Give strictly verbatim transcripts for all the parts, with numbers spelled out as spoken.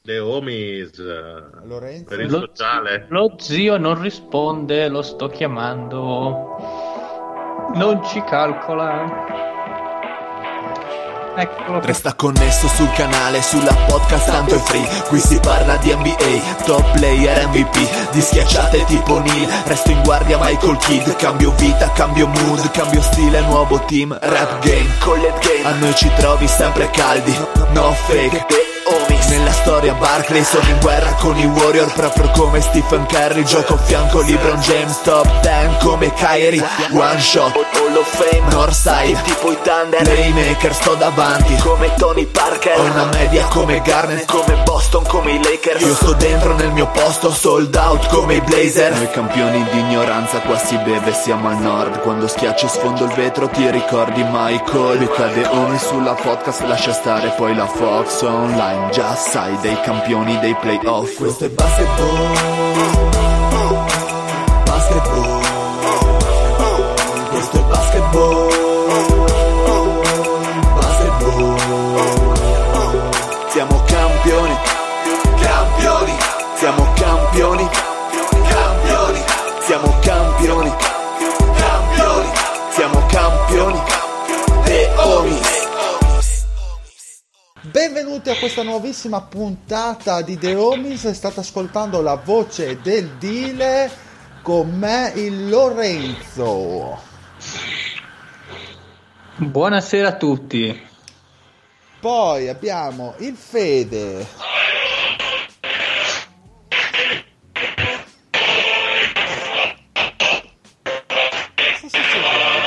The Homies Lorenzo. per il Lo, sociale. lo zio non risponde, lo sto chiamando. Non ci calcola. Eccolo. Resta connesso sul canale, sulla podcast tanto è free. Qui si parla di N B A, top player M V P, di schiacciate tipo Neil. Resto in guardia Michael Kidd. Cambio vita, cambio mood, cambio stile, nuovo team. Rap game, collet game, a noi ci trovi sempre caldi. No fake, homies. Nella storia Barkley, sono in guerra con i Warrior, proprio come Stephen Curry. Gioco a fianco LeBron James, top ten come Kyrie. One shot, Hall of Fame, Northside, tipo i Thunder, Playmaker, sto davanti come Tony Parker. Ho una media come Garnett, come Boston, come i Lakers. Io sto dentro nel mio posto, sold out come i Blazer. Noi campioni di ignoranza, qua si beve, siamo al nord. Quando schiacci sfondo il vetro ti ricordi Michael. Mi cade ogni sulla podcast, lascia stare poi la Fox online. Già sai dei campioni dei playoff. Questo è basketball, basketball. Questo è basketball, basketball. Siamo campioni, campioni. Siamo campioni, campioni. Siamo campioni, campioni. Siamo campioni. The Homies. Benvenuti a questa nuovissima puntata di The Homies. State ascoltando la voce del Dile, con me il Lorenzo. Buonasera a tutti. Poi abbiamo il Fede. Cosa succede?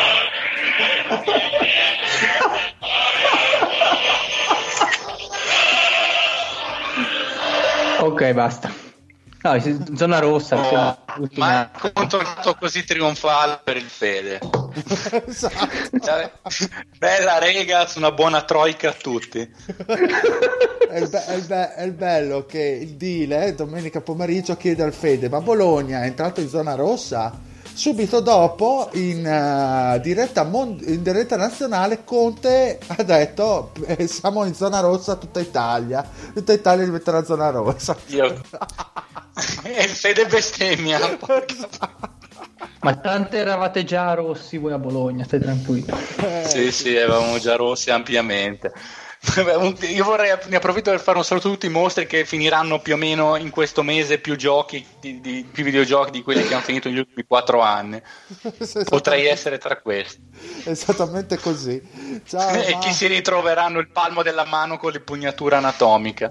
Ok, basta. No, zona rossa. Oh, siamo ma è un tornato così trionfale per il Fede. Esatto. Cioè, bella rega, una buona troika a tutti. È il, be- è, il be- è il bello che il Dile domenica pomeriggio chiede al Fede: ma Bologna è entrato in zona rossa? Subito dopo in, uh, diretta, mon- in diretta nazionale Conte ha detto eh, siamo in zona rossa tutta Italia, tutta Italia diventerà zona rossa. Io... e il Fede bestemmia. Ma tante eravate già rossi voi a Bologna, stai tranquillo. Eh, Sì, sì, eravamo già rossi ampiamente. Io vorrei, ne approfitto per fare un saluto a tutti i mostri che finiranno più o meno in questo mese più giochi, di, di, più videogiochi di quelli che hanno finito negli ultimi quattro anni. Potrei essere tra questi. Esattamente così. Ciao, E ma... chi si ritroveranno il palmo della mano con l'impugnatura anatomica.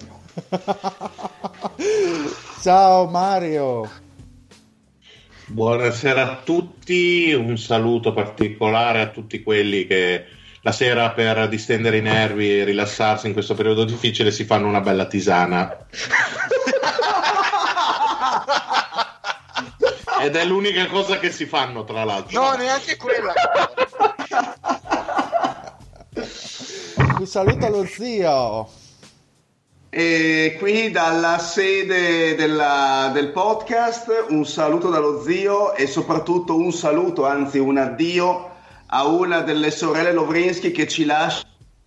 Ciao Mario. Buonasera a tutti, un saluto particolare a tutti quelli che la sera, per distendere i nervi e rilassarsi in questo periodo difficile, si fanno una bella tisana. Ed è l'unica cosa che si fanno, tra l'altro. No, neanche quella. Un saluto allo zio. E qui dalla sede della, del podcast un saluto dallo zio e soprattutto un saluto, anzi un addio a una delle sorelle Lovrinsky che ci lascia.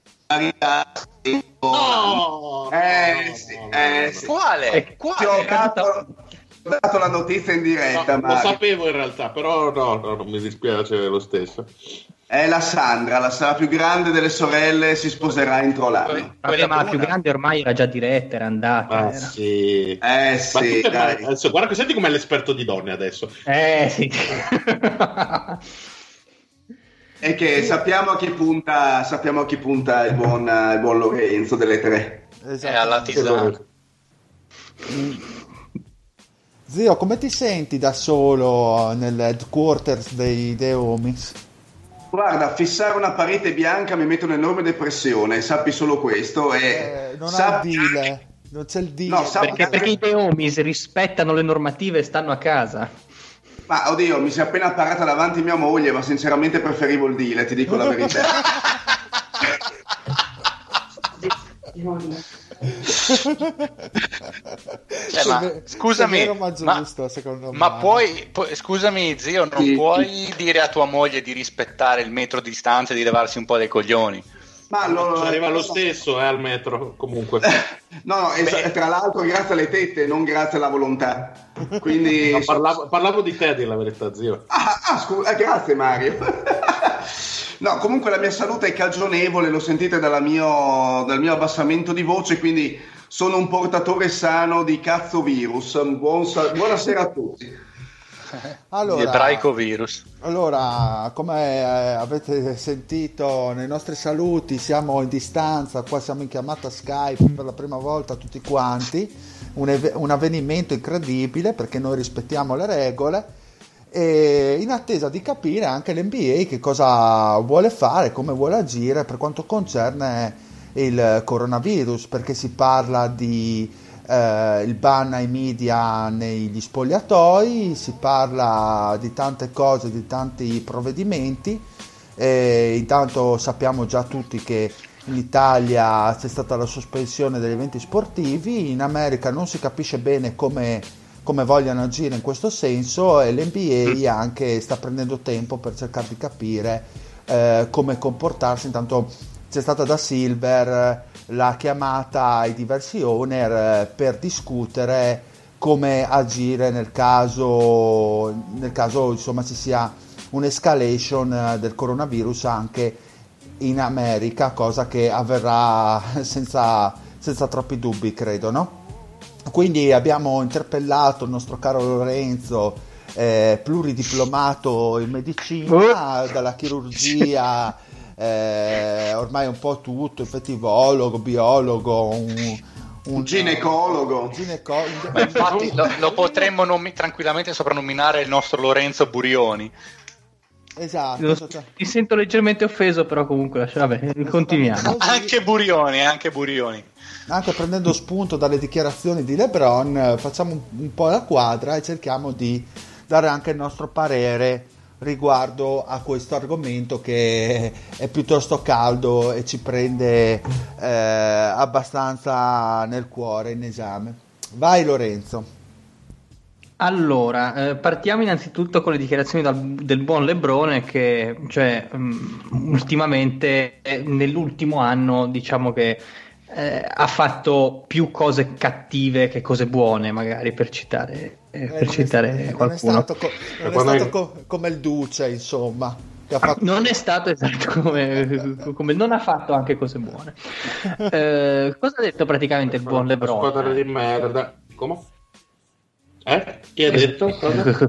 No! Eh sì, eh sì. Quale? Ti ho dato, ho dato la notizia in diretta, No, ma lo sapevo in realtà, però no, no, non mi dispiace lo stesso. è la Sandra, la, la più grande delle sorelle, si sposerà entro l'anno. Vabbè, ma la più grande ormai era già diretta, era andata. Ah, era. sì. Eh Ma sì, tu, dai. adesso, guarda che senti com'è l'esperto di donne adesso. Eh sì. E che sappiamo a chi punta, sappiamo a chi punta il buon, il buon Lorenzo delle tre. È alla tisana. Zio, come ti senti da solo nel headquarters dei The Homies? Guarda, fissare una parete bianca mi mette un'enorme depressione, sappi solo questo. E Eh, non ha il sappi deal, anche- non c'è il deal. No, sappi Perché, anche- perché i The Homies rispettano le normative e stanno a casa. Ma oddio, mi si è appena parata davanti mia moglie, ma sinceramente preferivo il deal, ti dico la verità. Cioè, ma È ve- scusami, è vero, ma ma, giusto, secondo ma me. puoi, pu- scusami zio, non Sì. puoi dire a tua moglie di rispettare il metro di distanza e di levarsi un po' dai coglioni? Ma lo, arriva lo stesso eh, al metro comunque. No, no, es- tra l'altro grazie alle tette, non grazie alla volontà. Quindi no, parlavo, parlavo di te, di la verità, zio. Ah, ah scusa, grazie Mario. No, comunque la mia salute è cagionevole, lo sentite dalla mio, dal mio abbassamento di voce, quindi sono un portatore sano di cazzo virus. Buon sa- buonasera a tutti. Allora, ebraico virus. Allora, come eh, avete sentito nei nostri saluti, siamo in distanza, qua siamo in chiamata Skype per la prima volta tutti quanti, un, ev- un avvenimento incredibile perché noi rispettiamo le regole e in attesa di capire anche l'N B A che cosa vuole fare, come vuole agire per quanto concerne il coronavirus, perché si parla di Uh, il ban ai media negli spogliatoi, si parla di tante cose, di tanti provvedimenti e intanto sappiamo già tutti che in Italia c'è stata la sospensione degli eventi sportivi, in America non si capisce bene come, come vogliano agire in questo senso e l'N B A anche sta prendendo tempo per cercare di capire uh, come comportarsi. Intanto c'è stata da Silver la chiamata ai diversi owner per discutere come agire nel caso, nel caso insomma ci sia un'escalation del coronavirus anche in America, cosa che avverrà senza, senza troppi dubbi, credo, no? Quindi abbiamo interpellato il nostro caro Lorenzo, eh, pluridiplomato in medicina, dalla chirurgia Eh, ormai un po' tutto, infettivologo, biologo, un, un ginecologo. Un ginecologo. Ma infatti lo, lo potremmo nomi- tranquillamente soprannominare il nostro Lorenzo Burioni. Esatto. Lo, mi sento leggermente offeso, però comunque lascia, vabbè, continuiamo. Anche Burioni, anche Burioni. Anche prendendo spunto dalle dichiarazioni di LeBron, facciamo un, un po' la quadra e cerchiamo di dare anche il nostro parere riguardo a questo argomento che è piuttosto caldo e ci prende eh, abbastanza nel cuore in esame. Vai Lorenzo. Allora, eh, partiamo innanzitutto con le dichiarazioni dal, del buon Lebrone che cioè um, ultimamente eh, nell'ultimo anno diciamo che eh, ha fatto più cose cattive che cose buone, magari per citare Eh, per citare è, qualcuno. Non è stato, co- non è stato co- come il Duce, insomma. Che ha fatto... Non è stato esatto come, come non ha fatto anche cose buone. Eh, cosa ha detto praticamente il buon LeBron? Squadra di merda. Come? Eh? Chi ha detto? Cosa?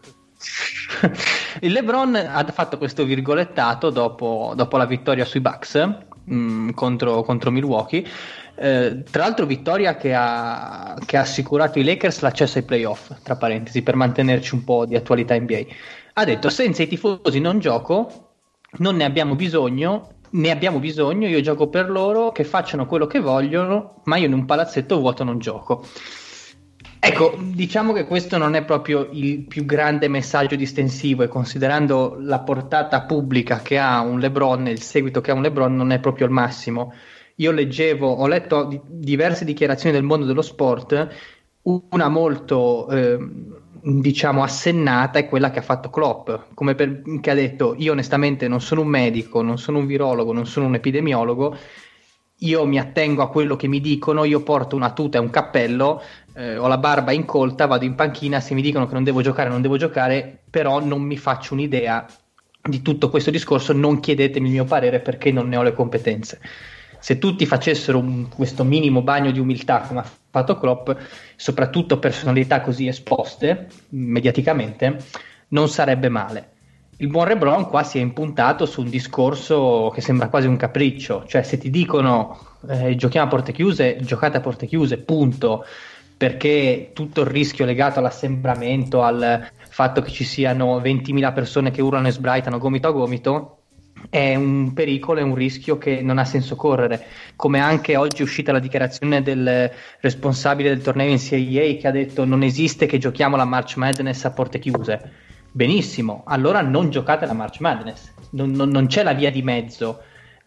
Il LeBron ha fatto questo virgolettato dopo, dopo la vittoria sui Bucks mh, contro, contro Milwaukee. Eh, tra l'altro vittoria che ha, che ha assicurato ai Lakers l'accesso ai playoff, tra parentesi, per mantenerci un po' di attualità N B A. Ha detto: senza i tifosi non gioco, non ne abbiamo bisogno, ne abbiamo bisogno, io gioco per loro, che facciano quello che vogliono, ma io in un palazzetto vuoto non gioco. Ecco, diciamo che questo non è proprio il più grande messaggio distensivo e considerando la portata pubblica che ha un LeBron e il seguito che ha un LeBron non è proprio il massimo. Io leggevo, ho letto di, diverse dichiarazioni del mondo dello sport, una molto eh, diciamo assennata è quella che ha fatto Klopp, come per, che ha detto: io onestamente non sono un medico, non sono un virologo, non sono un epidemiologo, io mi attengo a quello che mi dicono, io porto una tuta e un cappello, eh, ho la barba incolta, vado in panchina, se mi dicono che non devo giocare non devo giocare, però non mi faccio un'idea di tutto questo discorso, non chiedetemi il mio parere perché non ne ho le competenze. Se tutti facessero un, questo minimo bagno di umiltà come ha fatto Klopp, soprattutto personalità così esposte mediaticamente, non sarebbe male. Il buon LeBron qua si è impuntato su un discorso che sembra quasi un capriccio, cioè se ti dicono eh, giochiamo a porte chiuse, giocate a porte chiuse, punto, perché tutto il rischio legato all'assembramento, al fatto che ci siano ventimila persone che urlano e sbraitano gomito a gomito, è un pericolo, è un rischio che non ha senso correre, come anche oggi è uscita la dichiarazione del responsabile del torneo N C A A che ha detto: non esiste che giochiamo la March Madness a porte chiuse. Benissimo, allora non giocate la March Madness, non, non, non c'è la via di mezzo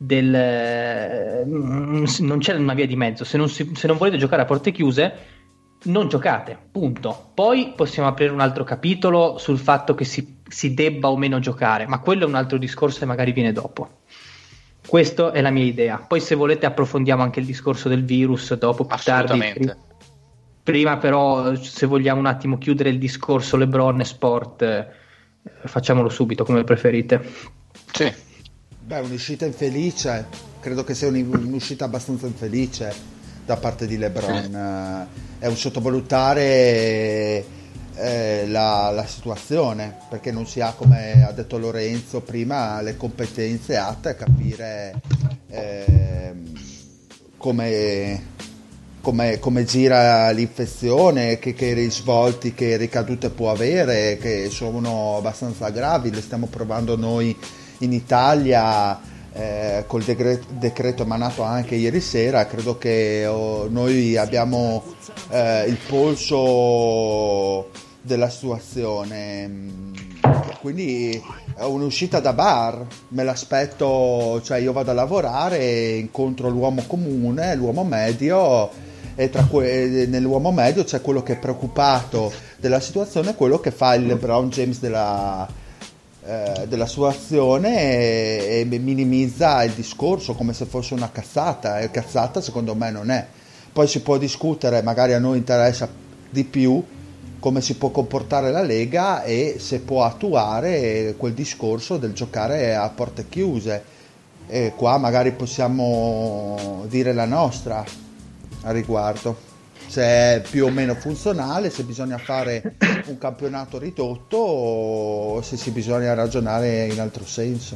del non c'è una via di mezzo, se non, si, se non volete giocare a porte chiuse non giocate, punto. Poi possiamo aprire un altro capitolo sul fatto che si, si debba o meno giocare, ma quello è un altro discorso e magari viene dopo. Questa è la mia idea. Poi se volete approfondiamo anche il discorso del virus dopo, più Assolutamente. tardi. Prima però, se vogliamo un attimo chiudere il discorso LeBron e sport, eh, facciamolo subito come preferite. Sì. Beh, un'uscita infelice, credo che sia un'uscita abbastanza infelice da parte di LeBron. È un sottovalutare eh, la, la situazione, perché non si ha, come ha detto Lorenzo prima, le competenze atte a capire eh, come, come, come gira l'infezione, che, che risvolti, che ricadute può avere, che sono abbastanza gravi. Le stiamo provando noi in Italia eh, col decreto, decreto emanato anche ieri sera. Credo che oh, noi abbiamo eh, il polso della situazione, quindi è un'uscita da bar, me l'aspetto, cioè io vado a lavorare, incontro l'uomo comune, l'uomo medio, e tra que- nell'uomo medio c'è quello che è preoccupato della situazione, quello che fa il LeBron James della Eh, della sua azione e, e minimizza il discorso come se fosse una cazzata, e cazzata secondo me non è. Poi si può discutere, magari a noi interessa di più come si può comportare la Lega e se può attuare quel discorso del giocare a porte chiuse, e qua magari possiamo dire la nostra a riguardo, se è più o meno funzionale, se bisogna fare un campionato ridotto o se si bisogna ragionare in altro senso.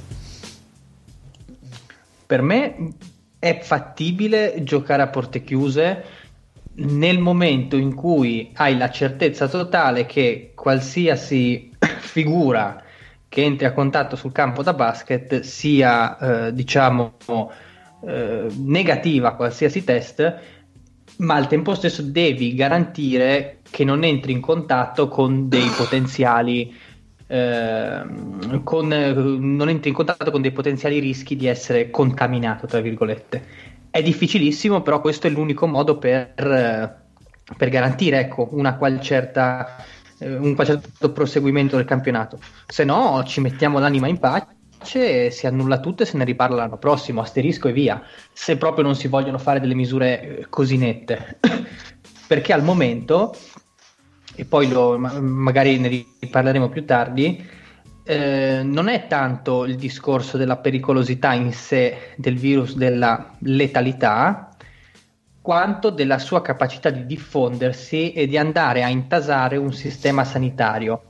Per me è fattibile giocare a porte chiuse nel momento in cui hai la certezza totale che qualsiasi figura che entri a contatto sul campo da basket sia eh, diciamo eh, negativa a qualsiasi test, ma al tempo stesso devi garantire che non entri in contatto con dei potenziali eh, con, non entri in contatto con dei potenziali rischi di essere contaminato, tra virgolette. È difficilissimo, però questo è l'unico modo per, per garantire, ecco, una qual certa, un qual certo proseguimento del campionato. Se no ci mettiamo l'anima in pace, si annulla tutto e se ne riparla l'anno prossimo, asterisco e via, se proprio non si vogliono fare delle misure così nette. Perché al momento, e poi lo, magari ne riparleremo più tardi, eh, non è tanto il discorso della pericolosità in sé del virus, della letalità, quanto della sua capacità di diffondersi e di andare a intasare un sistema sanitario.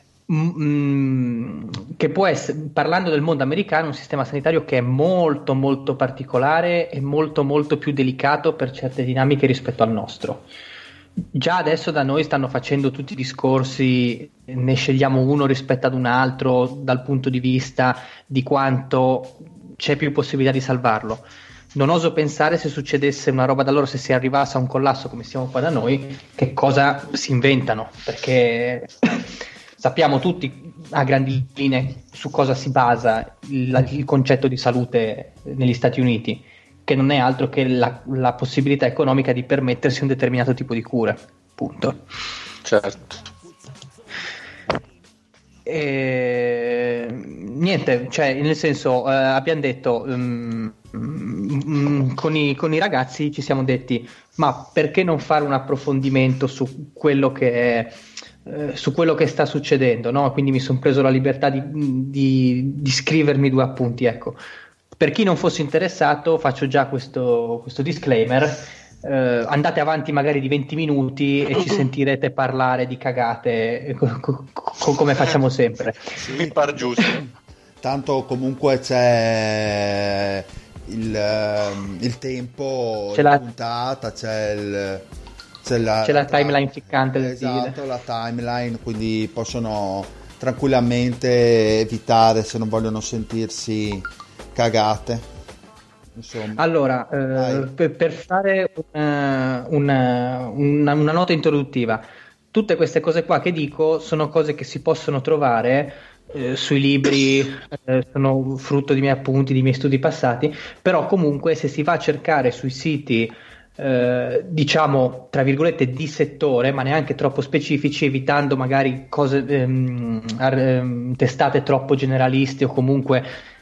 Mm, che può essere, parlando del mondo americano, un sistema sanitario che è molto molto particolare e molto molto più delicato per certe dinamiche rispetto al nostro. Già adesso da noi stanno facendo tutti i discorsi, ne scegliamo uno rispetto ad un altro dal punto di vista di quanto c'è più possibilità di salvarlo. Non oso pensare, se succedesse una roba da loro, se si arrivasse a un collasso come siamo qua da noi, che cosa si inventano, perché sappiamo tutti a grandi linee su cosa si basa il, il concetto di salute negli Stati Uniti, che non è altro che la, la possibilità economica di permettersi un determinato tipo di cure, punto. Certo. E... niente, cioè nel senso eh, abbiamo detto um, um, con, i, con i ragazzi ci siamo detti, ma perché non fare un approfondimento su quello che è Eh, su quello che sta succedendo, no? Quindi mi sono preso la libertà di, di, di scrivermi due appunti, ecco. Per chi non fosse interessato faccio già questo, questo disclaimer, eh, andate avanti magari di venti minuti e ci sentirete parlare di cagate co- co- co- come facciamo sempre. Mi par giusto. Tanto comunque c'è il, il tempo, c'è la, la puntata, c'è il C'è la, c'è la tra... timeline ficcante del esatto, la timeline, quindi possono tranquillamente evitare se non vogliono sentirsi cagate. Insomma. Allora, eh, per, per fare una, una, una, una nota introduttiva, tutte queste cose qua che dico sono cose che si possono trovare eh, sui libri, eh, sono frutto di miei appunti, di miei studi passati, però comunque se si va a cercare sui siti Eh, diciamo tra virgolette di settore, ma neanche troppo specifici, evitando magari cose ehm, ar- ehm, testate troppo generaliste o comunque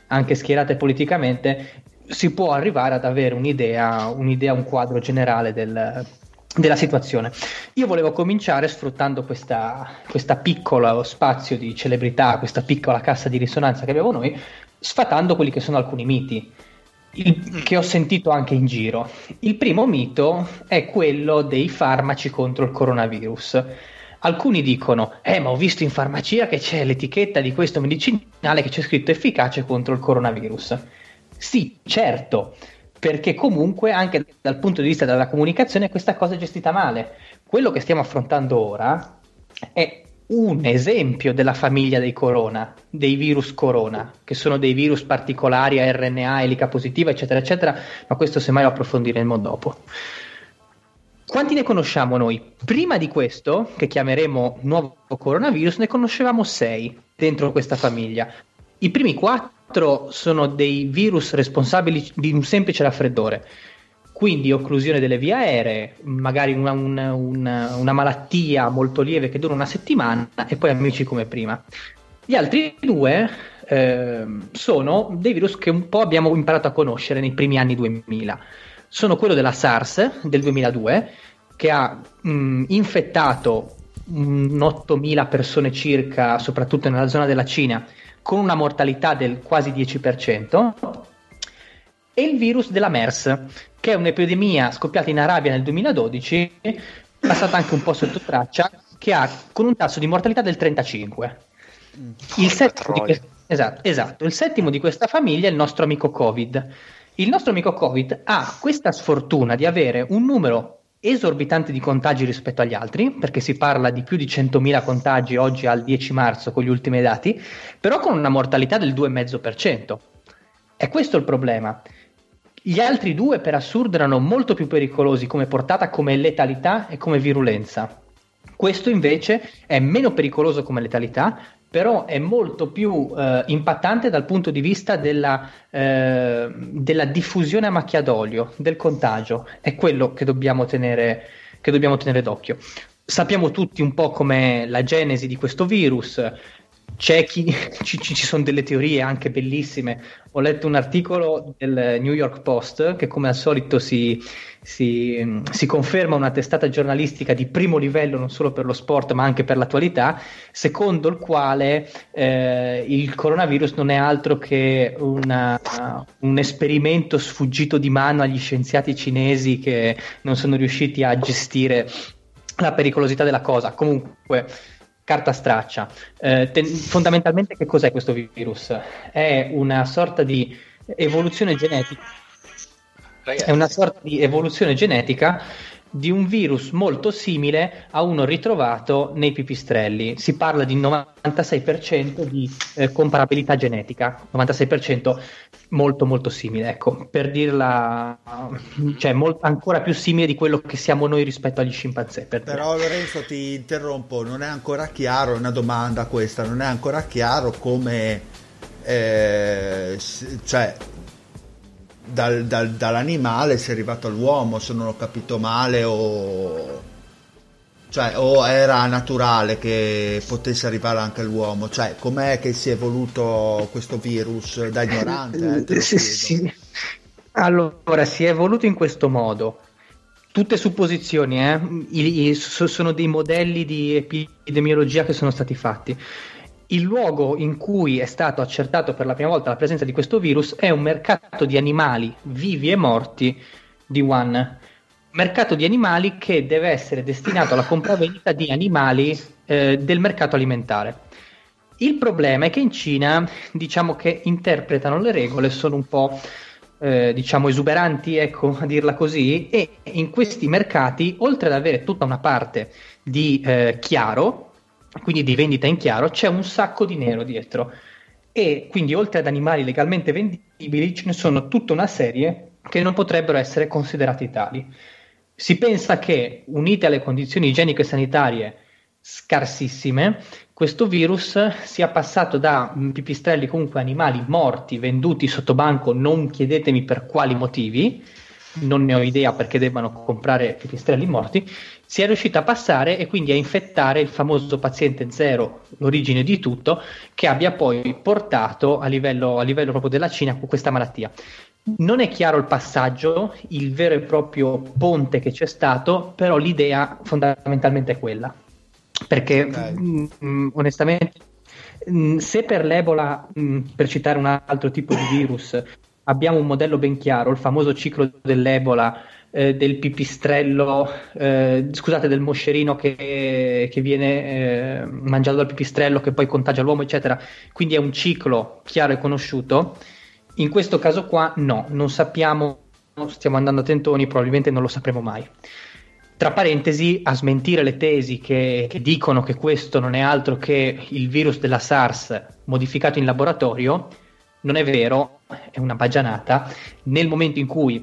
anche schierate politicamente, si può arrivare ad avere un'idea, un'idea un quadro generale del, della situazione. Io volevo cominciare sfruttando questa, questa piccola spazio di celebrità, questa piccola cassa di risonanza che abbiamo noi, sfatando quelli che sono alcuni miti il, che ho sentito anche in giro. Il primo mito è quello dei farmaci contro il coronavirus. Alcuni dicono, eh ma ho visto in farmacia che c'è l'etichetta di questo medicinale che c'è scritto efficace contro il coronavirus. Sì, certo, perché comunque anche dal punto di vista della comunicazione questa cosa è gestita male. Quello che stiamo affrontando ora è un esempio della famiglia dei corona, dei virus corona, che sono dei virus particolari a R N A, elica positiva, eccetera, eccetera, ma questo semmai lo approfondiremo dopo. Quanti ne conosciamo noi? Prima di questo, che chiameremo nuovo coronavirus, ne conoscevamo sei dentro questa famiglia. I primi quattro sono dei virus responsabili di un semplice raffreddore, quindi occlusione delle vie aeree, magari una, una, una, una malattia molto lieve che dura una settimana e poi amici come prima. Gli altri due eh, sono dei virus che un po' abbiamo imparato a conoscere nei primi anni duemila. Sono quello della SARS del duemiladue, che ha mh, infettato mh, ottomila persone circa, soprattutto nella zona della Cina, con una mortalità del quasi dieci per cento, e il virus della MERS, che è un'epidemia scoppiata in Arabia nel duemiladodici, passata anche un po' sotto traccia, che ha con un tasso di mortalità del trentacinque. Il settimo, di que- esatto, esatto, il settimo di questa famiglia è il nostro amico Covid. Il nostro amico Covid ha questa sfortuna di avere un numero esorbitante di contagi rispetto agli altri, perché si parla di più di centomila contagi oggi al dieci marzo con gli ultimi dati, però con una mortalità del due virgola cinque per cento. È questo il problema. Gli altri due, per assurdo, erano molto più pericolosi come portata, come letalità e come virulenza. Questo invece è meno pericoloso come letalità, però è molto più eh, impattante dal punto di vista della, eh, della diffusione a macchia d'olio, del contagio. È quello che dobbiamo tenere, che dobbiamo tenere d'occhio. Sappiamo tutti un po' com'è la genesi di questo virus. C'è chi, ci, ci sono delle teorie anche bellissime. Ho letto un articolo del New York Post che, come al solito, si, si, si conferma una testata giornalistica di primo livello non solo per lo sport ma anche per l'attualità, secondo il quale eh, il coronavirus non è altro che una, un esperimento sfuggito di mano agli scienziati cinesi che non sono riusciti a gestire la pericolosità della cosa. Comunque, carta straccia. Eh, ten- fondamentalmente che cos'è questo virus? È una sorta di evoluzione genetica. Ragazzi. È una sorta di evoluzione genetica di un virus molto simile a uno ritrovato nei pipistrelli. Si parla di novantasei per cento di eh, comparabilità genetica, novantasei per cento molto molto simile, ecco, per dirla, cioè molt- ancora più simile di quello che siamo noi rispetto agli scimpanzé. Per Però dire. Lorenzo, ti interrompo, non è ancora chiaro, è una domanda questa, non è ancora chiaro come eh, cioè Dal, dal, dall'animale si è arrivato all'uomo, se non ho capito male, o cioè o era naturale che potesse arrivare anche all'uomo, cioè com'è che si è evoluto questo virus da ignorante? Eh, te lo sì, sì. Allora, si è evoluto in questo modo. Tutte supposizioni, eh? I, i, sono dei modelli di epidemiologia che sono stati fatti. Il luogo in cui è stato accertato per la prima volta la presenza di questo virus è un mercato di animali vivi e morti di Wuhan. Mercato di animali che deve essere destinato alla compravendita di animali eh, del mercato alimentare. Il problema è che in Cina, diciamo che interpretano le regole, sono un po' eh, diciamo esuberanti, ecco, a dirla così, e in questi mercati, oltre ad avere tutta una parte di eh, chiaro, quindi di vendita in chiaro, c'è un sacco di nero dietro, e quindi oltre ad animali legalmente vendibili ce ne sono tutta una serie che non potrebbero essere considerati tali. Si pensa che, unite alle condizioni igieniche e sanitarie scarsissime, questo virus sia passato da pipistrelli, comunque animali morti venduti sotto banco, non chiedetemi per quali motivi, non ne ho idea perché debbano comprare pipistrelli morti, sia riuscita a passare e quindi a infettare il famoso paziente zero, l'origine di tutto, che abbia poi portato a livello, a livello proprio della Cina questa malattia. Non è chiaro il passaggio, il vero e proprio ponte che c'è stato, però l'idea fondamentalmente è quella. Perché okay. mh, onestamente, mh, se per l'Ebola, mh, per citare un altro tipo di virus, abbiamo un modello ben chiaro, il famoso ciclo dell'Ebola, eh, del pipistrello, eh, scusate, del moscerino che, che viene eh, mangiato dal pipistrello, che poi contagia l'uomo, eccetera. Quindi è un ciclo chiaro e conosciuto. In questo caso qua no, non sappiamo, stiamo andando a tentoni, probabilmente non lo sapremo mai. Tra parentesi, a smentire le tesi che, che dicono che questo non è altro che il virus della SARS modificato in laboratorio, non è vero, è una baggianata. Nel momento in cui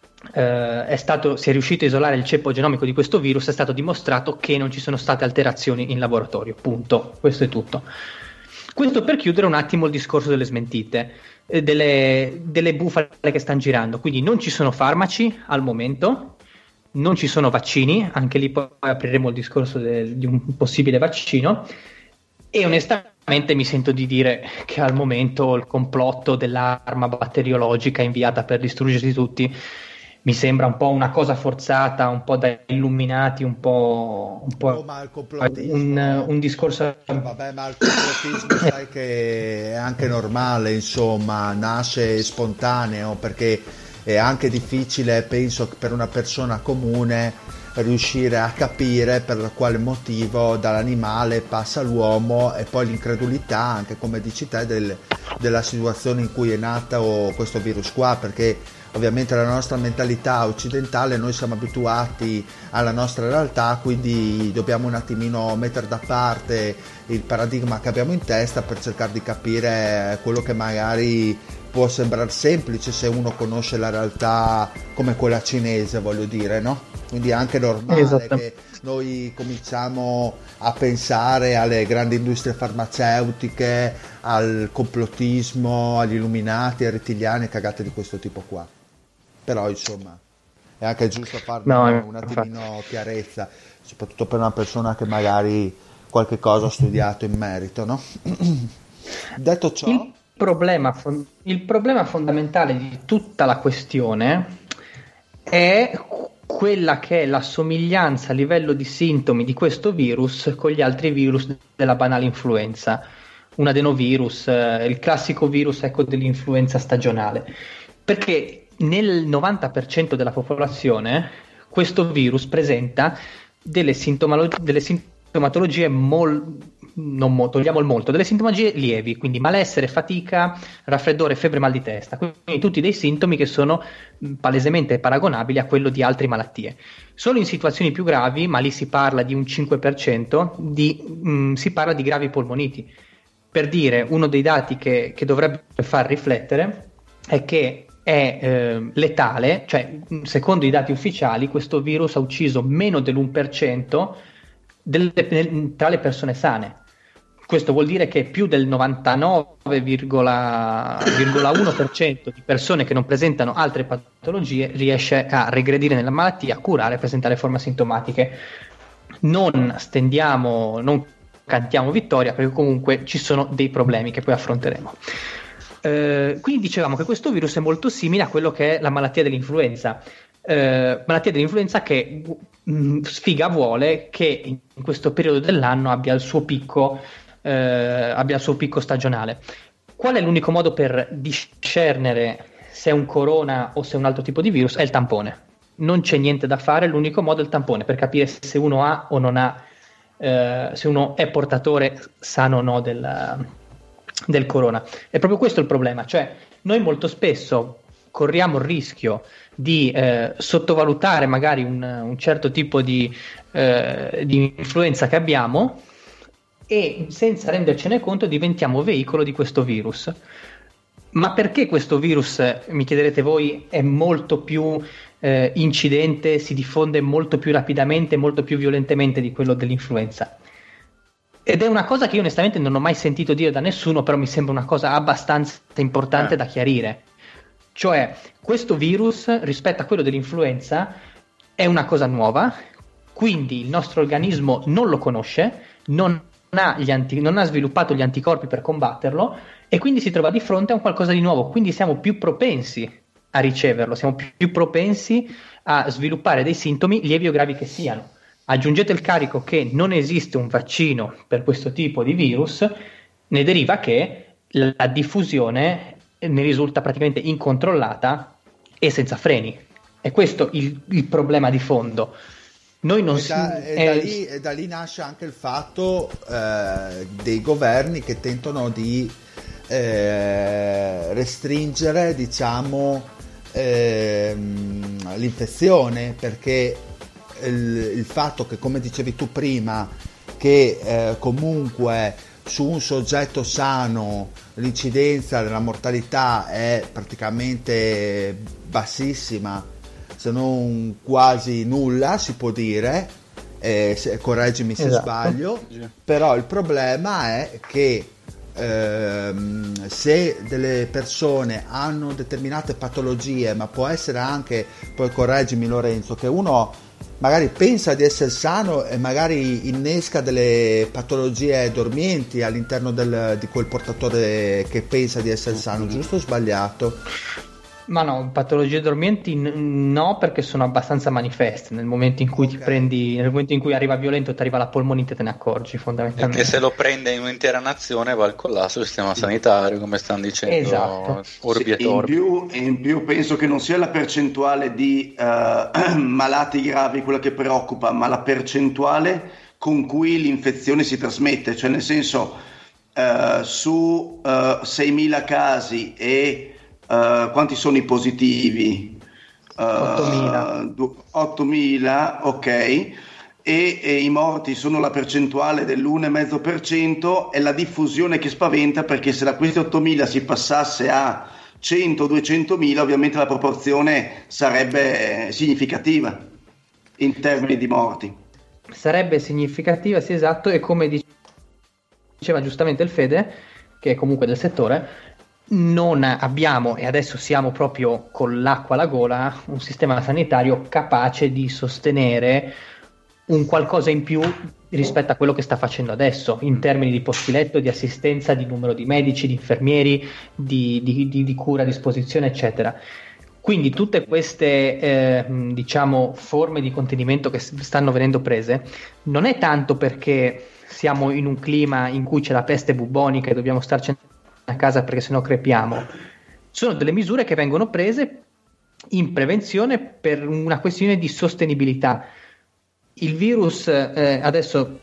eh, è stato, si è riuscito a isolare il ceppo genomico di questo virus, è stato dimostrato che non ci sono state alterazioni in laboratorio, punto. Questo è tutto. Questo per chiudere un attimo il discorso delle smentite, eh, delle, delle bufale che stanno girando. Quindi non ci sono farmaci al momento, non ci sono vaccini, anche lì poi apriremo il discorso de, di un possibile vaccino, e onestamente mi sento di dire che al momento il complotto dell'arma batteriologica inviata per distruggerli tutti mi sembra un po' una cosa forzata, un po' da illuminati, un po', un, po' oh, ma il complottismo, un, un discorso... Vabbè, ma il complottismo sai che è anche normale, insomma, nasce spontaneo, perché è anche difficile, penso, per una persona comune riuscire a capire per quale motivo dall'animale passa all'uomo, e poi l'incredulità, anche come dici te, del, della situazione in cui è nato questo virus qua, perché ovviamente la nostra mentalità occidentale, noi siamo abituati alla nostra realtà, quindi dobbiamo un attimino mettere da parte il paradigma che abbiamo in testa per cercare di capire quello che magari può sembrare semplice se uno conosce la realtà come quella cinese, voglio dire, no? Quindi è anche normale esatto. che noi cominciamo a pensare alle grandi industrie farmaceutiche, al complottismo, agli illuminati, ai rettiliani, cagate di questo tipo qua. Però insomma è anche giusto farne no, un attimino infatti. chiarezza, soprattutto per una persona che magari qualche cosa ha studiato in merito, no? Detto ciò, il problema, il problema fondamentale di tutta la questione è quella che è la somiglianza a livello di sintomi di questo virus con gli altri virus della banale influenza, un adenovirus, eh, il classico virus, ecco, dell'influenza stagionale, perché nel novanta per cento della popolazione questo virus presenta delle, sintomalo- delle sintomatologie mol- non mo- togliamo il molto, delle sintomatologie lievi, quindi malessere, fatica, raffreddore, febbre, mal di testa, quindi tutti dei sintomi che sono palesemente paragonabili a quello di altre malattie. Solo in situazioni più gravi, ma lì si parla di un cinque per cento, di, mh, si parla di gravi polmoniti. Per dire, uno dei dati che, che dovrebbe far riflettere è che è eh, letale, cioè secondo i dati ufficiali questo virus ha ucciso meno dell'uno per cento delle, tra le persone sane. Questo vuol dire che più del novantanove virgola uno per cento di persone che non presentano altre patologie riesce a regredire nella malattia, a curare e presentare forme asintomatiche. Non stendiamo, non cantiamo vittoria, perché comunque ci sono dei problemi che poi affronteremo. Uh, quindi dicevamo che questo virus è molto simile a quello che è la malattia dell'influenza, uh, malattia dell'influenza che mh, sfiga vuole che in questo periodo dell'anno abbia il suo picco, uh, abbia il suo picco stagionale. Qual è l'unico modo per discernere se è un corona o se è un altro tipo di virus? È il tampone. Non c'è niente da fare, l'unico modo è il tampone per capire se uno ha o non ha, uh, se uno è portatore sano o no del del corona. È proprio questo il problema, cioè noi molto spesso corriamo il rischio di eh, sottovalutare magari un, un certo tipo di, eh, di influenza che abbiamo, e senza rendercene conto diventiamo veicolo di questo virus. Ma perché questo virus, mi chiederete voi, è molto più eh, incidente, si diffonde molto più rapidamente, molto più violentemente di quello dell'influenza? Ed è una cosa che io onestamente non ho mai sentito dire da nessuno, però mi sembra una cosa abbastanza importante eh. da chiarire. Cioè, questo virus rispetto a quello dell'influenza è una cosa nuova, quindi il nostro organismo non lo conosce, non ha, gli anti- non ha sviluppato gli anticorpi per combatterlo e quindi si trova di fronte a un qualcosa di nuovo, quindi siamo più propensi a riceverlo, siamo più, più propensi a sviluppare dei sintomi lievi o gravi che siano. Aggiungete il carico che non esiste un vaccino per questo tipo di virus, ne deriva che la diffusione ne risulta praticamente incontrollata e senza freni. E questo il, il problema di fondo. Noi non e, si, da, e, è... da lì, e da lì nasce anche il fatto eh, dei governi che tentano di eh, restringere, diciamo, eh, l'infezione, perché il, il fatto che, come dicevi tu prima, che eh, comunque su un soggetto sano l'incidenza della mortalità è praticamente bassissima, se non quasi nulla, si può dire, eh, se, correggimi se esatto. sbaglio, però il problema è che ehm, se delle persone hanno determinate patologie, ma può essere anche, poi correggimi Lorenzo, che uno magari pensa di essere sano e magari innesca delle patologie dormienti all'interno del, di quel portatore che pensa di essere sano, giusto o sbagliato? Ma no, patologie dormienti n- no, perché sono abbastanza manifeste. Nel momento in cui okay. ti prendi, nel momento in cui arriva violento, ti arriva la polmonite, te ne accorgi fondamentalmente. Perché se lo prende in un'intera nazione va al collasso del sistema sanitario, come stanno dicendo esatto. Orbi e sì, in, più, in più penso che non sia la percentuale di uh, malati gravi quella che preoccupa, ma la percentuale con cui l'infezione si trasmette, cioè nel senso uh, su uh, seimila casi e Uh, quanti sono i positivi? Uh, ottomila. ottomila, ok, e, e i morti sono la percentuale dell'uno virgola cinque per cento. È la diffusione che spaventa, perché se da questi ottomila si passasse a cento duecentomila, ovviamente la proporzione sarebbe significativa in termini di morti. Sarebbe significativa, sì, esatto, e come diceva giustamente il Fede, che è comunque del settore, non abbiamo, e adesso siamo proprio con l'acqua alla gola, un sistema sanitario capace di sostenere un qualcosa in più rispetto a quello che sta facendo adesso, in termini di posti letto, di assistenza, di numero di medici, di infermieri, di, di, di, di cura a disposizione, eccetera. Quindi tutte queste eh, diciamo forme di contenimento che stanno venendo prese non è tanto perché siamo in un clima in cui c'è la peste bubbonica e dobbiamo starci a casa perché sennò crepiamo. Sono delle misure che vengono prese in prevenzione per una questione di sostenibilità. Il virus eh, adesso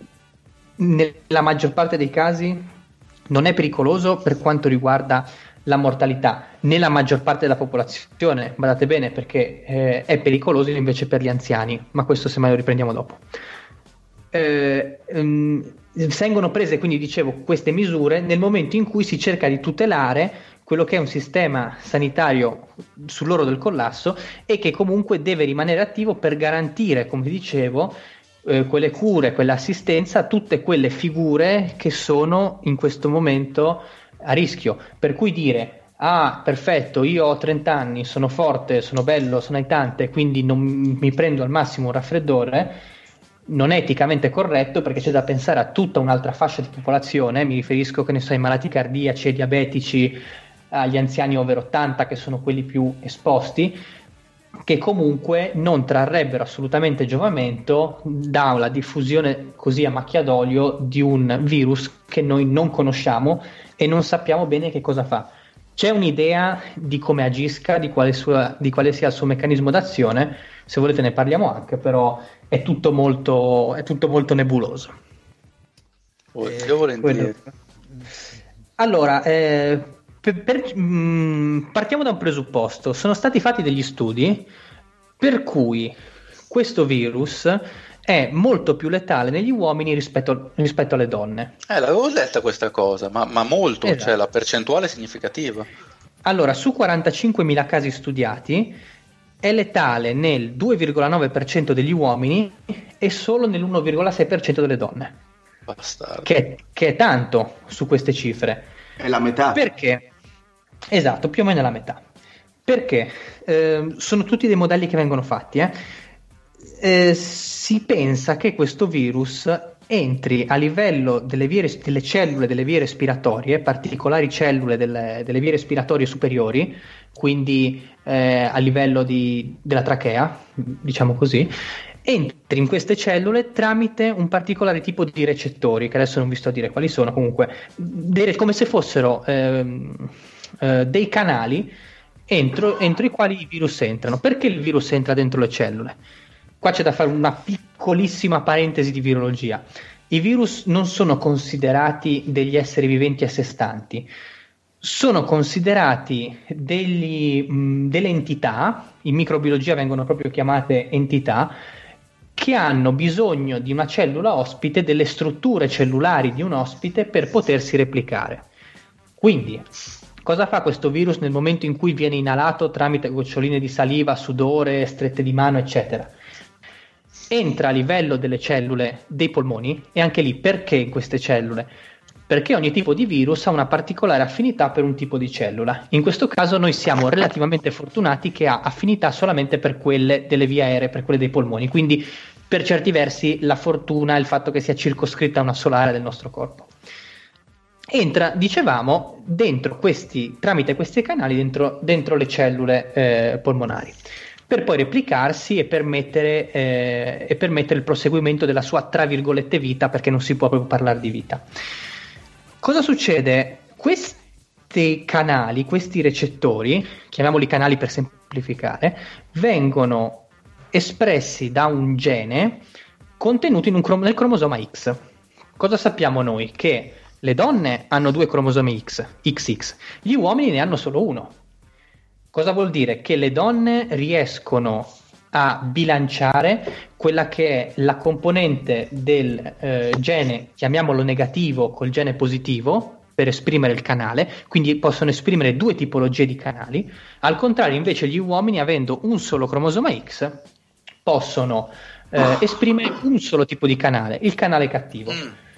nella maggior parte dei casi non è pericoloso per quanto riguarda la mortalità nella maggior parte della popolazione, badate bene, perché eh, è pericoloso invece per gli anziani, ma questo semmai lo riprendiamo dopo. Eh, um, vengono prese, quindi dicevo, queste misure nel momento in cui si cerca di tutelare quello che è un sistema sanitario sull'orlo del collasso e che comunque deve rimanere attivo per garantire, come dicevo, eh, quelle cure, quell'assistenza, tutte quelle figure che sono in questo momento a rischio. Per cui dire: ah, perfetto, io ho trenta anni, sono forte, sono bello, sono aitante, quindi non mi prendo al massimo un raffreddore, non è eticamente corretto, perché c'è da pensare a tutta un'altra fascia di popolazione. Mi riferisco, che ne so, ai malati cardiaci, ai diabetici, agli anziani over ottanta, che sono quelli più esposti, che comunque non trarrebbero assolutamente giovamento dalla diffusione così a macchia d'olio di un virus che noi non conosciamo e non sappiamo bene che cosa fa. C'è un'idea di come agisca, di quale, sua, di quale sia il suo meccanismo d'azione, se volete ne parliamo anche, però è tutto molto, è tutto molto nebuloso. Eh, io volentieri. Allora, eh, per, per, mh, partiamo da un presupposto. Sono stati fatti degli studi per cui questo virus è molto più letale negli uomini rispetto, rispetto alle donne. Eh, l'avevo letta questa cosa, ma, ma molto, esatto. Cioè la percentuale è significativa. Allora, su quarantacinquemila casi studiati è letale nel due virgola nove per cento degli uomini e solo nell'uno virgola sei per cento delle donne. Bastardo. Che, che è tanto su queste cifre. È la metà. Perché? Esatto, più o meno la metà. Perché? Eh, sono tutti dei modelli che vengono fatti. Eh? Eh, si pensa che questo virus entri a livello delle, vie, delle cellule delle vie respiratorie, particolari cellule delle, delle vie respiratorie superiori, quindi eh, a livello di, della trachea, diciamo così, entri in queste cellule tramite un particolare tipo di recettori, che adesso non vi sto a dire quali sono, comunque dei, come se fossero ehm, eh, dei canali entro, entro i quali i virus entrano. Perché il virus entra dentro le cellule? Qua c'è da fare una piccolissima parentesi di virologia. I virus non sono considerati degli esseri viventi a sé stanti, sono considerati degli, mh, delle entità, in microbiologia vengono proprio chiamate entità, che hanno bisogno di una cellula ospite, delle strutture cellulari di un ospite per potersi replicare. Quindi, cosa fa questo virus nel momento in cui viene inalato tramite goccioline di saliva, sudore, strette di mano, eccetera? Entra a livello delle cellule dei polmoni, e anche lì perché in queste cellule? Perché ogni tipo di virus ha una particolare affinità per un tipo di cellula. In questo caso noi siamo relativamente fortunati che ha affinità solamente per quelle delle vie aeree, per quelle dei polmoni, quindi per certi versi la fortuna è il fatto che sia circoscritta a una sola area del nostro corpo. Entra, dicevamo, dentro questi, tramite questi canali dentro, dentro le cellule eh, polmonari, per poi replicarsi e permettere, eh, e permettere il proseguimento della sua, tra virgolette, vita, perché non si può proprio parlare di vita. Cosa succede? Questi canali, questi recettori, chiamiamoli canali per semplificare, vengono espressi da un gene contenuto in un crom- nel cromosoma X. Cosa sappiamo noi? Che le donne hanno due cromosomi X, X X, gli uomini ne hanno solo uno. Cosa vuol dire? Che le donne riescono a bilanciare quella che è la componente del eh, gene, chiamiamolo negativo, col gene positivo, per esprimere il canale, quindi possono esprimere due tipologie di canali. Al contrario, invece, gli uomini, avendo un solo cromosoma X, possono eh, esprimere un solo tipo di canale, il canale cattivo.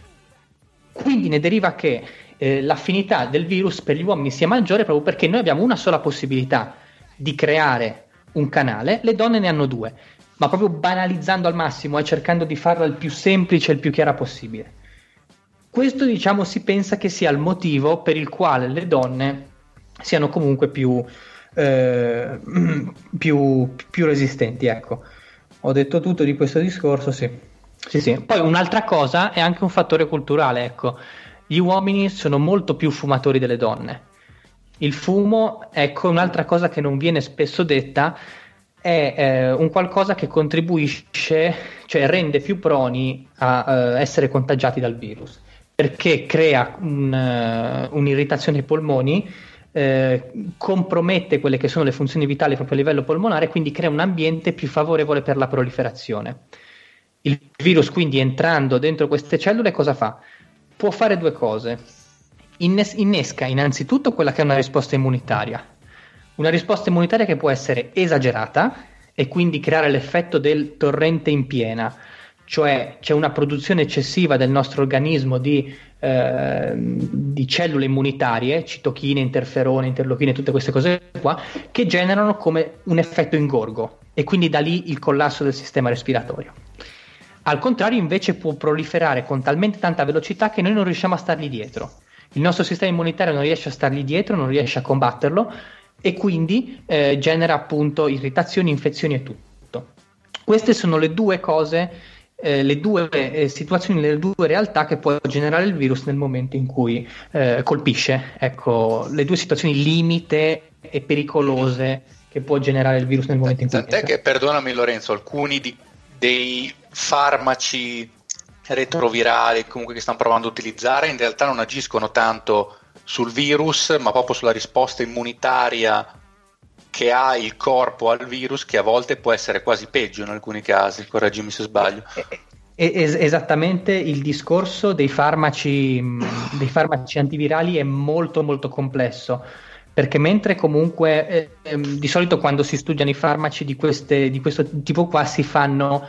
Quindi ne deriva che Eh, l'affinità del virus per gli uomini sia maggiore proprio perché noi abbiamo una sola possibilità di creare un canale, le donne ne hanno due, ma proprio banalizzando al massimo e eh, cercando di farla il più semplice e il più chiara possibile. Questo, diciamo, si pensa che sia il motivo per il quale le donne siano comunque più, eh, più, più resistenti, ecco. Ho detto tutto di questo discorso, sì. Sì, sì. Poi un'altra cosa è anche un fattore culturale, ecco. Gli uomini sono molto più fumatori delle donne. Il fumo, ecco, un'altra cosa che non viene spesso detta, è eh, un qualcosa che contribuisce, cioè rende più proni a uh, essere contagiati dal virus, perché crea un, uh, un'irritazione ai polmoni, eh, compromette quelle che sono le funzioni vitali proprio a livello polmonare, quindi crea un ambiente più favorevole per la proliferazione. Il virus, quindi, entrando dentro queste cellule, cosa fa? Può fare due cose. Innes- innesca innanzitutto quella che è una risposta immunitaria. Una risposta immunitaria che può essere esagerata e quindi creare l'effetto del torrente in piena, cioè c'è una produzione eccessiva del nostro organismo di, eh, di cellule immunitarie, citochine, interferone, interleuchine, tutte queste cose qua, che generano come un effetto ingorgo e quindi da lì il collasso del sistema respiratorio. Al contrario, invece, può proliferare con talmente tanta velocità che noi non riusciamo a stargli dietro. Il nostro sistema immunitario non riesce a stargli dietro, non riesce a combatterlo e quindi eh, genera appunto irritazioni, infezioni e tutto. Queste sono le due cose, eh, le due eh, situazioni, le due realtà che può generare il virus nel momento in cui eh, colpisce. Ecco, le due situazioni limite e pericolose che può generare il virus nel momento in cui tant'è che, perdonami Lorenzo, alcuni di, dei farmaci retrovirali comunque che stanno provando a utilizzare in realtà non agiscono tanto sul virus ma proprio sulla risposta immunitaria che ha il corpo al virus, che a volte può essere quasi peggio in alcuni casi, correggimi se sbaglio. Es- esattamente, il discorso dei farmaci dei farmaci antivirali è molto molto complesso, perché mentre comunque eh, ehm, di solito quando si studiano i farmaci di, queste, di questo tipo qua si fanno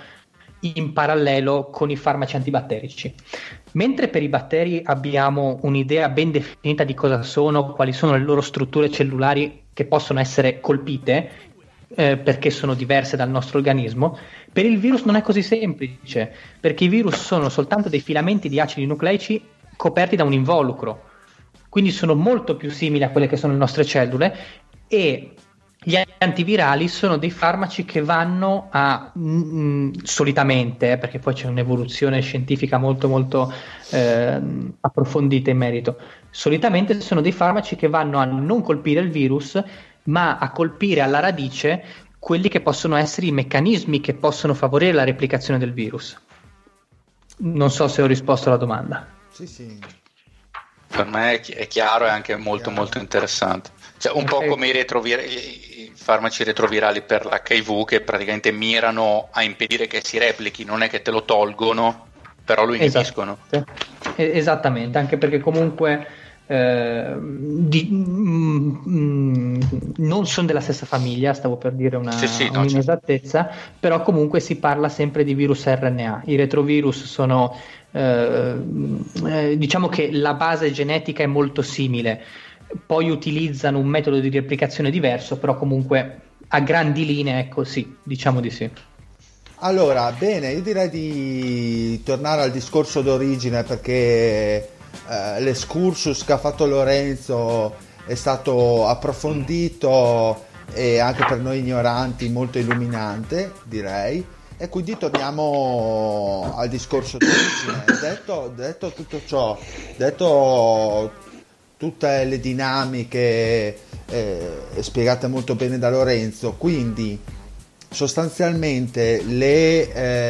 in parallelo con i farmaci antibatterici, mentre per i batteri abbiamo un'idea ben definita di cosa sono, quali sono le loro strutture cellulari che possono essere colpite eh, perché sono diverse dal nostro organismo. Per il virus non è così semplice, perché i virus sono soltanto dei filamenti di acidi nucleici coperti da un involucro, quindi sono molto più simili a quelle che sono le nostre cellule, e gli antivirali sono dei farmaci che vanno a mh, solitamente, eh, perché poi c'è un'evoluzione scientifica molto molto eh, approfondita in merito, solitamente sono dei farmaci che vanno a non colpire il virus, ma a colpire alla radice quelli che possono essere i meccanismi che possono favorire la replicazione del virus. Non so se ho risposto alla domanda. Sì, sì. Per me è chiaro e anche molto molto interessante. Cioè, un okay. po' come i, retrovir- i farmaci retrovirali per l'H I V, che praticamente mirano a impedire che si replichi, non è che te lo tolgono, però lo inibiscono. Esatto. Esattamente, anche perché comunque eh, di, mm, mm, non sono della stessa famiglia, stavo per dire una, sì, sì, no, un'inesattezza, certo. Però comunque si parla sempre di virus R N A. I retrovirus sono eh, eh, diciamo che la base genetica è molto simile, poi utilizzano un metodo di replicazione diverso, però comunque a grandi linee, ecco, sì, diciamo di sì. Allora, bene, io direi di tornare al discorso d'origine, perché eh, l'escursus che ha fatto Lorenzo è stato approfondito e anche per noi ignoranti molto illuminante, direi, e quindi torniamo al discorso d'origine. detto, detto tutto ciò, detto tutte le dinamiche eh, spiegate molto bene da Lorenzo, quindi sostanzialmente le,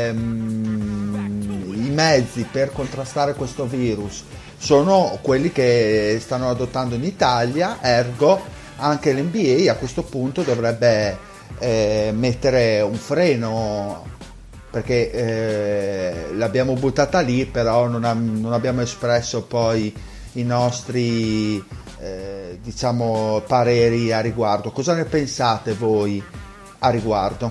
ehm, i mezzi per contrastare questo virus sono quelli che stanno adottando in Italia, ergo anche l'N B A a questo punto dovrebbe eh, mettere un freno, perché eh, l'abbiamo buttata lì, però non, ha, non abbiamo espresso poi i nostri eh, diciamo pareri a riguardo. Cosa ne pensate voi a riguardo?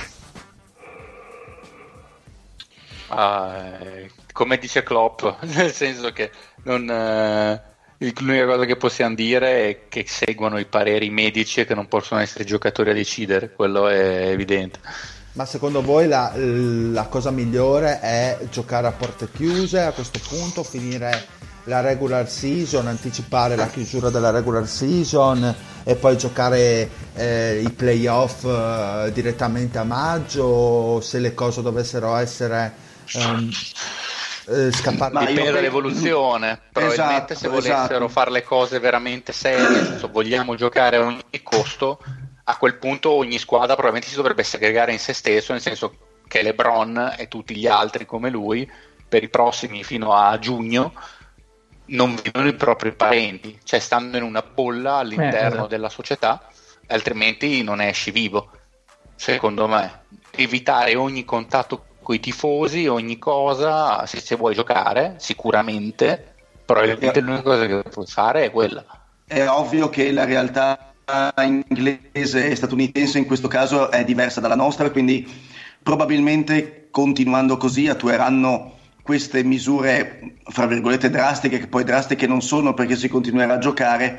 Ah, come dice Klopp, nel senso che non, eh, l'unica cosa che possiamo dire è che seguono i pareri medici e che non possono essere i giocatori a decidere, quello è evidente. Ma secondo voi la, la cosa migliore è giocare a porte chiuse a questo punto, finire la regular season, anticipare la chiusura della regular season e poi giocare eh, i playoff eh, direttamente a maggio, se le cose dovessero essere ehm, eh, scappare? Ma dipende dall'evoluzione. Probabilmente esatto, se volessero esatto. fare le cose veramente serie, nel senso, vogliamo giocare a ogni costo, a quel punto ogni squadra probabilmente si dovrebbe segregare in se stesso, nel senso che LeBron e tutti gli altri come lui per i prossimi fino a giugno non vedono i propri parenti, cioè stanno in una bolla all'interno eh, esatto. della società, altrimenti non esci vivo. Secondo me evitare ogni contatto con i tifosi, ogni cosa, se, se vuoi giocare sicuramente, probabilmente l'unica cosa che puoi fare è quella. È ovvio che la realtà inglese e statunitense in questo caso è diversa dalla nostra, quindi probabilmente continuando così attueranno queste misure fra virgolette drastiche, che poi drastiche non sono perché si continuerà a giocare,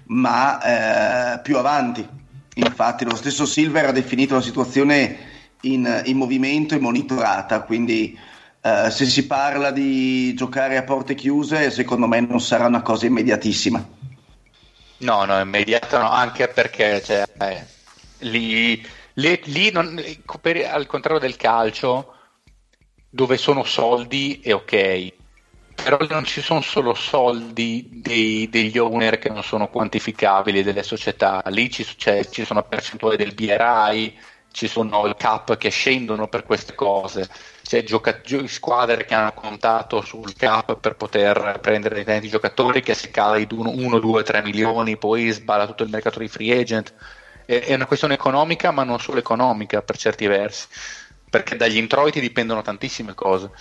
ma eh, più avanti. Infatti lo stesso Silver ha definito la situazione in, in movimento e monitorata, quindi eh, se si parla di giocare a porte chiuse secondo me non sarà una cosa immediatissima. No, no, immediato no, anche perché cioè, eh, lì, lì, lì non, per, al contrario del calcio, dove sono soldi è ok, però non ci sono solo soldi dei, degli owner che non sono quantificabili, delle società, lì ci, cioè, ci sono percentuali del B R I, ci sono i cap che scendono per queste cose, c'è gioca- gio- squadre che hanno contato sul cap per poter prendere dei giocatori che si cala di uno, due, tre milioni, poi sballa tutto il mercato di free agent. È, è una questione economica, ma non solo economica per certi versi, perché dagli introiti dipendono tantissime cose.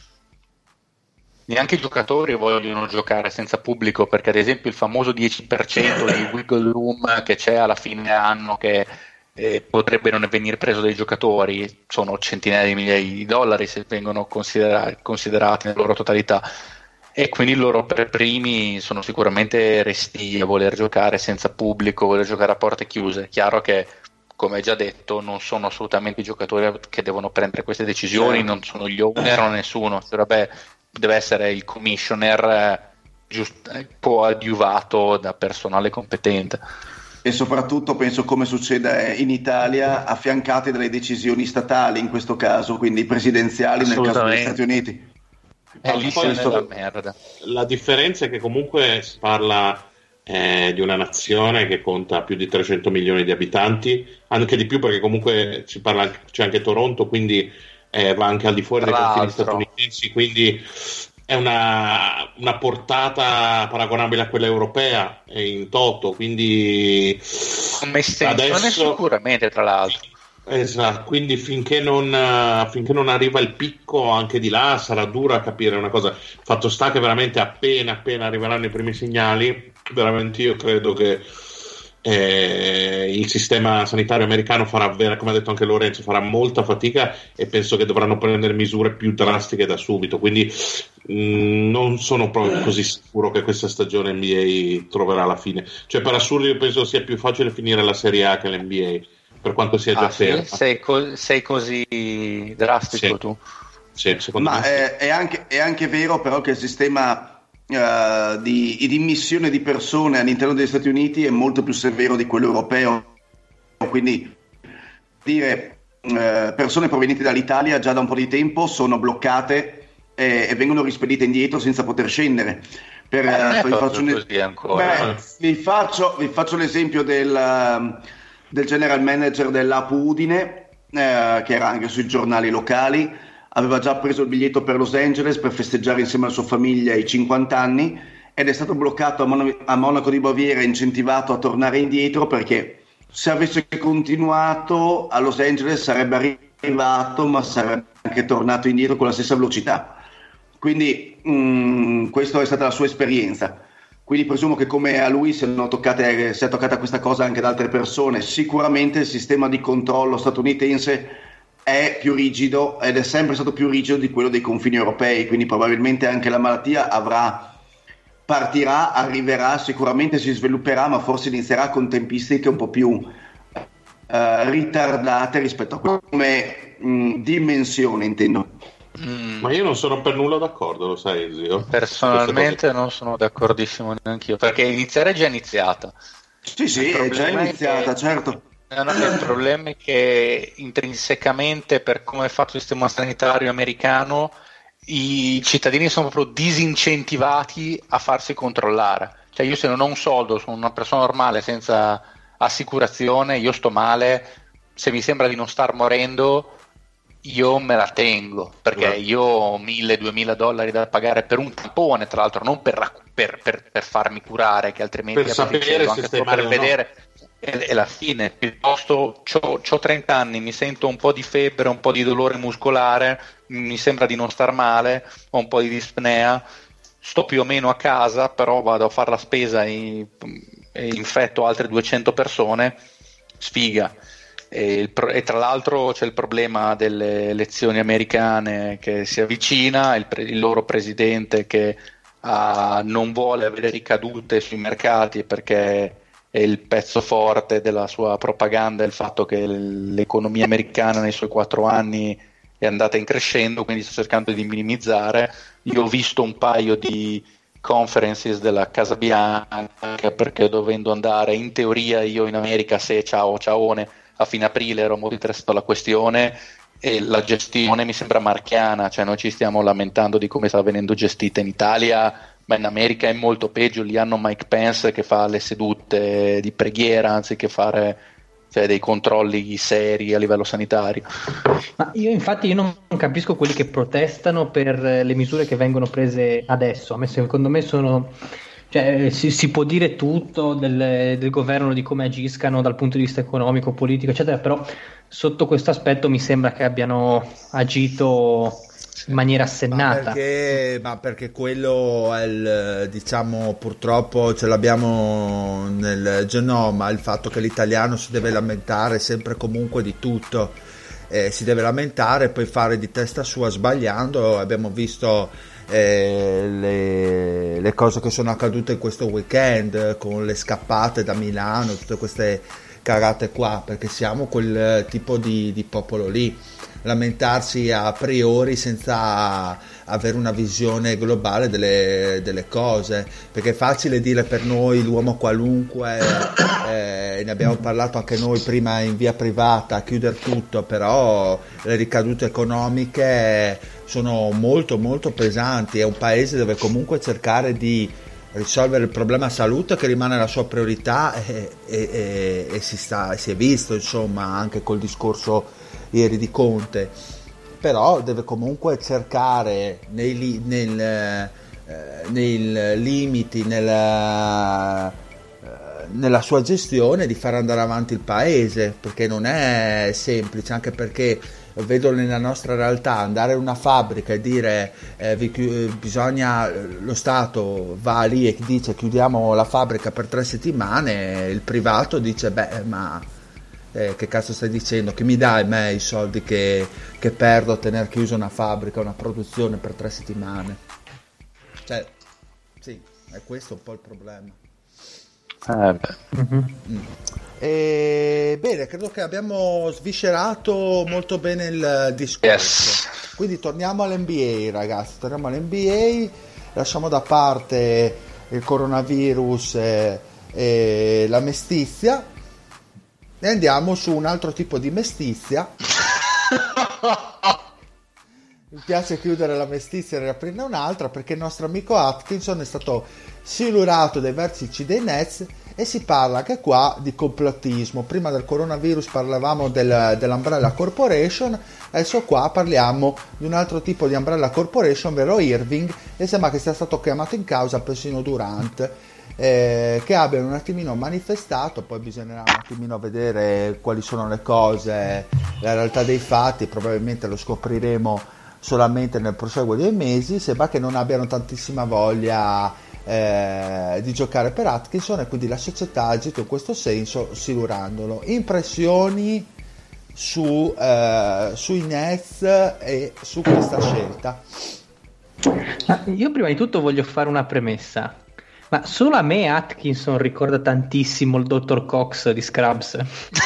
Neanche i giocatori vogliono giocare senza pubblico, perché ad esempio il famoso dieci per cento di wiggle room che c'è alla fine anno, che eh, potrebbe non venire preso dai giocatori, sono centinaia di migliaia di dollari se vengono considera- considerati nella loro totalità, e quindi loro per primi sono sicuramente restii a voler giocare senza pubblico, voler giocare a porte chiuse. Chiaro che, come già detto, non sono assolutamente i giocatori che devono prendere queste decisioni, non sono gli owner o nessuno, dovrebbe, deve essere il commissioner giust- coadiuvato da personale competente. E soprattutto penso, come succede in Italia, affiancati dalle decisioni statali in questo caso, quindi presidenziali nel caso degli Stati Uniti. È lì poi la merda. La differenza è che comunque si parla eh, di una nazione che conta più di trecento milioni di abitanti, anche di più perché comunque si parla anche, c'è anche Toronto, quindi eh, va anche al di fuori dei confini statunitensi, quindi è una, una portata paragonabile a quella europea in toto, quindi come estensione adesso, sicuramente, tra l'altro. Esatto, quindi finché non, finché non arriva il picco anche di là sarà dura capire una cosa. Fatto sta che veramente appena appena arriveranno i primi segnali, veramente io credo che eh, il sistema sanitario americano farà, come ha detto anche Lorenzo, farà molta fatica e penso che dovranno prendere misure più drastiche da subito, quindi mh, non sono proprio così sicuro che questa stagione N B A troverà la fine. Cioè, per assurdo, io penso sia più facile finire la Serie A che l'N B A, per quanto sia già ah, ferma. Sì? Sei, co- sei così drastico sì. tu? Sì, secondo Ma me è, sì. è, anche, è anche vero però che il sistema uh, di, di immissione di persone all'interno degli Stati Uniti è molto più severo di quello europeo, quindi dire uh, persone provenienti dall'Italia già da un po' di tempo sono bloccate e, e vengono rispedite indietro senza poter scendere. Per, eh, uh, vi, faccio un, beh, vi, faccio, vi faccio l'esempio del... Uh, del general manager dell'A P U Udine, eh, che era anche sui giornali locali, aveva già preso il biglietto per Los Angeles per festeggiare insieme alla sua famiglia i cinquanta anni ed è stato bloccato a, Mon- a Monaco di Baviera, incentivato a tornare indietro perché se avesse continuato a Los Angeles sarebbe arrivato ma sarebbe anche tornato indietro con la stessa velocità. Quindi mh, questa è stata la sua esperienza. Quindi presumo che come a lui siano toccate, sia toccata questa cosa anche da altre persone. Sicuramente il sistema di controllo statunitense è più rigido ed è sempre stato più rigido di quello dei confini europei, quindi probabilmente anche la malattia avrà, partirà, arriverà, sicuramente si svilupperà, ma forse inizierà con tempistiche un po' più eh, ritardate rispetto a come mh, dimensione, intendo. Mm. Ma io non sono per nulla d'accordo, lo sai, zio. Personalmente non sono d'accordissimo neanche io, perché iniziare è già iniziata. Sì, sì, è già iniziata, che, certo. No, no, il problema è che intrinsecamente, per come è fatto il sistema sanitario americano, i cittadini sono proprio disincentivati a farsi controllare. Cioè, io se non ho un soldo, sono una persona normale senza assicurazione, io sto male, se mi sembra di non star morendo io me la tengo, perché io ho mille, duemila dollari da pagare per un tampone, tra l'altro non per, per, per, per farmi curare, che altrimenti per sapere anche se stai per male vedere no. e, e la fine, piuttosto c'ho trenta anni, mi sento un po' di febbre, un po' di dolore muscolare, mi sembra di non star male, ho un po' di dispnea, sto più o meno a casa, però vado a fare la spesa e, e infetto altre duecento persone, sfiga. E, il, e tra l'altro c'è il problema delle elezioni americane che si avvicina, il, pre, il loro presidente che uh, non vuole avere ricadute sui mercati perché è il pezzo forte della sua propaganda il fatto che l'economia americana nei suoi quattro anni è andata in crescendo, quindi sto cercando di minimizzare. Io ho visto un paio di conferences della Casa Bianca perché dovendo andare in teoria io in America, se ciao ciaone, a fine aprile ero molto interessato alla questione e la gestione mi sembra marchiana, cioè noi ci stiamo lamentando di come sta venendo gestita in Italia, ma in America è molto peggio. Lì hanno Mike Pence che fa le sedute di preghiera anziché fare cioè, dei controlli seri a livello sanitario. Ma io infatti io non capisco quelli che protestano per le misure che vengono prese adesso. A me secondo me sono Cioè, si, si può dire tutto del, del governo, di come agiscano dal punto di vista economico, politico, eccetera, però sotto questo aspetto mi sembra che abbiano agito in maniera assennata. Ma perché, ma perché quello è il, diciamo, purtroppo ce l'abbiamo nel genoma, il fatto che l'italiano si deve lamentare sempre e comunque di tutto, eh, si deve lamentare e poi fare di testa sua sbagliando. Abbiamo visto eh, le, le cose che sono accadute in questo weekend con le scappate da Milano, tutte queste cagate qua, perché siamo quel tipo di, di popolo lì. Lamentarsi a priori senza avere una visione globale delle, delle cose, perché è facile dire per noi l'uomo qualunque, eh, ne abbiamo parlato anche noi prima in via privata, chiudere tutto, però le ricadute economiche sono molto molto pesanti. È un paese dove comunque cercare di risolvere il problema salute che rimane la sua priorità e, e, e, e si, sta, si è visto insomma anche col discorso ieri di Conte, però deve comunque cercare nei, nel, eh, nei limiti, nella, eh, nella sua gestione di far andare avanti il paese, perché non è semplice, anche perché vedo nella nostra realtà andare in una fabbrica e dire eh, vi, bisogna, lo Stato va lì e dice chiudiamo la fabbrica per tre settimane, il privato dice beh ma Eh, che cazzo stai dicendo? Che mi dai me i soldi che, che perdo a tenere chiusa una fabbrica, una produzione per tre settimane? Cioè, sì, è questo un po' il problema. Eh beh. Mm. E, bene, credo che abbiamo sviscerato molto bene il discorso. Yes. Quindi torniamo all'N B A, ragazzi, torniamo all'N B A, lasciamo da parte il coronavirus e, e la mestizia. E andiamo su un altro tipo di mestizia. Mi piace chiudere la mestizia e riaprirne un'altra, perché il nostro amico Atkinson è stato silurato dai vertici dei Nets e si parla anche qua di complottismo. Prima del coronavirus parlavamo del, dell'Umbrella Corporation, adesso qua parliamo di un altro tipo di Umbrella Corporation, ovvero Irving, e sembra che sia stato chiamato in causa persino Durant. Eh, che abbiano un attimino manifestato, poi bisognerà un attimino vedere quali sono le cose, la realtà dei fatti, probabilmente lo scopriremo solamente nel proseguo dei mesi. Sembra che non abbiano tantissima voglia eh, di giocare per Atkinson e quindi la società agita in questo senso silurandolo. Impressioni su, eh, sui Nets e su questa scelta? Io prima di tutto voglio fare una premessa. Ma solo a me Atkinson ricorda tantissimo il dottor Cox di Scrubs.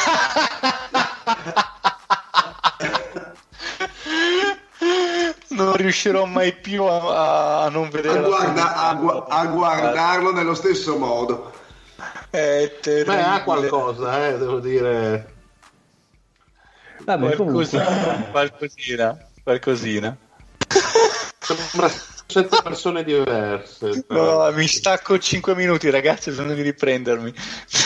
Non riuscirò mai più a, a non vedere a, la guarda, a, gu- a guardarlo nello stesso modo. È terribile. Beh, ha qualcosa, eh, devo dire. Vabbè, qualcosina, qualcosina, qualcosina. Sembra sette persone diverse. No, mi stacco cinque minuti, ragazzi, ho bisogno di riprendermi.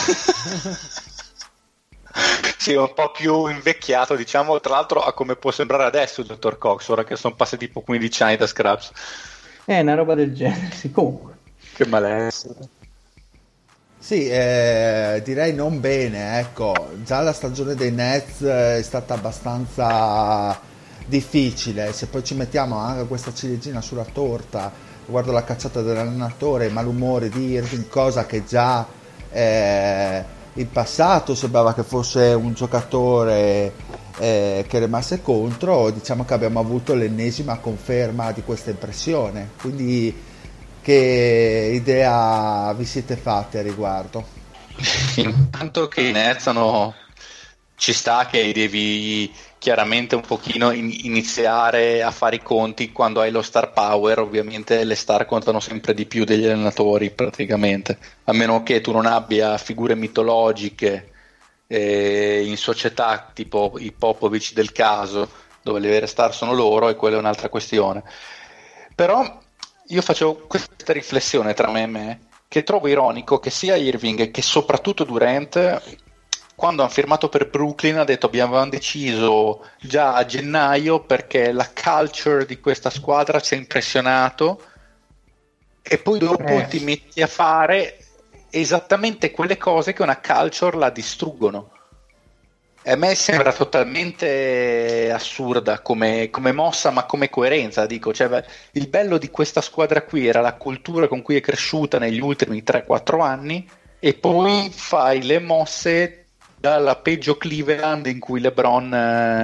Sì, un po' più invecchiato, diciamo, tra l'altro a come può sembrare adesso il dottor Cox, ora che sono passati tipo quindici anni da Scrubs. È una roba del genere, sì, comunque. Che malessere. Sì, eh, direi non bene, ecco, già la stagione dei Nets è stata abbastanza difficile, se poi ci mettiamo anche questa ciliegina sulla torta riguardo la cacciata dell'allenatore, i malumori di Irving, cosa che già eh, in passato sembrava che fosse un giocatore eh, che remasse contro, diciamo che abbiamo avuto l'ennesima conferma di questa impressione. Quindi che idea vi siete fatti a riguardo? Intanto che i Nets hanno... ci sta che devi chiaramente un pochino in- iniziare a fare i conti quando hai lo star power. Ovviamente le star contano sempre di più degli allenatori praticamente, a meno che tu non abbia figure mitologiche eh, in società tipo i Popovic del caso, dove le vere star sono loro, e quella è un'altra questione. Però io faccio questa riflessione tra me e me, che trovo ironico che sia Irving che soprattutto Durant, quando hanno firmato per Brooklyn, ha detto abbiamo deciso già a gennaio perché la culture di questa squadra ci ha impressionato, e poi dopo eh. ti metti a fare esattamente quelle cose che una culture la distruggono. A me sembra totalmente assurda come, come mossa, ma come coerenza, dico. Cioè, il bello di questa squadra qui era la cultura con cui è cresciuta negli ultimi tre quattro anni, e poi fai le mosse dalla peggio Cleveland in cui LeBron eh,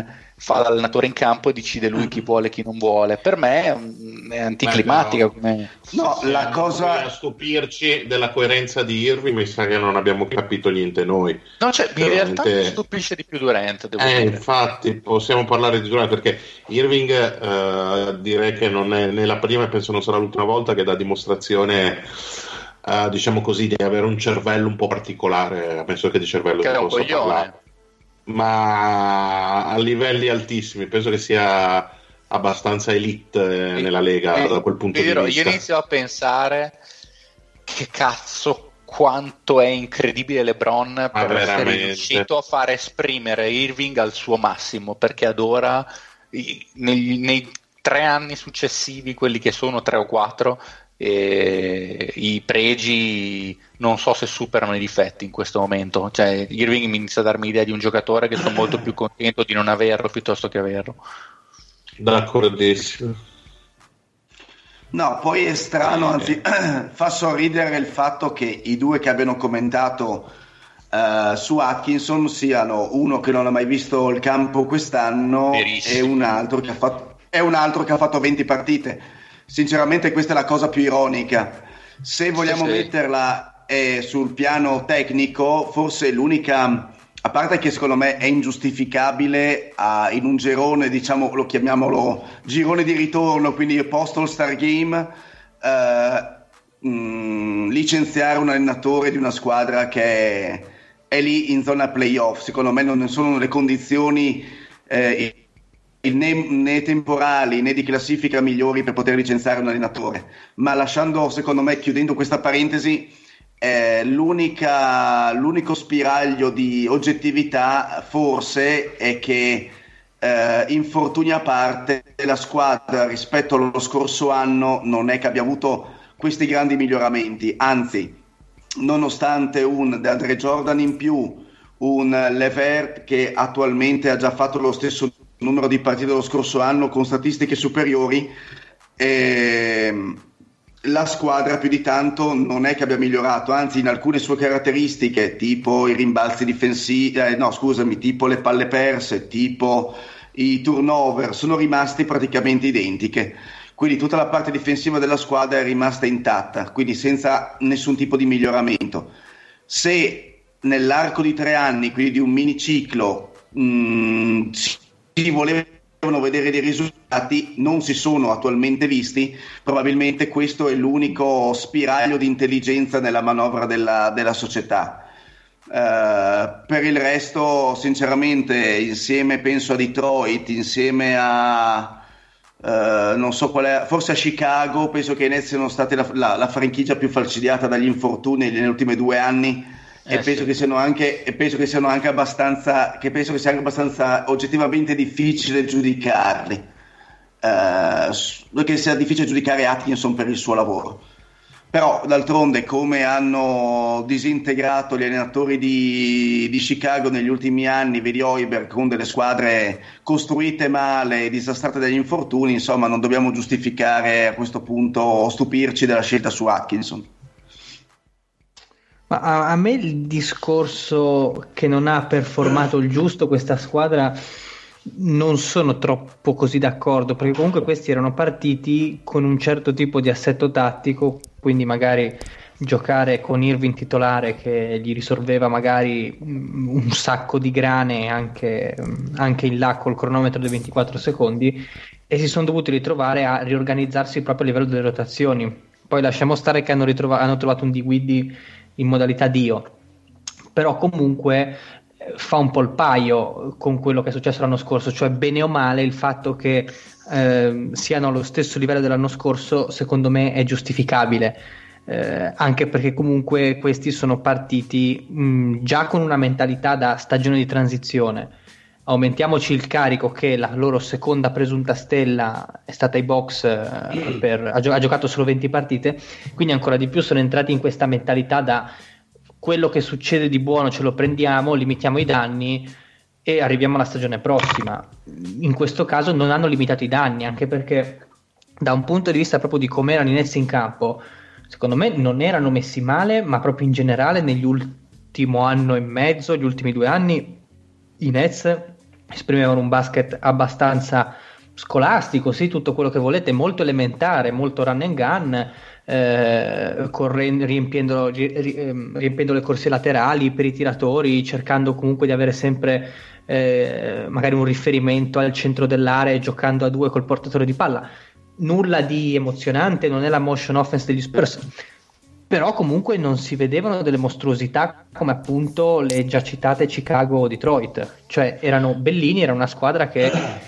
fa l'allenatore in campo e decide lui chi vuole e chi non vuole. Per me è, un, è anticlimatica. Come... No, sì, la cosa a stupirci della coerenza di Irving, mi sa che non abbiamo capito niente noi. No, cioè, in Veramente... realtà mi stupisce di più Durant, devo eh, dire. Infatti possiamo parlare di Durant, perché Irving eh, direi che non è né la prima e penso non sarà l'ultima volta che dà dimostrazione, eh, diciamo così, di avere un cervello un po' particolare. Penso che di cervello Che si è un possa coglione. parlare, ma a livelli altissimi. Penso che sia abbastanza elite eh, nella Lega E- da quel punto vi di dirò, vista. Io inizio a pensare che cazzo quanto è incredibile LeBron per essere veramente. riuscito a fare esprimere Irving al suo massimo, perché ad ora i- negli- nei tre anni successivi, quelli che sono tre o quattro, e i pregi non so se superano i difetti in questo momento. Cioè, Irving mi inizia a darmi l'idea di un giocatore che sono molto più contento di non averlo piuttosto che averlo. D'accordissimo. No, poi è strano, anzi fa sorridere il fatto che i due che abbiano commentato uh, su Atkinson siano uno che non ha mai visto il campo quest'anno Verissimo. e un altro che ha fatto, e un altro che ha fatto venti partite. Sinceramente questa è la cosa più ironica. Se vogliamo Sì, sì. metterla eh, sul piano tecnico, forse l'unica, a parte che secondo me è ingiustificabile a, in un girone, diciamo, lo chiamiamolo girone di ritorno, quindi post All-Star Game, eh, mh, licenziare un allenatore di una squadra che è, è lì in zona playoff. Secondo me non ne sono le condizioni eh, né, né temporali né di classifica migliori per poter licenziare un allenatore. Ma lasciando, secondo me, chiudendo questa parentesi, Eh, l'unica, l'unico spiraglio di oggettività forse è che eh, infortuni a parte la squadra rispetto allo scorso anno non è che abbia avuto questi grandi miglioramenti, anzi nonostante un DeAndre Jordan in più, un Levert che attualmente ha già fatto lo stesso numero di partite dello scorso anno con statistiche superiori, ehm, la squadra più di tanto non è che abbia migliorato, anzi in alcune sue caratteristiche tipo i rimbalzi difensivi, eh, no scusami, tipo le palle perse, tipo i turnover, sono rimasti praticamente identiche, quindi tutta la parte difensiva della squadra è rimasta intatta, quindi senza nessun tipo di miglioramento. Se nell'arco di tre anni, quindi di un mini ciclo, mh, si voleva vedere dei risultati, non si sono attualmente visti, probabilmente questo è l'unico spiraglio di intelligenza nella manovra della, della società. Uh, per il resto sinceramente insieme penso a Detroit, insieme a uh, non so qual è, forse a Chicago, penso che i Nets siano stati la, la, la franchigia più falcidiata dagli infortuni nelle ultime due anni. E Eh, penso sì. che siano anche e penso che siano anche abbastanza che penso che sia anche abbastanza oggettivamente difficile giudicarli, eh, perché sia difficile giudicare Atkinson per il suo lavoro. Però d'altronde, come hanno disintegrato gli allenatori di, di Chicago negli ultimi anni, vedi Hoiberg, con delle squadre costruite male, disastrate dagli infortuni, insomma non dobbiamo giustificare a questo punto o stupirci della scelta su Atkinson. Ma a, a me il discorso che non ha performato il giusto questa squadra non sono troppo così d'accordo, perché comunque questi erano partiti con un certo tipo di assetto tattico, quindi magari giocare con Irving titolare che gli risolveva magari un sacco di grane anche, anche in là col cronometro dei ventiquattro secondi, e si sono dovuti ritrovare a riorganizzarsi proprio a livello delle rotazioni. Poi lasciamo stare che hanno, ritrova- hanno trovato un Dinwiddie in modalità Dio, però comunque eh, fa un po' il paio con quello che è successo l'anno scorso, cioè bene o male il fatto che eh, siano allo stesso livello dell'anno scorso secondo me è giustificabile, eh, anche perché comunque questi sono partiti mh, già con una mentalità da stagione di transizione. Aumentiamoci il carico che la loro seconda presunta stella è stata ai Bucks, eh, per, ha, gio- ha giocato solo venti partite, quindi ancora di più sono entrati in questa mentalità da quello che succede di buono ce lo prendiamo, limitiamo i danni e arriviamo alla stagione prossima. In questo caso non hanno limitato i danni, anche perché da un punto di vista proprio di come erano i Nets in campo, secondo me non erano messi male, ma proprio in generale negli ultimi anno e mezzo, gli ultimi due anni i Nets esprimevano un basket abbastanza scolastico, sì, tutto quello che volete, molto elementare, molto run and gun, eh, correndo, riempiendo, riempiendo le corsie laterali per i tiratori, cercando comunque di avere sempre eh, magari un riferimento al centro dell'area, giocando a due col portatore di palla. Nulla di emozionante, non è la motion offense degli Spurs, però comunque non si vedevano delle mostruosità come appunto le già citate Chicago o Detroit, cioè erano bellini, era una squadra che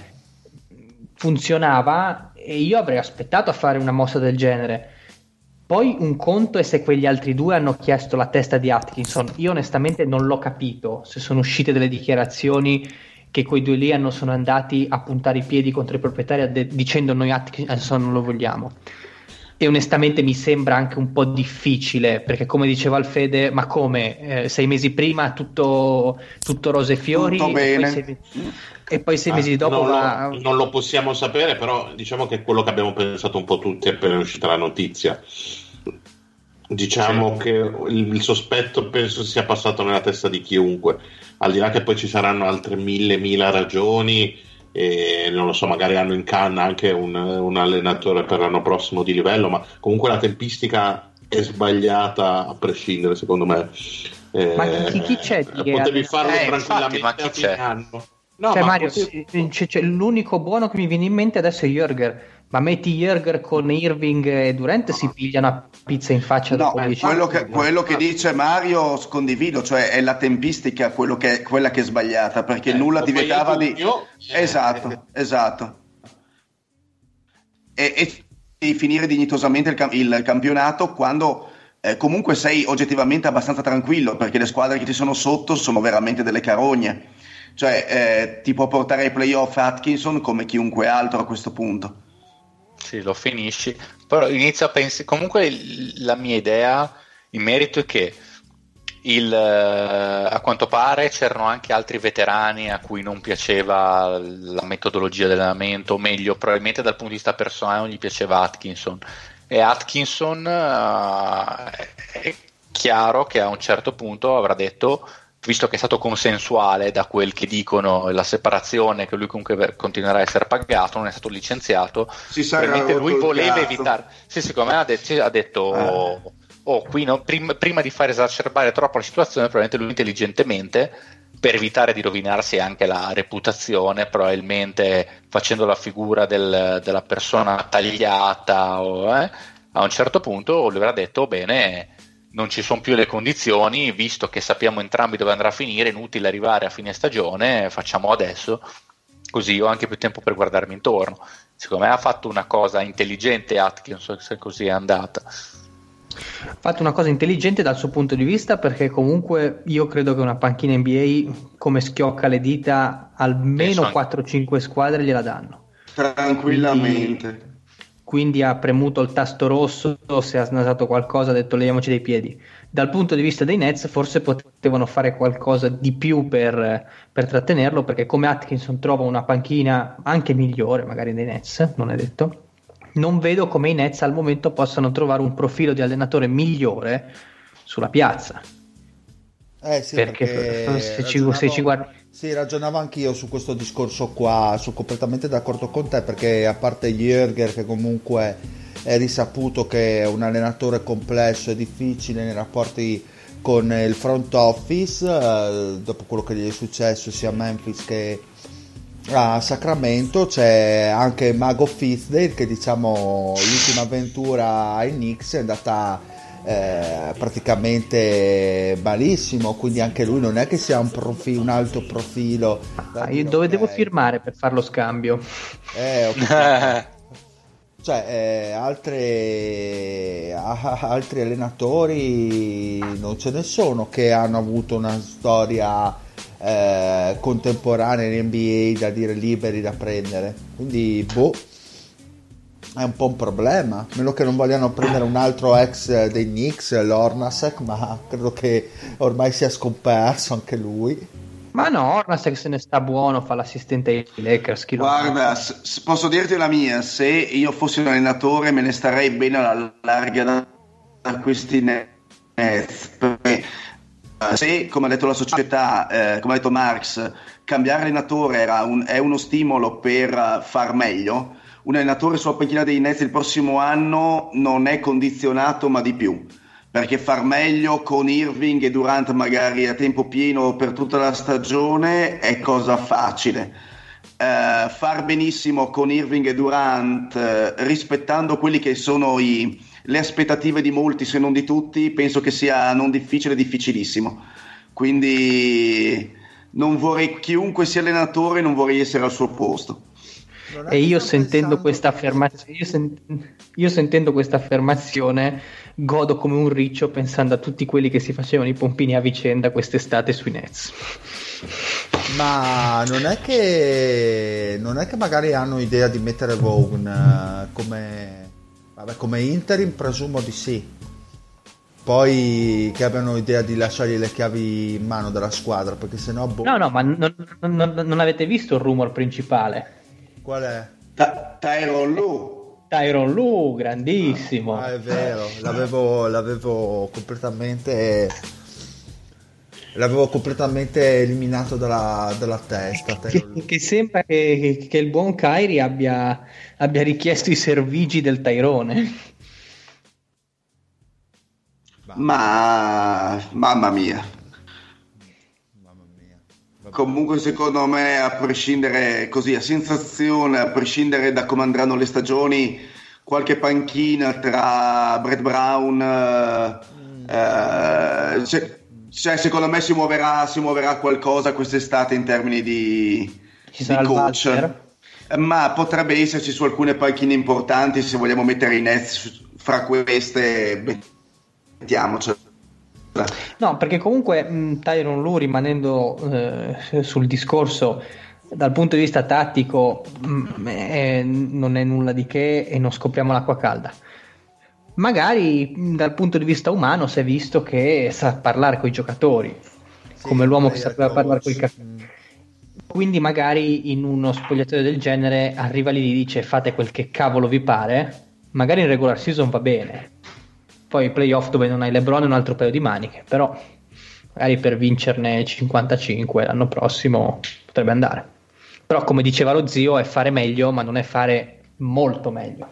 funzionava e io avrei aspettato a fare una mossa del genere. Poi un conto è se quegli altri due hanno chiesto la testa di Atkinson. Io onestamente non l'ho capito se sono uscite delle dichiarazioni che quei due lì hanno, sono andati a puntare i piedi contro i proprietari de- dicendo noi Atkinson non lo vogliamo. E onestamente mi sembra anche un po' difficile, perché come diceva Alfede, ma come eh, sei mesi prima tutto, tutto rose e fiori tutto e bene. poi sei, e poi sei Ah, mesi dopo non, va... lo, non lo possiamo sapere, però diciamo che è quello che abbiamo pensato un po' tutti appena è uscita la notizia. Diciamo sì. che il, il sospetto penso sia passato nella testa di chiunque, al di là che poi ci saranno altre mille mila ragioni e non lo so, magari hanno in canna anche un, un allenatore per l'anno prossimo di livello, ma comunque la tempistica è sbagliata a prescindere, secondo me. Eh, ma chi, chi c'è? Chi potevi farlo eh, tranquillamente, infatti, ma chi a fine c'è? anno. No, cioè, ma Mario, potevi... c'è, c'è, l'unico buono che mi viene in mente adesso è Jürger, ma metti Jürger con Irving e Durant si pigliano a pizza in faccia no, dopo dieci quello anni. che, quello che dice Mario condivido, cioè è la tempistica quello che, quella che è sbagliata, perché eh, nulla ti vietava di giugno, eh, esatto, eh. esatto e, e di finire dignitosamente il, il campionato quando eh, comunque sei oggettivamente abbastanza tranquillo, perché le squadre che ti sono sotto sono veramente delle carogne, cioè eh, ti può portare ai playoff Atkinson come chiunque altro a questo punto. Sì, lo finisci, però inizio a pensare, comunque la mia idea in merito è che il, a quanto pare c'erano anche altri veterani a cui non piaceva la metodologia dell'allenamento, o meglio probabilmente dal punto di vista personale non gli piaceva Atkinson, e Atkinson uh, è chiaro che a un certo punto avrà detto, visto che è stato consensuale da quel che dicono la separazione, che lui comunque continuerà a essere pagato, non è stato licenziato, probabilmente lui voleva evitare, sì, secondo me ha detto, ha detto eh. oh, oh, qui no, prima, prima di far esacerbare troppo la situazione, probabilmente lui intelligentemente, per evitare di rovinarsi anche la reputazione, probabilmente facendo la figura del, della persona tagliata o, eh, a un certo punto lui avrà detto oh, bene, non ci sono più le condizioni, visto che sappiamo entrambi dove andrà a finire, inutile arrivare a fine stagione, facciamo adesso, così ho anche più tempo per guardarmi intorno. Secondo me ha fatto una cosa intelligente Atkinson, se così è andata. Ha fatto una cosa intelligente dal suo punto di vista, perché comunque io credo che una panchina N B A come schiocca le dita almeno quattro cinque squadre gliela danno. Tranquillamente. Quindi... quindi ha premuto il tasto rosso, se ha snasato qualcosa ha detto leviamoci dai piedi. Dal punto di vista dei Nets forse potevano fare qualcosa di più per, per trattenerlo, perché come Atkinson trova una panchina anche migliore magari dei Nets, non è detto, non vedo come i Nets al momento possano trovare un profilo di allenatore migliore sulla piazza. Eh sì, perché, perché se, ci, se ci guardi... Sì, ragionavo anch'io su questo discorso qua, sono completamente d'accordo con te, perché a parte Jürger, che comunque è risaputo che è un allenatore complesso e difficile nei rapporti con il front office, eh, dopo quello che gli è successo sia a Memphis che a Sacramento, c'è anche Mago Fizdale, che diciamo l'ultima avventura ai Knicks è andata eh, praticamente malissimo, quindi anche lui non è che sia un, profi- un alto profilo. Ah, io dove okay. devo firmare per fare lo scambio? Eh, okay. Cioè eh, altre, ah, altri allenatori non ce ne sono che hanno avuto una storia eh, contemporanea in N B A da dire liberi da prendere, quindi boh, è un po' un problema, a meno che non vogliano prendere un altro ex dei Knicks, l'Ornasek, ma credo che ormai sia scomparso anche lui. Ma no, Ornasek se ne sta buono, fa l'assistente ai Lakers. Guarda, s- posso dirti la mia, se io fossi un allenatore me ne starei bene alla larga da, da questi Nets, perché se, come ha detto la società, eh, come ha detto Marx, cambiare allenatore era un, è uno stimolo per far meglio, un allenatore sulla panchina dei Nets il prossimo anno non è condizionato, ma di più, perché far meglio con Irving e Durant magari a tempo pieno per tutta la stagione è cosa facile. Uh, far benissimo con Irving e Durant, uh, rispettando quelli che sono i, le aspettative di molti se non di tutti, penso che sia non difficile, difficilissimo. Quindi non vorrei, chiunque sia allenatore, non vorrei essere al suo posto. E io sentendo questa affermazione, io, sen- io sentendo questa affermazione godo come un riccio pensando a tutti quelli che si facevano i pompini a vicenda quest'estate sui Nets. Ma non è che non è che magari hanno idea di mettere Vaughn uh, come vabbè, come interim, presumo di sì. Poi che abbiano idea di lasciargli le chiavi in mano della squadra, perché sennò boh. No, no, ma non, non, non avete visto il rumor principale? Qual è? Ta- Tyronn Lue. Tyronn Lue, grandissimo. Ah, è vero, l'avevo l'avevo completamente l'avevo completamente eliminato dalla, dalla testa. Che, che sembra che, che il buon Kyrie abbia, abbia richiesto i servigi del Tyrone. Ma mamma mia. Mamma mia. Comunque secondo me, a prescindere così, a sensazione, a prescindere da come andranno le stagioni, qualche panchina tra Brett Brown, mm. eh, cioè, cioè secondo me si muoverà, si muoverà qualcosa quest'estate in termini di, Ci di coach, ma potrebbe esserci su alcune panchine importanti, se vogliamo mettere i Nets fra queste, mettiamocela. No, perché comunque mh, Tyronn Lue, rimanendo eh, sul discorso, dal punto di vista tattico mh, è, non è nulla di che e non scopriamo l'acqua calda. Magari mh, dal punto di vista umano si è visto che sa parlare con i giocatori, sì, come l'uomo che sapeva parlare con i caffè. Quindi magari in uno spogliatoio del genere arriva lì e gli dice fate quel che cavolo vi pare, magari in regular season va bene, poi playoff dove non hai LeBron è un altro paio di maniche, però magari per vincerne cinquantacinque l'anno prossimo potrebbe andare. Però come diceva lo zio, è fare meglio, ma non è fare molto meglio.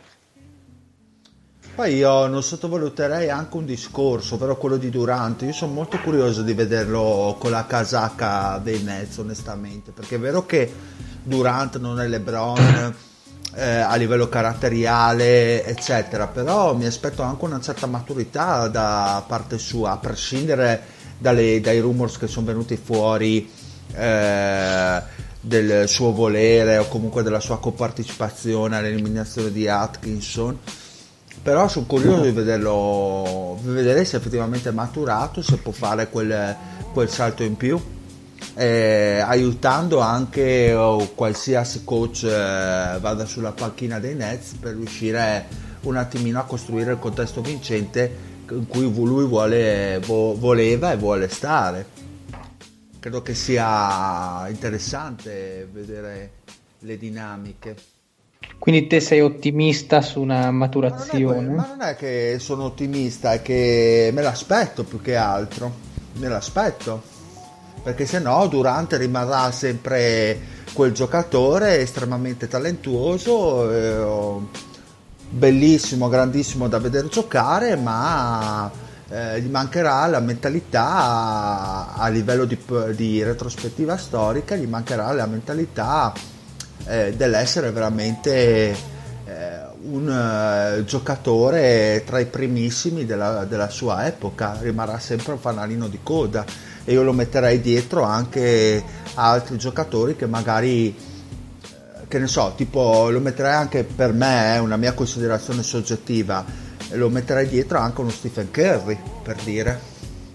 Poi io non sottovaluterei anche un discorso, però quello di Durant. Io sono molto curioso di vederlo con la casacca dei Nets, onestamente, perché è vero che Durant non è LeBron eh, a livello caratteriale, eccetera, però mi aspetto anche una certa maturità da parte sua, a prescindere dalle, dai rumors che sono venuti fuori eh, del suo volere o comunque della sua copartecipazione all'eliminazione di Atkinson. Però sono curioso di vederlo, di vedere se effettivamente è maturato, se può fare quel, quel salto in più, eh, aiutando anche oh, qualsiasi coach eh, vada sulla panchina dei Nets per riuscire un attimino a costruire il contesto vincente in cui lui vuole, vo, voleva e vuole stare. Credo che sia interessante vedere le dinamiche. Quindi te sei ottimista su una maturazione? Ma non, è, ma non è che sono ottimista, è che me l'aspetto più che altro, me l'aspetto, perché se no Durant rimarrà sempre quel giocatore estremamente talentuoso, eh, bellissimo, grandissimo da vedere giocare, ma eh, gli mancherà la mentalità a livello di, di retrospettiva storica, gli mancherà la mentalità Eh, dell'essere veramente eh, un uh, giocatore tra i primissimi della, della sua epoca. Rimarrà sempre un fanalino di coda, e io lo metterei dietro anche a altri giocatori che magari eh, che ne so, tipo lo metterei anche, per me è eh, una mia considerazione soggettiva, lo metterei dietro anche uno Stephen Curry, per dire.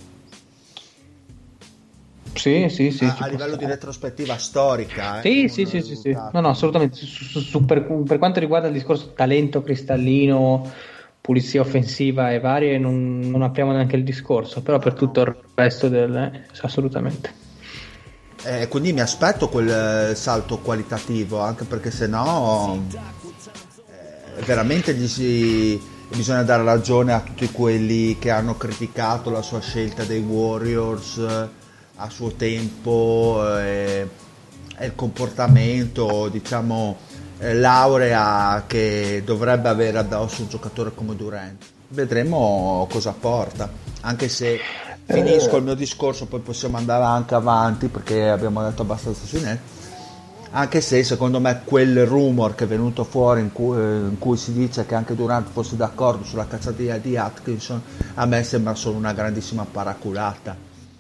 Sì, sì, sì, a, a livello stare. di retrospettiva storica, sì, eh, sì, sì, sì, sì. No, no, assolutamente. Su, su, su, per, per quanto riguarda il discorso talento cristallino, pulizia offensiva e varie, non, non apriamo neanche il discorso, però per tutto il resto del eh, assolutamente. Eh, quindi mi aspetto quel salto qualitativo, anche perché se no eh, veramente gli si bisogna dare ragione a tutti quelli che hanno criticato la sua scelta dei Warriors eh, a suo tempo eh, e il comportamento, diciamo, eh, laurea che dovrebbe avere addosso un giocatore come Durant. Vedremo cosa porta, anche se finisco il mio discorso, poi possiamo andare anche avanti perché abbiamo detto abbastanza sui net. Anche se secondo me quel rumor che è venuto fuori in cui, in cui si dice che anche Durant fosse d'accordo sulla cacciatina di Atkinson, a me sembra solo una grandissima paraculata,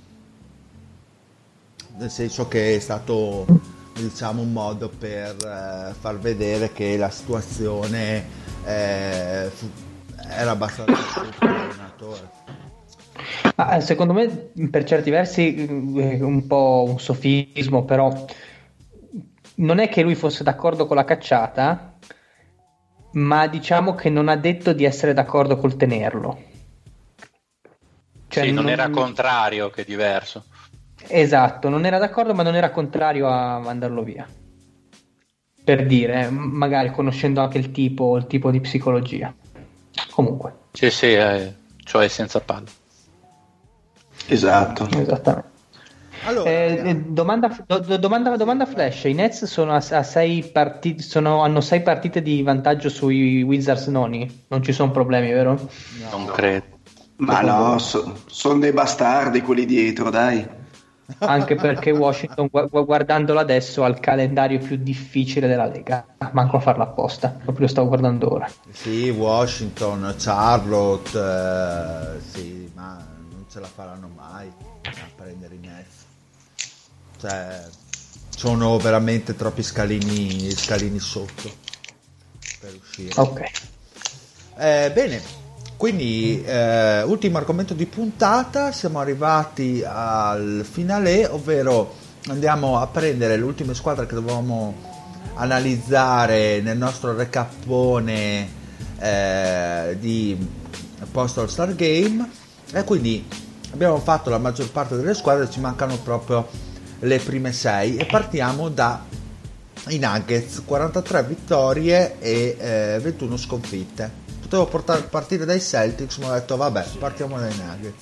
nel senso che è stato, diciamo, un modo per eh, far vedere che la situazione eh, fu, era abbastanza allenatore. Ah, secondo me per certi versi è un po' un sofismo, però non è che lui fosse d'accordo con la cacciata, ma diciamo che non ha detto di essere d'accordo col tenerlo. Cioè, sì, non, non era contrario, che è diverso. Esatto, non era d'accordo, ma non era contrario a mandarlo via. Per dire, magari conoscendo anche il tipo, il tipo di psicologia. Comunque. Sì, sì, eh, cioè senza palle. Esatto. Esattamente. Allora, eh, domanda, do, domanda, domanda flash, i Nets sono a, a sei partite, sono, hanno sei partite di vantaggio sui Wizards noni, non ci sono problemi, vero? No, non credo. Ma no, so, sono dei bastardi quelli dietro, dai. Anche perché Washington, gu- guardandolo adesso, ha il calendario più difficile della Lega, manco a farlo apposta, proprio lo stavo guardando ora. Sì, Washington, Charlotte, eh, sì, ma non ce la faranno mai a prendere i Nets. Cioè, sono veramente troppi scalini, scalini sotto per uscire. Ok. Eh, bene, quindi eh, ultimo argomento di puntata, siamo arrivati al finale, ovvero andiamo a prendere le ultime squadre che dovevamo analizzare nel nostro recappone eh, di post All Star Game, e quindi abbiamo fatto la maggior parte delle squadre, ci mancano proprio le prime sei e partiamo da i Nuggets, quarantatré vittorie e eh, ventuno sconfitte. Potevo portare, partire dai Celtics, ma ho detto vabbè, partiamo dai Nuggets.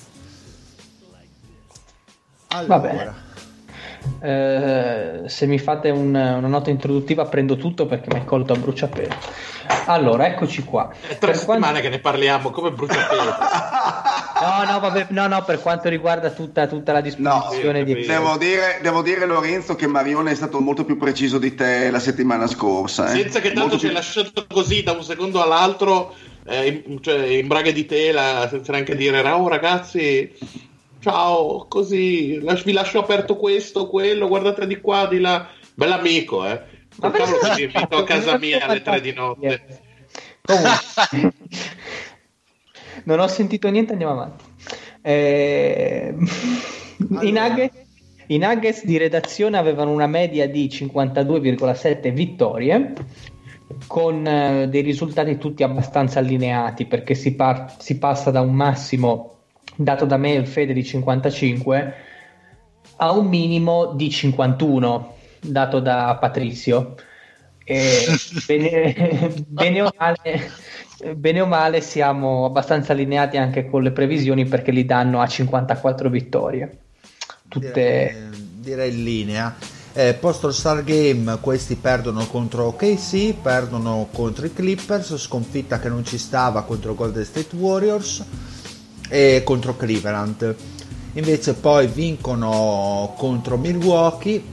Allora, vabbè. Eh, se mi fate un, una nota introduttiva prendo tutto perché mi hai colto a bruciapelo. Allora, eccoci qua. È tre per settimane quanto... che ne parliamo, come bruciapelo. No, no, vabbè, no, no, per quanto riguarda tutta, tutta la disposizione no, di... devo dire, devo dire Lorenzo che Marione è stato molto più preciso di te la settimana scorsa, eh? Senza che tanto molto ci hai più... lasciato così da un secondo all'altro eh, in, cioè, in braghe di tela, senza neanche dire oh ragazzi ciao, così vi lascio aperto questo, quello, guardate di qua, di là, bell'amico, eh. Ma cavolo che vi invito a casa mia alle tre di notte. Comunque, non ho sentito niente, andiamo avanti. Eh, allora. I Nuggets, i Nuggets di redazione avevano una media di cinquantadue virgola sette vittorie, con eh, dei risultati tutti abbastanza allineati, perché si, par- si passa da un massimo dato da me il Fede di cinquantacinque a un minimo di cinquantuno dato da Patrizio. E bene, bene, o male, bene o male siamo abbastanza allineati anche con le previsioni, perché li danno a cinquantaquattro vittorie tutte direi, direi in linea. eh, post All Star Game questi perdono contro O K C, perdono contro i Clippers, sconfitta che non ci stava contro Golden State Warriors e contro Cleveland. Invece poi vincono contro Milwaukee,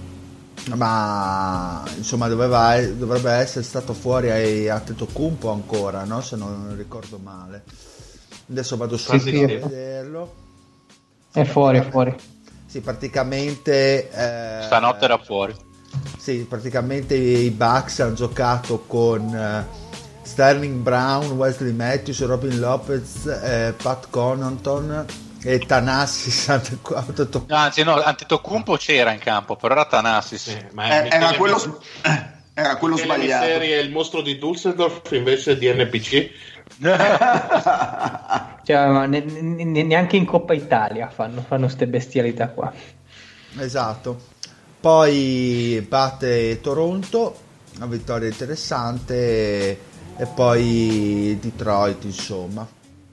ma insomma doveva, dovrebbe essere stato fuori ai Antetokounmpo ancora, no? Se non ricordo male. Adesso vado subito sì, sì, a vederlo. È fuori, è fuori. Sì, praticamente eh, stanotte era fuori. Sì, praticamente i Bucks hanno giocato con eh, Sterling Brown, Wesley Matthews, Robin Lopez, eh, Pat Connaughton e Thanasis. No, anzi no, Antetokounmpo c'era in campo, però era Thanasis. Sì, ma eh, era, quello, era quello sbagliato. La serie è il mostro di Dusseldorf invece di N P C. Cioè, ma ne, ne, neanche in Coppa Italia fanno fanno ste bestialità qua. Esatto. Poi batte Toronto, una vittoria interessante, e poi Detroit, insomma.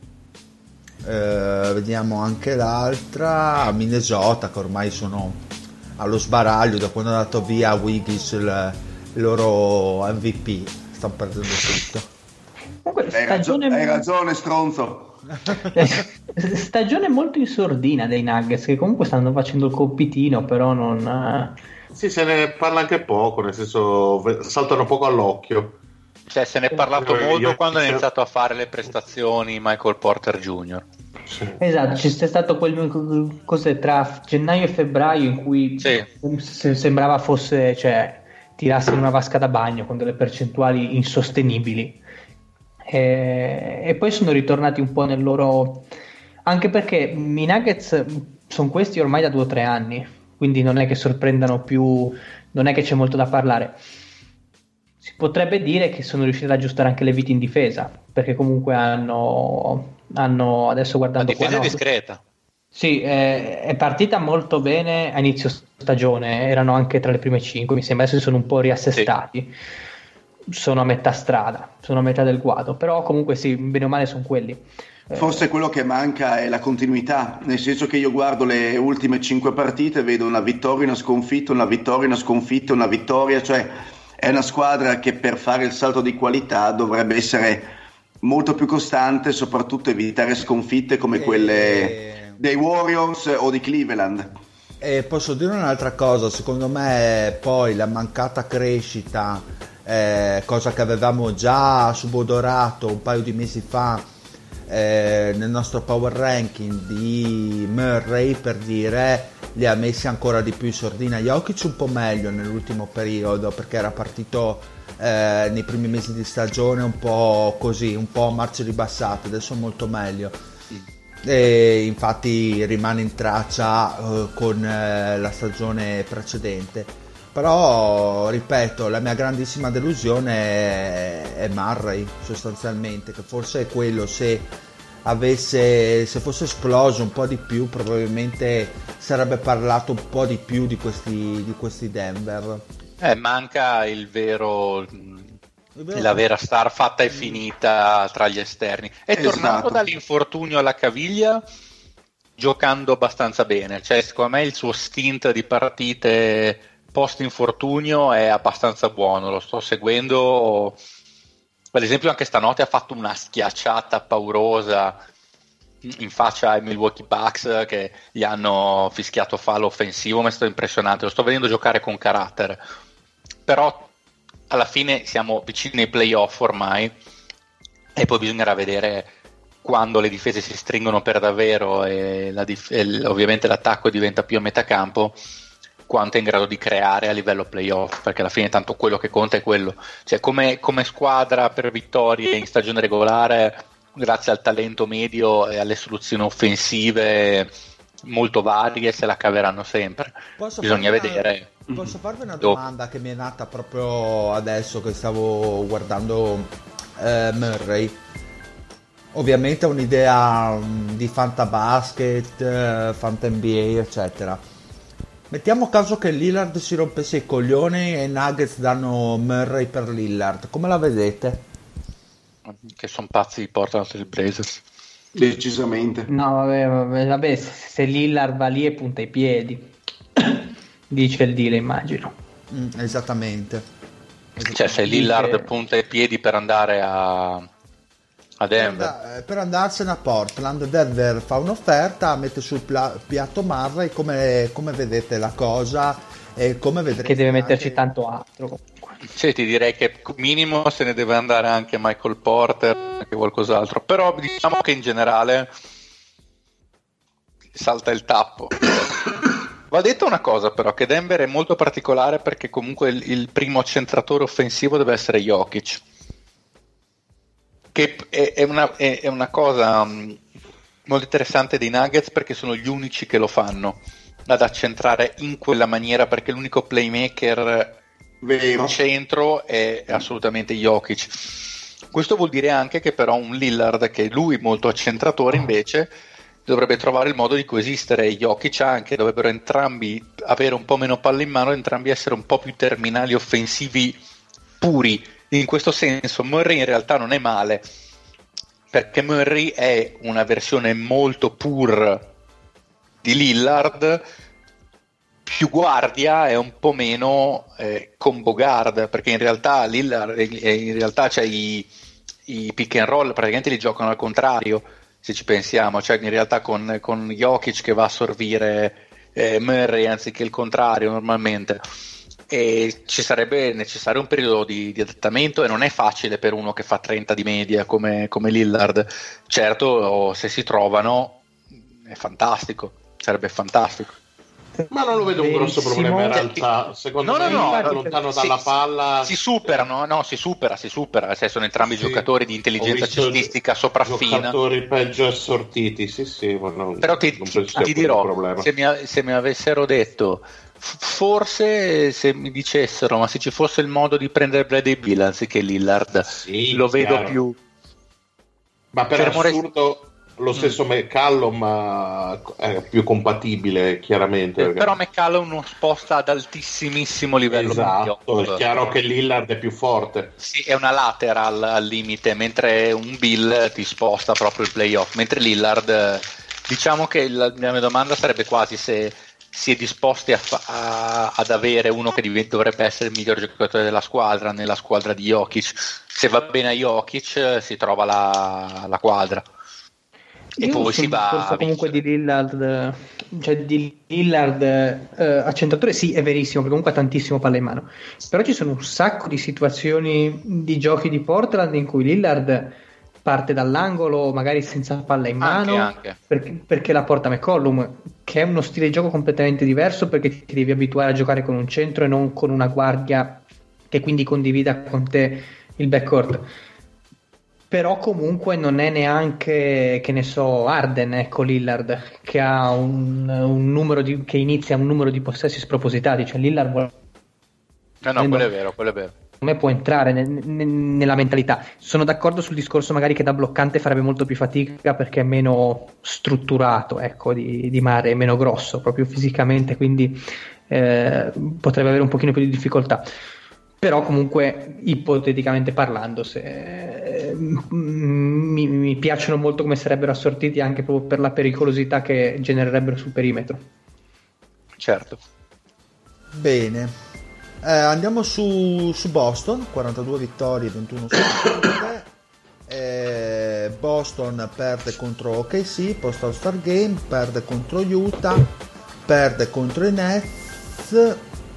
Eh, vediamo anche l'altra, Minnesota, che ormai sono allo sbaraglio da quando è andato via Wiggins, il, il loro M V P, stanno perdendo tutto. Hai, stagione... ragione, hai ragione stronzo. Stagione molto in sordina dei Nuggets, che comunque stanno facendo il compitino, però non... Sì, se ne parla anche poco, nel senso saltano poco all'occhio. Cioè, se ne è parlato eh, molto quando ha iniziato a fare le prestazioni Michael Porter Junior Sì. Esatto, c'è stato quel cos'è, tra gennaio e febbraio in cui sì. sembrava fosse, cioè, tirasse in una vasca da bagno con delle percentuali insostenibili, e, e poi sono ritornati un po' nel loro, anche perché i Nuggets sono questi ormai da due o tre anni, quindi non è che sorprendano più, non è che c'è molto da parlare. Si potrebbe dire che sono riusciti ad aggiustare anche le viti in difesa, perché comunque hanno, hanno adesso guardando la difesa qua, è discreta. Sì, è, è partita molto bene a inizio stagione, erano anche tra le prime cinque, mi sembra, adesso si sono un po' riassestati, sì. Sono a metà strada, sono a metà del guado, però comunque sì, bene o male sono quelli. Forse quello che manca è la continuità, nel senso che io guardo le ultime cinque partite e vedo una vittoria, una sconfitta, una vittoria, una sconfitta, una vittoria, cioè è una squadra che per fare il salto di qualità dovrebbe essere molto più costante, soprattutto evitare sconfitte come e... quelle dei Warriors o di Cleveland. E posso dire un'altra cosa, secondo me poi la mancata crescita, eh, cosa che avevamo già subodorato un paio di mesi fa eh, nel nostro power ranking di Murray, per dire, li ha messi ancora di più in sordina. Jokic un po' meglio nell'ultimo periodo, perché era partito eh, nei primi mesi di stagione un po' così, un po' a marce ribassate, adesso molto meglio, e infatti rimane in traccia eh, con eh, la stagione precedente. Però ripeto, la mia grandissima delusione è, è Murray, sostanzialmente, che forse è quello, se avesse, se fosse esploso un po' di più probabilmente sarebbe parlato un po' di più di questi, di questi Denver. Eh, manca il vero, il vero la vera star fatta e finita tra gli esterni. È esatto. Tornato dall'infortunio alla caviglia giocando abbastanza bene, cioè secondo me il suo stint di partite post infortunio è abbastanza buono, lo sto seguendo. Per esempio anche stanotte ha fatto una schiacciata paurosa in faccia ai Milwaukee Bucks che gli hanno fischiato fallo offensivo, mi è stato impressionante, lo sto vedendo giocare con carattere. Però alla fine siamo vicini ai playoff ormai e poi bisognerà vedere quando le difese si stringono per davvero e, la dif- e ovviamente l'attacco diventa più a metà campo, quanto è in grado di creare a livello playoff, perché alla fine tanto quello che conta è quello, cioè come, come squadra per vittorie in stagione regolare, grazie al talento medio e alle soluzioni offensive molto varie, se la caveranno sempre. Posso bisogna una, vedere. Posso farvi una domanda che mi è nata proprio adesso che stavo guardando eh, Murray? Ovviamente è un'idea di fantabasket, eh, fanta N B A eccetera. Mettiamo caso che Lillard si rompesse i coglioni e i Nuggets danno Murray per Lillard, come la vedete? Che sono pazzi di Portland Trail Blazers. Decisamente. No, vabbè, vabbè, vabbè, se Lillard va lì e punta i piedi, dice il deal, immagino. Mm, esattamente. esattamente. Cioè se Lillard dice... punta i piedi per andare a... a Denver. Per, and- per andarsene a Portland, Denver fa un'offerta, mette sul pla- piatto Murray, come, come vedete la cosa e come vedrete che deve anche... metterci tanto altro. Cioè, ti direi che minimo se ne deve andare anche Michael Porter e qualcos'altro, però diciamo che in generale salta il tappo. Va detto una cosa però, che Denver è molto particolare perché comunque il, il primo centratore offensivo deve essere Jokic, che è, è, una, è, è una cosa um, molto interessante dei Nuggets, perché sono gli unici che lo fanno ad accentrare in quella maniera, perché l'unico playmaker vero centro è assolutamente Jokic. Questo vuol dire anche che però un Lillard, che lui molto accentratore, invece dovrebbe trovare il modo di coesistere. Jokic anche, dovrebbero entrambi avere un po' meno palle in mano, entrambi essere un po' più terminali offensivi puri, In questo senso Murray in realtà non è male, perché Murray è una versione molto pur di Lillard, più guardia e un po' meno eh, combo guard, perché in realtà Lillard in realtà c'è i, i pick and roll, praticamente li giocano al contrario, se ci pensiamo, cioè in realtà con, con Jokic che va a assorbire eh, Murray anziché il contrario normalmente, e ci sarebbe necessario un periodo di, di adattamento, e non è facile per uno che fa trenta di media come, come Lillard. Certo, se si trovano è fantastico, sarebbe fantastico. Ma non lo vedo un grosso problema in realtà. Secondo no, me no, no, no, lontano si, dalla palla si superano, no, si supera, si supera, cioè sono entrambi sì, giocatori di intelligenza cestistica sopraffina. Giocatori peggio assortiti, sì, sì, ma non, però ti, non ti, ti dirò, se mi, se mi avessero detto, forse se mi dicessero, ma se ci fosse il modo di prendere Bradley Beal anziché Lillard, sì, lo vedo chiaro. Più. Ma per Fermo assurdo lo stesso mm. McCallum è più compatibile chiaramente, perché... però McCallum non sposta ad altissimissimo livello, esatto, è chiaro che Lillard è più forte, sì, è una lateral al limite, mentre un Bill ti sposta proprio il playoff, mentre Lillard, diciamo che la mia domanda sarebbe quasi se si è disposti a fa- a- ad avere uno che diventa, dovrebbe essere il miglior giocatore della squadra nella squadra di Jokic. Se va bene a Jokic si trova la, la quadra. E Io poi si va comunque di Lillard, cioè di Lillard eh, accentratore, sì, è verissimo, perché comunque ha tantissimo palla in mano, però ci sono un sacco di situazioni di giochi di Portland in cui Lillard parte dall'angolo magari senza palla in mano, anche, anche. Perché, perché la porta McCollum, che è uno stile di gioco completamente diverso, perché ti devi abituare a giocare con un centro e non con una guardia che quindi condivida con te il backcourt. Però comunque non è neanche, che ne so, Harden, ecco, Lillard, che ha un, un numero di, che inizia un numero di possessi spropositati, cioè Lillard vuole... No, no, quello è vero, quello è vero. Me può entrare ne, ne, nella mentalità. Sono d'accordo sul discorso magari che da bloccante farebbe molto più fatica perché è meno strutturato, ecco, di, di Mare, è meno grosso proprio fisicamente, quindi eh, potrebbe avere un pochino più di difficoltà. Però comunque ipoteticamente parlando, se, eh, mi, mi piacciono molto come sarebbero assortiti, anche proprio per la pericolosità che genererebbero sul perimetro. Certo. Bene. Eh, andiamo su, su Boston, quarantadue vittorie, ventuno sconfitte. eh, Boston perde contro O K C, post All-Star Game, perde contro Utah, perde contro i Nets,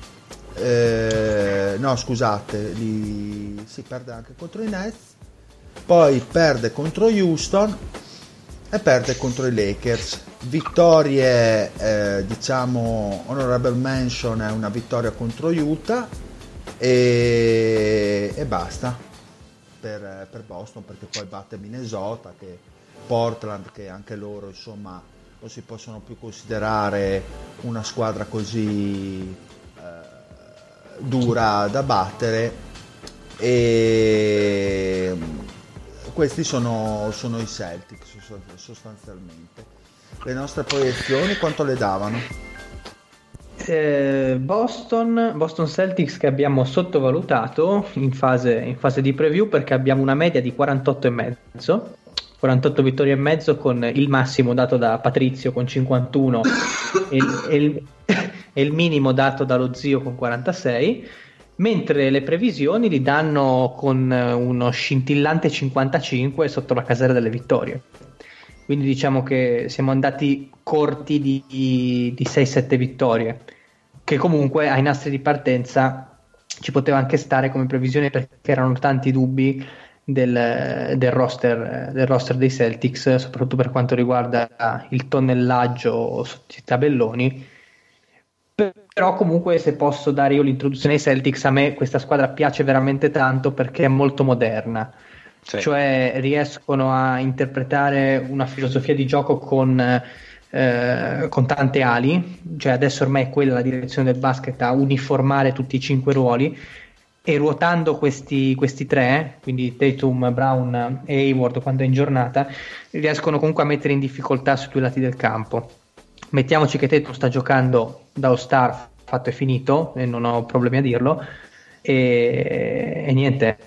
eh, no scusate, li, si perde anche contro i Nets, poi perde contro Houston e perde contro i Lakers. Vittorie, eh, diciamo, honorable mention è una vittoria contro Utah e, e basta per, per Boston, perché poi batte Minnesota, che Portland, che anche loro insomma non si possono più considerare una squadra così eh, dura da battere, e questi sono, sono i Celtics sostanzialmente. Le nostre proiezioni quanto le davano? Eh, Boston, Boston Celtics che abbiamo sottovalutato in fase, in fase di preview, perché abbiamo una media di quarantotto e mezzo, quarantotto vittorie e mezzo, con il massimo dato da Patrizio con cinquantuno e, il, e, il, e il minimo dato dallo zio con quarantasei, mentre le previsioni li danno con uno scintillante cinquantacinque sotto la casella delle vittorie. Quindi diciamo che siamo andati corti di, di sei sette vittorie, che comunque ai nastri di partenza ci poteva anche stare come previsione, perché erano tanti dubbi del, del, roster, del roster dei Celtics, soprattutto per quanto riguarda il tonnellaggio sotto i tabelloni. Però comunque, se posso dare io l'introduzione ai Celtics, a me questa squadra piace veramente tanto perché è molto moderna. Sì. Cioè riescono a interpretare una filosofia di gioco con, eh, con tante ali, cioè adesso ormai è quella la direzione del basket, a uniformare tutti i cinque ruoli, e ruotando questi, questi tre, quindi Tatum, Brown e Hayward quando è in giornata, riescono comunque a mettere in difficoltà su due lati del campo. Mettiamoci che Tatum sta giocando da All-Star, fatto e finito, e non ho problemi a dirlo, e, e niente,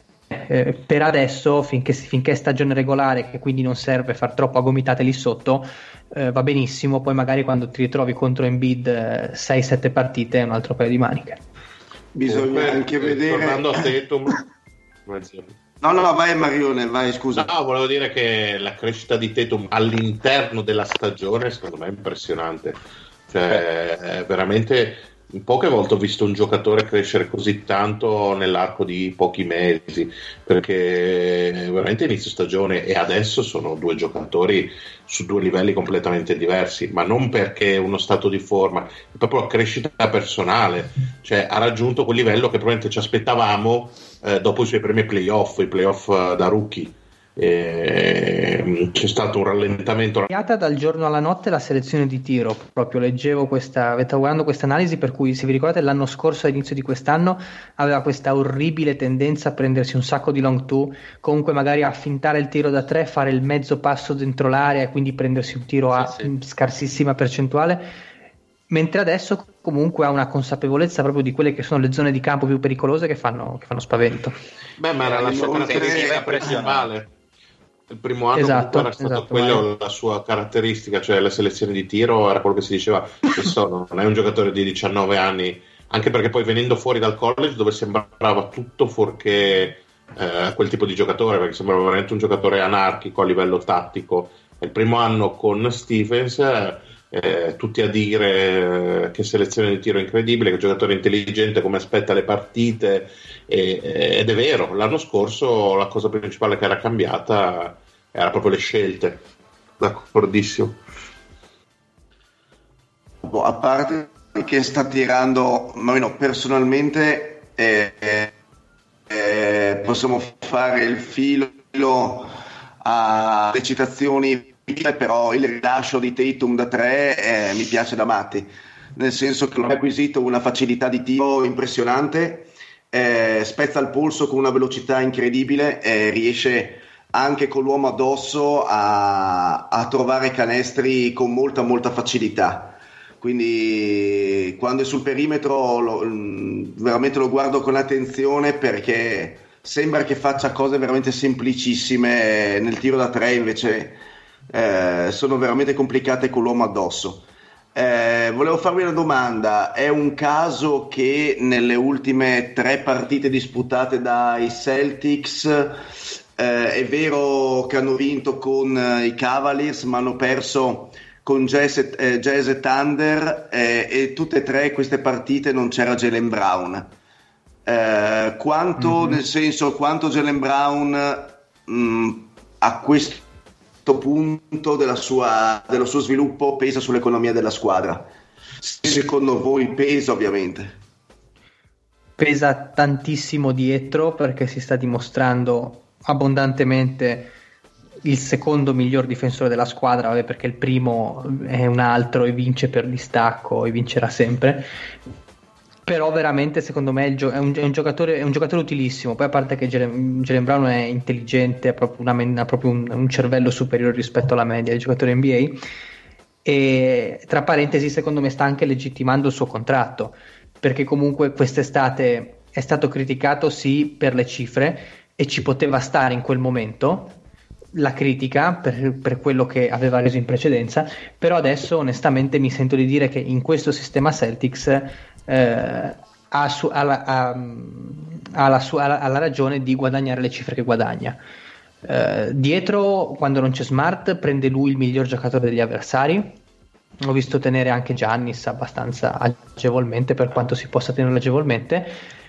eh, per adesso, finché, finché è stagione regolare, che quindi non serve far troppo a gomitate lì sotto, eh, va benissimo. Poi magari quando ti ritrovi contro Embiid eh, sei sette partite è un altro paio di maniche. Bisogna Comunque, anche vedere. Tornando a Tatum, no, no, vai Marione, vai, scusa. No, volevo dire che la crescita di Tatum all'interno della stagione secondo me è impressionante. Cioè, è veramente poche volte ho visto un giocatore crescere così tanto nell'arco di pochi mesi, perché veramente inizio stagione e adesso sono due giocatori su due livelli completamente diversi, ma non perché è uno stato di forma, è proprio la crescita personale, cioè ha raggiunto quel livello che probabilmente ci aspettavamo eh, dopo i suoi primi playoff, i playoff eh, da rookie. E c'è stato un rallentamento dal giorno alla notte la selezione di tiro, proprio leggevo questa, stavo guardando questa analisi, per cui se vi ricordate l'anno scorso all'inizio di quest'anno aveva questa orribile tendenza a prendersi un sacco di long two, comunque magari a fintare il tiro da tre, fare il mezzo passo dentro l'area e quindi prendersi un tiro a sì, sì. scarsissima percentuale, mentre adesso comunque ha una consapevolezza proprio di quelle che sono le zone di campo più pericolose che fanno, che fanno spavento. Beh, ma era la sua caratteristica principale. Il primo anno esatto, era stato esatto, quello vai. La sua caratteristica, cioè la selezione di tiro era quello che si diceva, questo non è un giocatore di diciannove anni, anche perché poi venendo fuori dal college dove sembrava tutto fuorché eh, quel tipo di giocatore, perché sembrava veramente un giocatore anarchico a livello tattico. Il primo anno con Stevens eh, tutti a dire eh, che selezione di tiro incredibile, che giocatore intelligente, come aspetta le partite, e, ed è vero, l'anno scorso la cosa principale che era cambiata era proprio le scelte. D'accordissimo. Boh, a parte che sta tirando, ma no, personalmente eh, eh, possiamo fare il filo alle citazioni, però il rilascio di Tatum da tre eh, mi piace da matti, nel senso che non ha acquisito una facilità di tiro impressionante, eh, spezza il polso con una velocità incredibile, eh, riesce anche con l'uomo addosso a, a trovare canestri con molta molta facilità. Quindi quando è sul perimetro lo, veramente lo guardo con attenzione, perché sembra che faccia cose veramente semplicissime nel tiro da tre, invece eh, sono veramente complicate con l'uomo addosso. Eh, volevo farvi una domanda: è un caso che nelle ultime tre partite disputate dai Celtics eh, è vero che hanno vinto con eh, i Cavaliers ma hanno perso con Jazz e, eh, Jazz e Thunder, eh, e tutte e tre queste partite non c'era Jaylen Brown? Eh, quanto, mm-hmm. nel senso, quanto Jaylen Brown mh, a questo punto della sua, dello suo sviluppo pesa sull'economia della squadra? Secondo voi pesa? Ovviamente pesa tantissimo dietro, perché si sta dimostrando abbondantemente il secondo miglior difensore della squadra, vabbè, perché il primo è un altro e vince per distacco e vincerà sempre, però veramente secondo me è, gio- è, un, è, un, giocatore, è un giocatore utilissimo. Poi a parte che Jaylen, Jaylen Brown è intelligente, ha proprio, una, ha proprio un, un cervello superiore rispetto alla media dei giocatori N B A, e tra parentesi secondo me sta anche legittimando il suo contratto, perché comunque quest'estate è stato criticato sì per le cifre, e ci poteva stare in quel momento la critica per, per quello che aveva reso in precedenza, però adesso onestamente mi sento di dire che in questo sistema Celtics eh, ha, su, ha, la, ha, ha, la sua, ha la ragione di guadagnare le cifre che guadagna. Eh, dietro, quando non c'è Smart, prende lui il miglior giocatore degli avversari. Ho visto tenere anche Giannis abbastanza agevolmente, per quanto si possa tenere agevolmente,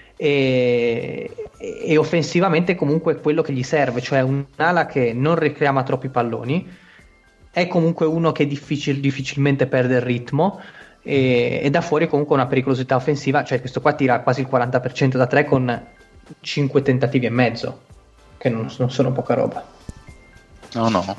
e, e offensivamente comunque è quello che gli serve, cioè un'ala che non reclama troppi palloni, è comunque uno che difficil, difficilmente perde il ritmo, e, e da fuori comunque una pericolosità offensiva, cioè questo qua tira quasi il quaranta per cento da tre con cinque tentativi e mezzo, che non, non sono poca roba. No, no.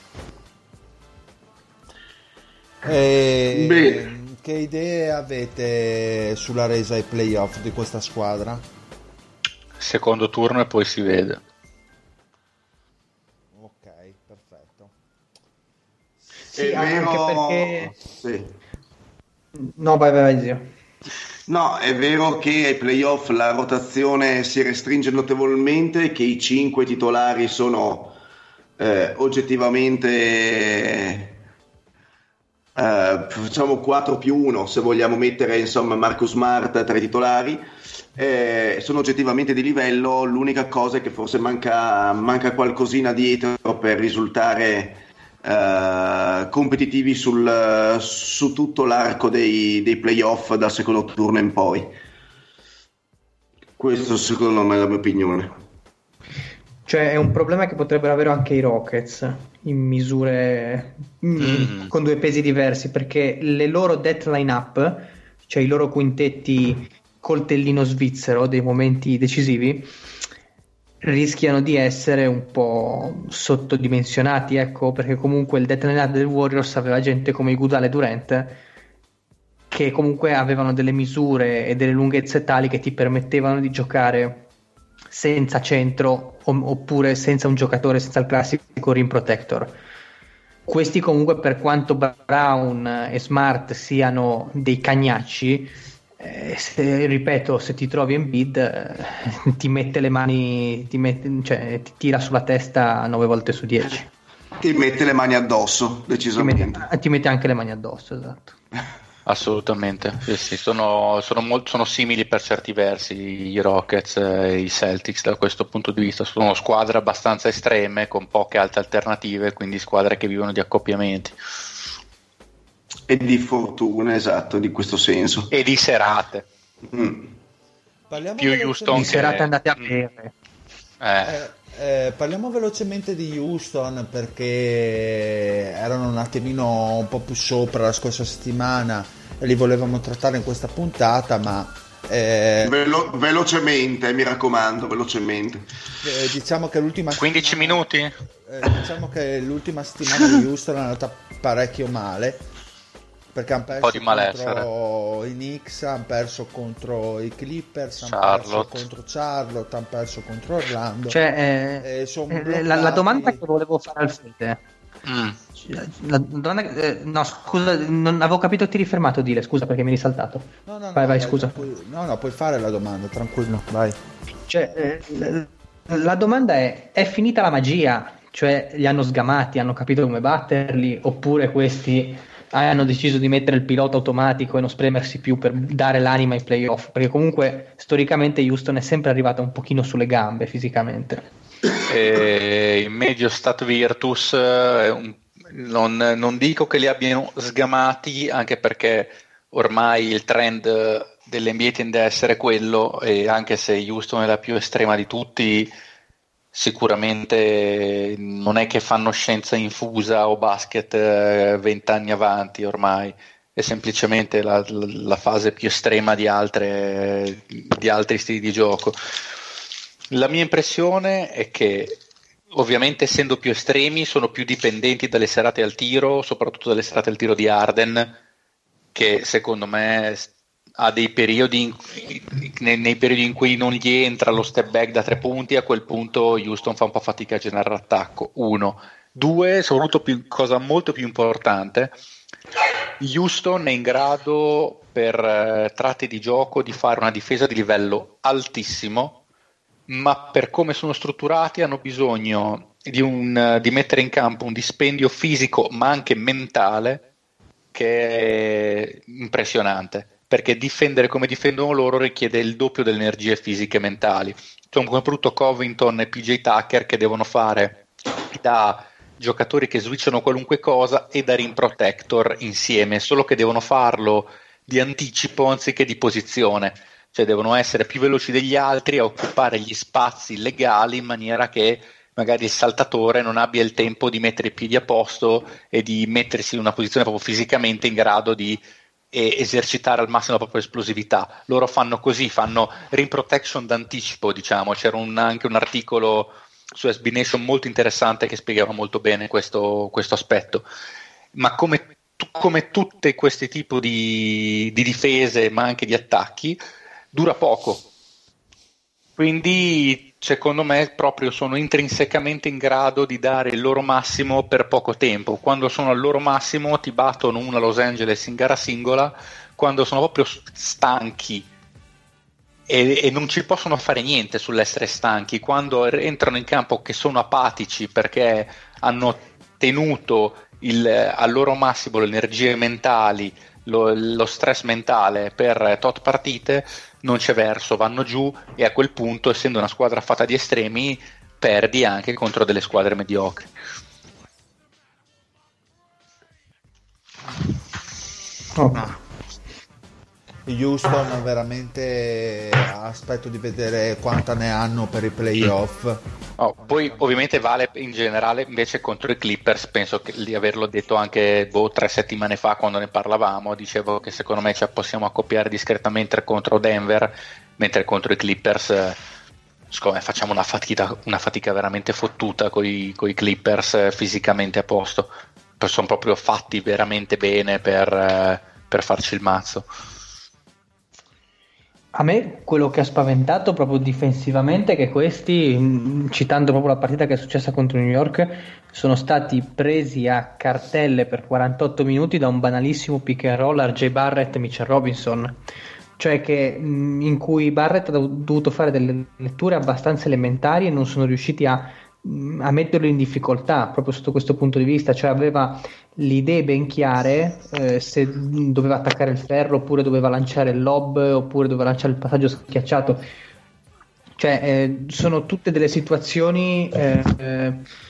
E Bene. che idee avete sulla resa ai playoff di questa squadra? Secondo turno e poi si vede. Ok, perfetto. Sì, È anche vero... perché sì. no, vai vai vai zio. No, è vero che ai playoff la rotazione si restringe notevolmente, che i cinque titolari sono eh, oggettivamente eh, facciamo quattro più uno, se vogliamo mettere insomma Marcus Smart tra i titolari, eh, sono oggettivamente di livello. L'unica cosa è che forse manca, manca qualcosina dietro per risultare Uh, competitivi sul, su tutto l'arco dei, dei playoff dal secondo turno in poi. Questo secondo me è la mia opinione. Cioè è un problema che potrebbero avere anche i Rockets in misure mm. con due pesi diversi, perché le loro death line-up, cioè i loro quintetti coltellino svizzero dei momenti decisivi, rischiano di essere un po' sottodimensionati, ecco, perché comunque il death line-up del Warriors aveva gente come Iguodala e Durant che comunque avevano delle misure e delle lunghezze tali che ti permettevano di giocare senza centro oppure senza un giocatore, senza il classico rim protector. Questi comunque, per quanto Brown e Smart siano dei cagnacci, Eh, se, ripeto, se ti trovi Embiid eh, ti mette le mani, ti, mette, cioè, ti tira sulla testa nove volte su dieci. Ti mette le mani addosso, decisamente. Ti mette, ti mette anche le mani addosso, esatto. Assolutamente, sì, sì, sono, sono, molto, sono simili per certi versi i Rockets e i Celtics da questo punto di vista. Sono squadre abbastanza estreme con poche altre alternative, quindi squadre che vivono di accoppiamenti. E di fortuna, esatto, di questo senso. E di serate. Mm. Parliamo più Houston di che... serate andate a bere. Eh. Eh, eh, parliamo velocemente di Houston, perché erano un attimino un po' più sopra la scorsa settimana e li volevamo trattare in questa puntata, ma eh, Velo- velocemente, mi raccomando, velocemente. eh, diciamo che l'ultima quindici settimana, minuti? eh, diciamo che l'ultima settimana di Houston è andata parecchio male, perché hanno perso contro i Knicks, hanno perso contro i Clippers, hanno perso contro Charlotte, hanno perso contro Orlando. Cioè, eh, eh, son eh, la, la domanda che volevo fare al Fede, mm. la domanda, eh, no scusa, non avevo capito, ti eri fermato, Dile, scusa perché mi eri saltato. No, no, vai, no, vai, vai, scusa. Puoi, no, no, puoi fare la domanda, tranquillo, vai. Cioè, eh, la domanda è: è finita la magia? Cioè, li hanno sgamati, hanno capito come batterli, oppure questi hanno deciso di mettere il pilota automatico e non spremersi più per dare l'anima ai playoff? Perché comunque storicamente Houston è sempre arrivata un pochino sulle gambe fisicamente. E in medio stat virtus, eh, un, non, non dico che li abbiano sgamati, anche perché ormai il trend dell'N B A tende a essere quello, e anche se Houston è la più estrema di tutti, sicuramente non è che fanno scienza infusa o basket vent'anni avanti ormai, è semplicemente la, la fase più estrema di, altre, di altri stili di gioco. La mia impressione è che ovviamente, essendo più estremi, sono più dipendenti dalle serate al tiro, soprattutto dalle serate al tiro di Harden, che secondo me ha dei periodi in, nei, nei periodi in cui non gli entra lo step back da tre punti. A quel punto Houston fa un po' fatica a generare attacco. Uno. Due, soprattutto più, cosa molto più importante, Houston è in grado per eh, tratti di gioco di fare una difesa di livello altissimo, ma per come sono strutturati hanno bisogno di, un, di mettere in campo un dispendio fisico ma anche mentale che è impressionante, perché difendere come difendono loro richiede il doppio delle energie fisiche e mentali. Sono soprattutto Covington e P J Tucker, che devono fare da giocatori che switchano qualunque cosa e da rim protector insieme, solo che devono farlo di anticipo anziché di posizione, cioè devono essere più veloci degli altri a occupare gli spazi legali, in maniera che magari il saltatore non abbia il tempo di mettere i piedi a posto e di mettersi in una posizione proprio fisicamente in grado di e esercitare al massimo la propria esplosività. Loro fanno così, fanno rim protection d'anticipo, diciamo. C'era un, anche un articolo su S B Nation molto interessante che spiegava molto bene questo, questo aspetto. Ma come, come tutti questi tipi di, di difese, ma anche di attacchi, dura poco. Quindi secondo me proprio sono intrinsecamente in grado di dare il loro massimo per poco tempo. Quando sono al loro massimo ti battono una Los Angeles in gara singola, quando sono proprio stanchi e, e non ci possono fare niente sull'essere stanchi, quando entrano in campo che sono apatici perché hanno tenuto il, al loro massimo le energie mentali, lo, lo stress mentale per tot partite, non c'è verso, vanno giù, e a quel punto, essendo una squadra fatta di estremi, perdi anche contro delle squadre mediocri. Oh. No. Houston veramente aspetto di vedere quanta ne hanno per i playoff. Oh, poi ovviamente vale in generale invece contro i Clippers, penso che di averlo detto anche boh, tre settimane fa quando ne parlavamo, dicevo che secondo me ci possiamo accoppiare discretamente contro Denver, mentre contro i Clippers eh, secondo me facciamo una fatica, una fatica veramente fottuta con i Clippers eh, fisicamente a posto, sono proprio fatti veramente bene per, eh, per farci il mazzo. A me quello che ha spaventato proprio difensivamente è che questi, citando proprio la partita che è successa contro New York, sono stati presi a cartelle per quarantotto minuti da un banalissimo pick and roll R J Barrett e Mitchell Robinson, cioè che in cui Barrett ha dovuto fare delle letture abbastanza elementari e non sono riusciti a, a metterlo in difficoltà proprio sotto questo punto di vista, cioè aveva le idee ben chiare, eh, se doveva attaccare il ferro oppure doveva lanciare il lob oppure doveva lanciare il passaggio schiacciato, cioè eh, sono tutte delle situazioni eh, eh,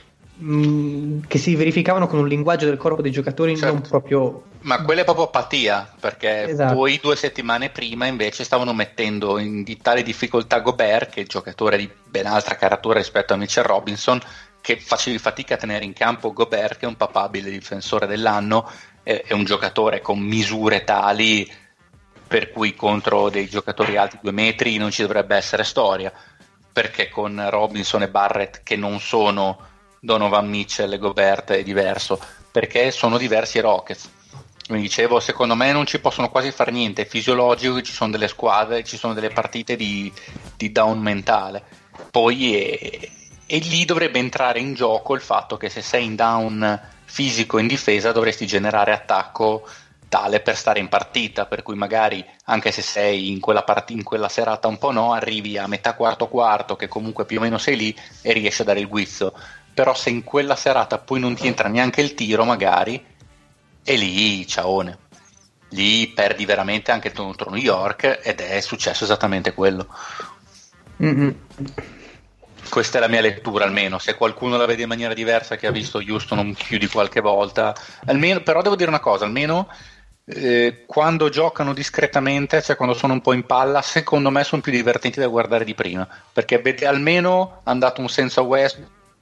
mh, che si verificavano con un linguaggio del corpo dei giocatori, certo, non proprio, ma quella è proprio apatia, perché esatto. Poi due settimane prima invece stavano mettendo in di tale difficoltà Gobert, che è il giocatore di ben altra caratura rispetto a Mitchell Robinson, che facevi fatica a tenere in campo Gobert, che è un papabile difensore dell'anno, è, è un giocatore con misure tali per cui contro dei giocatori alti due metri non ci dovrebbe essere storia, perché con Robinson e Barrett, che non sono Donovan Mitchell e Gobert, è diverso, perché sono diversi Rockets. Mi dicevo, secondo me non ci possono quasi fare niente, è fisiologico che ci sono delle squadre, ci sono delle partite di, di down mentale, poi è e lì dovrebbe entrare in gioco il fatto che se sei in down fisico in difesa dovresti generare attacco tale per stare in partita, per cui magari anche se sei in quella, part- in quella serata un po' no, arrivi a metà quarto quarto che comunque più o meno sei lì e riesci a dare il guizzo, però se in quella serata poi non ti entra neanche il tiro magari, e lì ciaone, lì perdi veramente anche contro New York, ed è successo esattamente quello. Mm-hmm. Questa è la mia lettura, almeno. Se qualcuno la vede in maniera diversa, che ha visto Houston più di qualche volta, almeno, però devo dire una cosa, almeno eh, quando giocano discretamente, cioè quando sono un po' in palla, secondo me sono più divertenti da guardare di prima, perché vede, almeno hanno dato un senso a West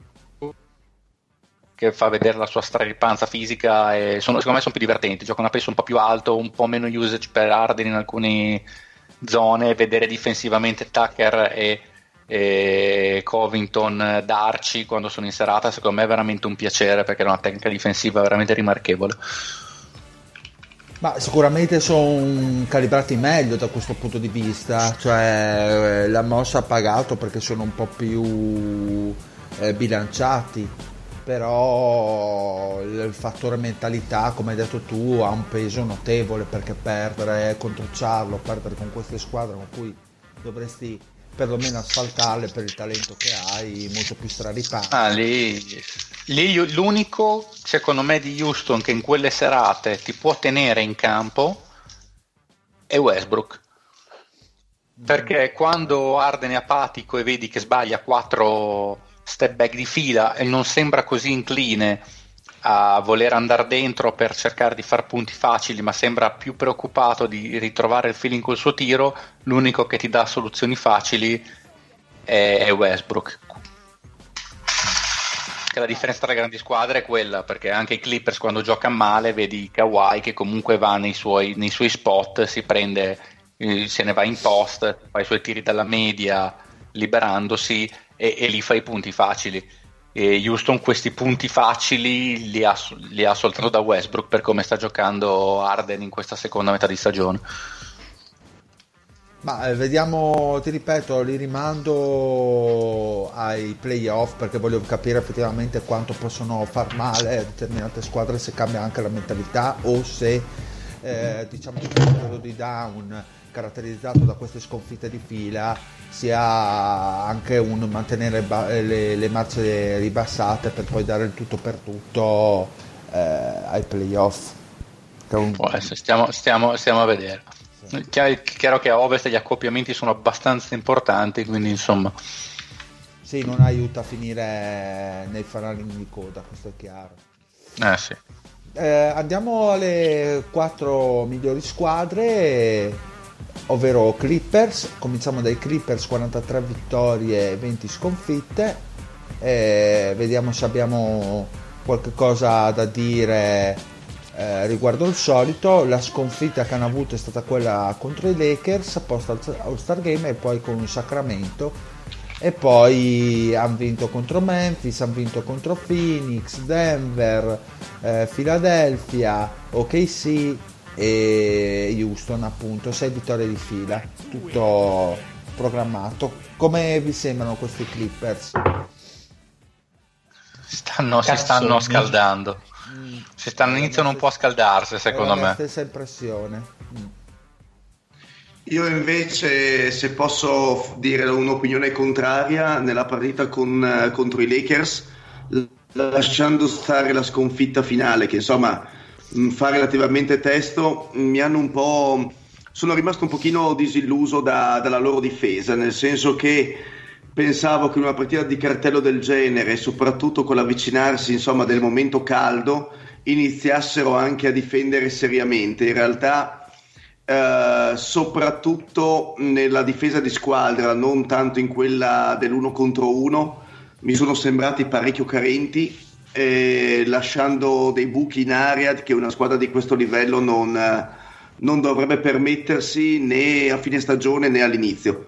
che fa vedere la sua straripanza fisica, e sono, secondo me sono più divertenti, giocano a peso un po' più alto, un po' meno usage per Harden in alcune zone, vedere difensivamente Tucker e e Covington darci quando sono in serata, secondo me è veramente un piacere, perché è una tecnica difensiva veramente rimarchevole. Ma sicuramente sono calibrati meglio da questo punto di vista, cioè la mossa ha pagato perché sono un po' più eh, bilanciati, però il fattore mentalità, come hai detto tu, ha un peso notevole, perché perdere contro Charlo, perdere con queste squadre con cui dovresti perlomeno asfaltarle per il talento che hai, molto più straripante. Ah, lì, lì l'unico secondo me di Houston che in quelle serate ti può tenere in campo è Westbrook, perché quando Harden è apatico e vedi che sbaglia quattro step back di fila e non sembra così incline a voler andare dentro per cercare di far punti facili, ma sembra più preoccupato di ritrovare il feeling col suo tiro, l'unico che ti dà soluzioni facili è, è Westbrook. Che la differenza tra le grandi squadre è quella, perché anche i Clippers quando giocano male vedi Kawhi che comunque va nei suoi, nei suoi spot, si prende, eh, se ne va in post, fa i suoi tiri dalla media liberandosi e, e lì fa i punti facili. E Houston questi punti facili li ha, li ha soltanto da Westbrook, per come sta giocando Harden in questa seconda metà di stagione. Ma eh, vediamo, ti ripeto, li rimando ai playoff, perché voglio capire effettivamente quanto possono far male a determinate squadre, se cambia anche la mentalità o se eh, diciamo il periodo di down caratterizzato da queste sconfitte di fila sia anche un mantenere ba- le, le marce ribassate per poi dare il tutto per tutto eh, ai playoff. Un... Può essere, stiamo, stiamo, stiamo a vedere. Sì. Chiaro, chiaro che a Ovest gli accoppiamenti sono abbastanza importanti, quindi insomma sì, non aiuta a finire nei fanali di coda, questo è chiaro. Eh sì. Eh, andiamo alle quattro migliori squadre, ovvero Clippers. Cominciamo dai Clippers, quarantatré vittorie e venti sconfitte. Eh, vediamo se abbiamo qualche cosa da dire eh, riguardo il solito. La sconfitta che hanno avuto è stata quella contro i Lakers post All-Star Game e poi con Sacramento, e poi hanno vinto contro Memphis, hanno vinto contro Phoenix, Denver, eh, Philadelphia, O K C e Houston, appunto. Sei vittorie di fila, tutto programmato. Come vi sembrano questi Clippers? Stanno, si stanno scaldando, mm. si stanno iniziano un po' a scaldarsi, secondo me. La stessa impressione. Mm. Io invece, se posso dire un'opinione contraria, nella partita con, contro i Lakers, lasciando stare la sconfitta finale, che insomma fa relativamente testo, mi hanno un po'... sono rimasto un pochino disilluso da, dalla loro difesa, nel senso che pensavo che in una partita di cartello del genere, soprattutto con l'avvicinarsi insomma del momento caldo, iniziassero anche a difendere seriamente. In realtà Uh, soprattutto nella difesa di squadra, non tanto in quella dell'uno contro uno, mi sono sembrati parecchio carenti, eh, lasciando dei buchi in area che una squadra di questo livello non, uh, non dovrebbe permettersi né a fine stagione né all'inizio.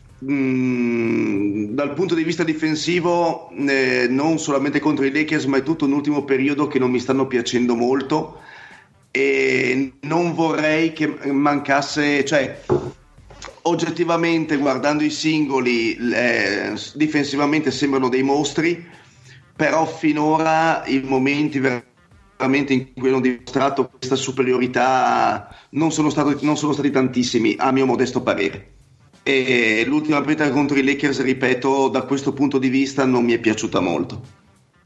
Mm, dal punto di vista difensivo, eh, non solamente contro i Lakers, ma è tutto un ultimo periodo che non mi stanno piacendo molto, e non vorrei che mancasse, cioè oggettivamente guardando i singoli eh, difensivamente sembrano dei mostri, però finora i momenti veramente in cui hanno dimostrato questa superiorità non sono, stato, non sono stati tantissimi, a mio modesto parere. E l'ultima partita contro i Lakers, ripeto, da questo punto di vista non mi è piaciuta molto.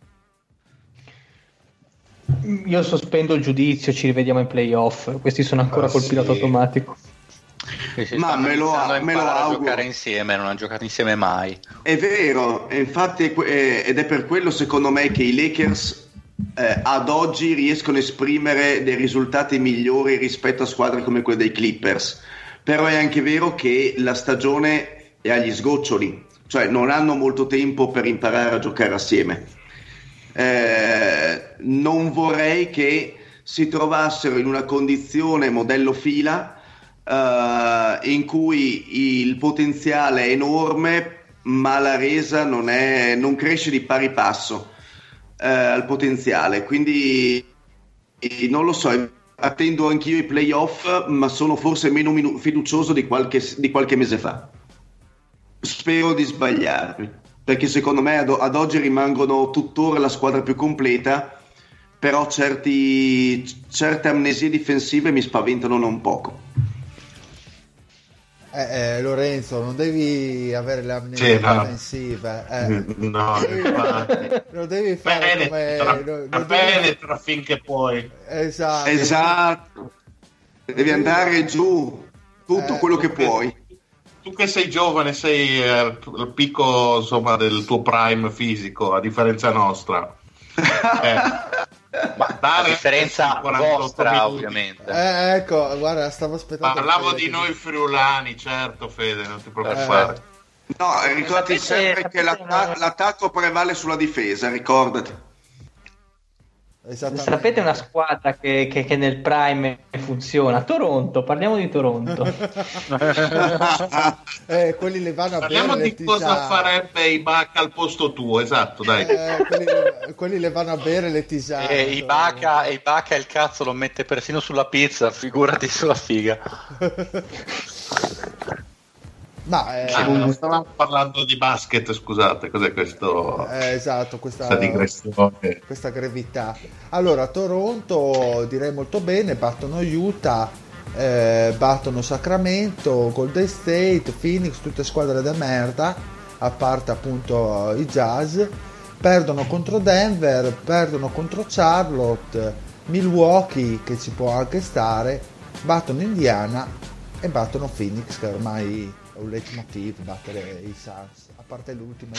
Io sospendo il giudizio, ci rivediamo in playoff. Questi sono ancora ah, col sì. pilota automatico. Ma me lo, me lo a auguro. Giocare insieme, non hanno giocato insieme mai. È vero, infatti, ed è per quello secondo me che i Lakers eh, ad oggi riescono a esprimere dei risultati migliori rispetto a squadre come quelle dei Clippers. Però è anche vero che la stagione è agli sgoccioli, cioè non hanno molto tempo per imparare a giocare assieme. Eh, non vorrei che si trovassero in una condizione modello fila eh, in cui il potenziale è enorme ma la resa non, è, non cresce di pari passo eh, al potenziale, quindi non lo so, attendo anch'io i playoff, ma sono forse meno minu- fiducioso di qualche, di qualche mese fa. Spero di sbagliarmi, perché secondo me ad, ad oggi rimangono tuttora la squadra più completa, però certi, certe amnesie difensive mi spaventano non poco. Eh, eh, Lorenzo, non devi avere le amnesie sì, no. difensive, eh. no, non devi fare bene, come tra, non, non bene devi... finché puoi. Esatto, esatto. Devi andare giù tutto eh, quello che puoi. Tu che sei giovane, sei al eh, picco insomma del tuo prime fisico, a differenza nostra. eh. Ma la differenza vostra minuti. Ovviamente eh, ecco, guarda, stavo aspettando. Parlavo di noi friulani, certo, Fede, non ti preoccupare. Eh. No, ricordati sempre sapete, che l'atta- l'attacco prevale sulla difesa, ricordati. Sapete una squadra che, che, che nel prime funziona? Toronto, parliamo di Toronto. eh, quelli le vanno a parliamo bere di cosa tisane. Farebbe Ibaka al posto tuo, esatto, dai. Eh, quelli, quelli le vanno a bere le tisane. E Ibaka, e Ibaka il cazzo lo mette persino sulla pizza, figurati sulla figa. Ma eh, ah, non stavamo parlando di basket, scusate, cos'è questo? Eh, esatto, questa, questa, questa gravità. Allora, Toronto direi molto bene, battono Utah, eh, battono Sacramento, Golden State, Phoenix, tutte squadre da merda, a parte appunto i Jazz, perdono contro Denver, perdono contro Charlotte, Milwaukee, che ci può anche stare, battono Indiana e battono Phoenix, che ormai è un leitmotiv battere i Suns, a parte l'ultima.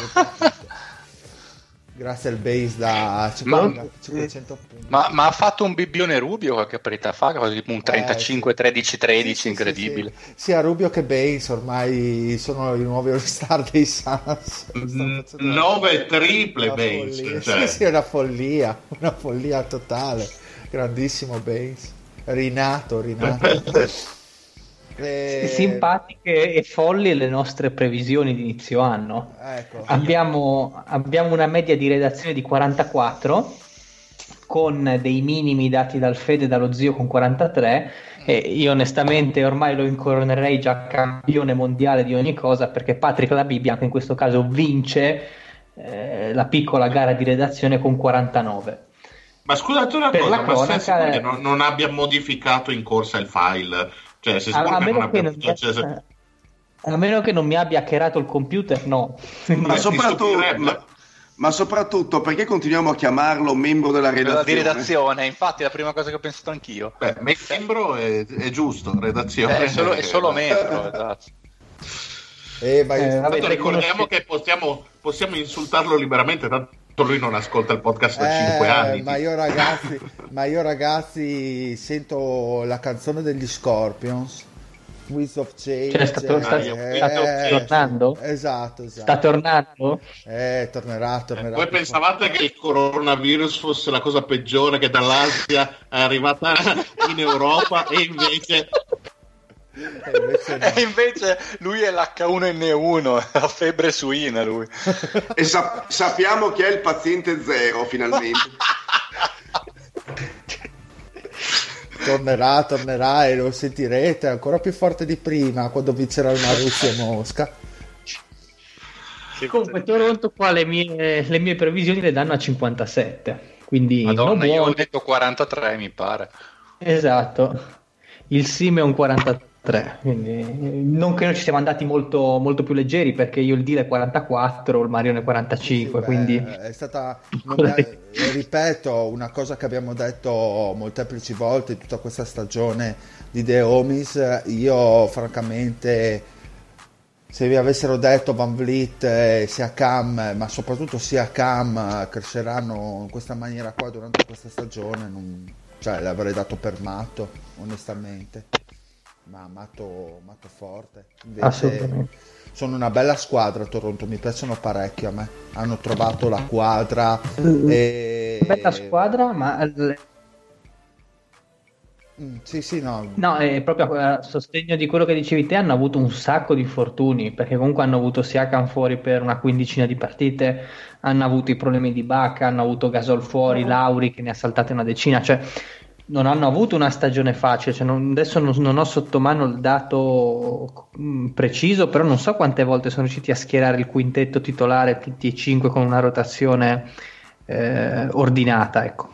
Grazie al base da cinquecento punti. Ma, ma ha fatto un bibbione Rubio qualche partita fa, tipo un trentacinque tredici tredici, sì, incredibile. Sì, sì. Sia Rubio che Baines ormai sono i nuovi all-star dei Suns. nove triple Baines. Cioè. Sì, sì, è una follia, una follia totale. Grandissimo Baines. Rinato, rinato. E... simpatiche e folli le nostre previsioni di inizio anno. Ecco. Abbiamo, abbiamo una media di redazione di quarantaquattro, con dei minimi dati dal Fede e dallo Zio con quarantatré, e io onestamente ormai lo incoronerei già campione mondiale di ogni cosa, perché Patrick La Bibbia anche in questo caso vince eh, la piccola gara di redazione con quarantanove. Ma scusate una per cosa, la ma cronaca che non, non abbia modificato in corsa il file? Cioè, se a, a, meno non che non abbia... cioè, se... a meno che non mi abbia hackerato il computer, no. Ma soprattutto, ma, ma soprattutto perché continuiamo a chiamarlo membro della redazione? Di redazione, infatti è la prima cosa che ho pensato anch'io. Beh, membro è, è giusto, redazione eh, è solo, è solo membro, esatto. Eh, ma eh, vabbè, ricordiamo che possiamo, possiamo insultarlo liberamente, tanto lui non ascolta il podcast da eh, cinque anni. Ma io ragazzi, ma io ragazzi sento la canzone degli Scorpions, Winds of Change. Cioè, sta, tor- sta, eh, sta eh, tornando? Esatto, esatto. Sta tornando? Eh, tornerà, tornerà. Voi pensavate che il coronavirus fosse la cosa peggiore che dall'Asia è arrivata in Europa e invece... E invece, no. E invece lui è l'H uno N uno, la febbre suina lui. E sa- sappiamo chi è il paziente zero finalmente. Tornerà, tornerà e lo sentirete ancora più forte di prima quando vincerà una Russia Mosca. Comunque Toronto qua le mie, le mie previsioni le danno a cinquantasette, quindi Madonna, io ho detto quarantatré mi pare. Esatto, il Sim è un quarantatré, quindi non che noi ci siamo andati molto, molto più leggeri, perché io il deal è quarantaquattro, il Marione è quarantacinque, sì, quindi beh, è stata, non è, ripeto, una cosa che abbiamo detto molteplici volte in tutta questa stagione di The Homies. Io francamente, se vi avessero detto Van Vliet e Siakam, ma soprattutto Siakam, cresceranno in questa maniera qua durante questa stagione, non, cioè l'avrei dato per matto, onestamente. Ma matto, matto forte. Invece sono una bella squadra Toronto, mi piacciono parecchio a me. Hanno trovato la quadra. E... bella squadra, ma Mm, sì, sì, no. no, è proprio a sostegno di quello che dicevi te, hanno avuto un sacco di infortuni, perché comunque hanno avuto Siakam fuori per una quindicina di partite, hanno avuto i problemi di Bacca, hanno avuto Gasol fuori, Lauri che ne ha saltate una decina, cioè non hanno avuto una stagione facile, cioè non, adesso non, non ho sotto mano il dato mh, preciso, però non so quante volte sono riusciti a schierare il quintetto titolare tutti e cinque con una rotazione eh, ordinata, ecco.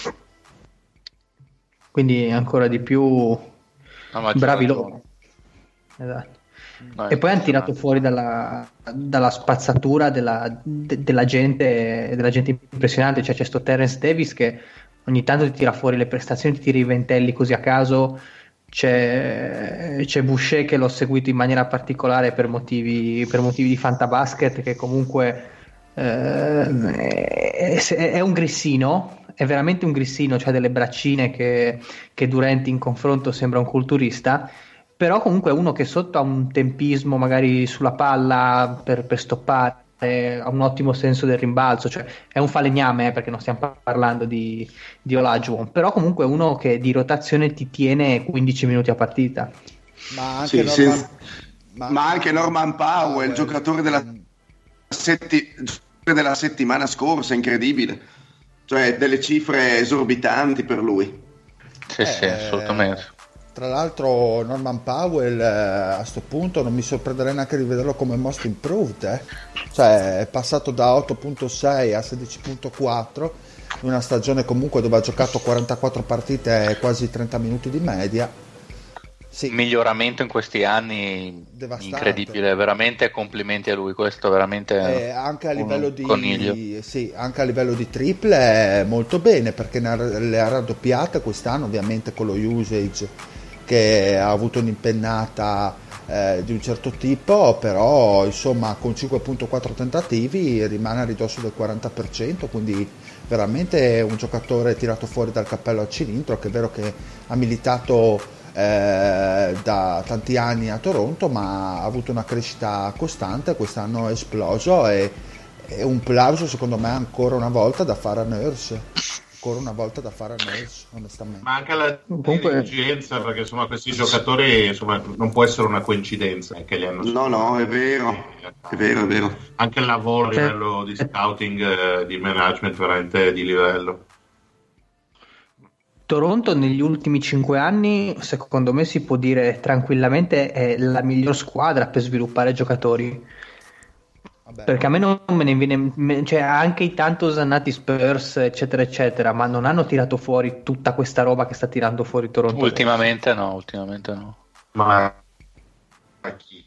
Quindi ancora di più no, bravi loro. Esatto. No, e poi hanno tirato fuori dalla, dalla spazzatura della, de, della gente della gente impressionante, cioè c'è sto Terence Davis che ogni tanto ti tira fuori le prestazioni, ti tira i ventelli così a caso, c'è, c'è Boucher che l'ho seguito in maniera particolare per motivi, per motivi di fantabasket, che comunque eh, è, è un grissino, è veramente un grissino, cioè delle braccine che, che Durant in confronto sembra un culturista, però comunque è uno che sotto ha un tempismo magari sulla palla per, per stoppare, ha un ottimo senso del rimbalzo, cioè è un falegname, eh, perché non stiamo parlando di, di Olajuwon, però comunque è uno che di rotazione ti tiene quindici minuti a partita. Ma anche, sì, Norman, sì. Ma, ma anche Norman Powell, Powell, giocatore della, setti, della settimana scorsa, incredibile, cioè delle cifre esorbitanti per lui. Sì, eh, sì, assolutamente. Tra l'altro Norman Powell eh, a sto punto non mi sorprenderei neanche di vederlo come most improved, eh. Cioè è passato da otto virgola sei a sedici virgola quattro in una stagione comunque dove ha giocato quarantaquattro partite e quasi trenta minuti di media. Sì. Miglioramento in questi anni Devastante. Incredibile, veramente complimenti a lui, questo veramente eh, anche a livello di coniglio. sì, anche a livello di triple è molto bene perché ne ha, le ha raddoppiate quest'anno ovviamente con lo usage che ha avuto un'impennata eh, di un certo tipo, però insomma con cinque virgola quattro tentativi rimane a ridosso del quaranta per cento, quindi veramente un giocatore tirato fuori dal cappello al cilindro, che è vero che ha militato eh, da tanti anni a Toronto, ma ha avuto una crescita costante, quest'anno è esploso e, e un plauso secondo me ancora una volta da fare a Nurse. Ancora una volta da fare a Nurse, onestamente. Ma anche la Comunque... dirigenza, perché insomma questi giocatori insomma, non può essere una coincidenza che li hanno no no è vero è vero è vero anche il lavoro a livello di scouting eh, di management veramente di livello. Toronto negli ultimi cinque anni secondo me si può dire tranquillamente è la miglior squadra per sviluppare giocatori. Vabbè. Perché a me non me ne viene, cioè anche i tanto osannati Spurs eccetera eccetera, ma non hanno tirato fuori tutta questa roba che sta tirando fuori Toronto ultimamente adesso. no ultimamente no ma chi?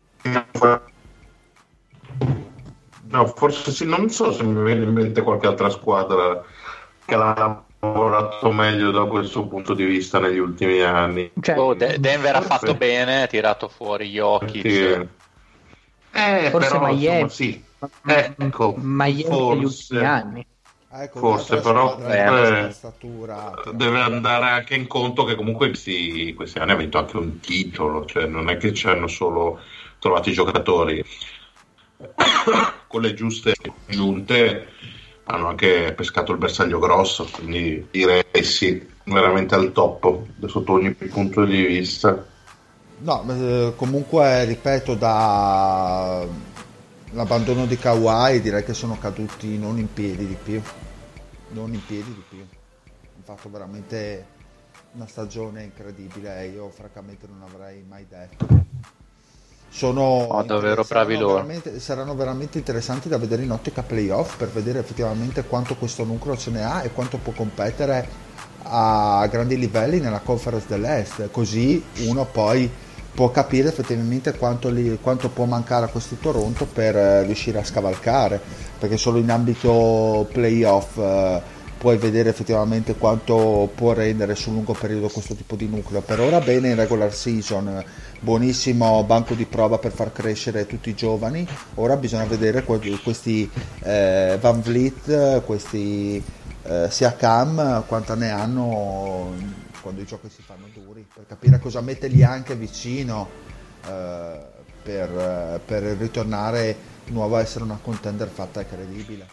No, forse sì, non so se mi viene in mente qualche altra squadra che l'ha lavorato meglio da questo punto di vista negli ultimi anni. Cioè, oh, De- Denver forse... ha fatto bene, ha tirato fuori gli occhi. Perché... Eh, forse però, Miami, insomma, sì. eh, ecco, Miami forse, negli ultimi anni. Ecco, forse però eh, statura, deve andare anche in conto che comunque questi, questi anni ha vinto anche un titolo, cioè non è che ci hanno solo trovato i giocatori con le giuste giunte, hanno anche pescato il bersaglio grosso, quindi direi sì, veramente al top sotto ogni punto di vista. No, eh, comunque ripeto, da l'abbandono di Kawhi direi che sono caduti non in piedi di più, non in piedi di più. Hanno fatto veramente una stagione incredibile, io francamente non avrei mai detto. Sono oh, davvero bravi loro. Veramente, saranno veramente interessanti da vedere in ottica playoff per vedere effettivamente quanto questo nucleo ce ne ha e quanto può competere a grandi livelli nella conference dell'Est, così uno poi può capire effettivamente quanto, li, quanto può mancare a questo Toronto per eh, riuscire a scavalcare, perché solo in ambito playoff eh, puoi vedere effettivamente quanto può rendere sul lungo periodo questo tipo di nucleo. Per ora bene in regular season, buonissimo banco di prova per far crescere tutti i giovani, ora bisogna vedere questi eh, Van Vliet, questi eh, Siakam, quanta ne hanno quando i giochi si fanno duri, per capire cosa mettergli anche vicino eh, per, per ritornare di nuovo a essere una contender fatta e credibile.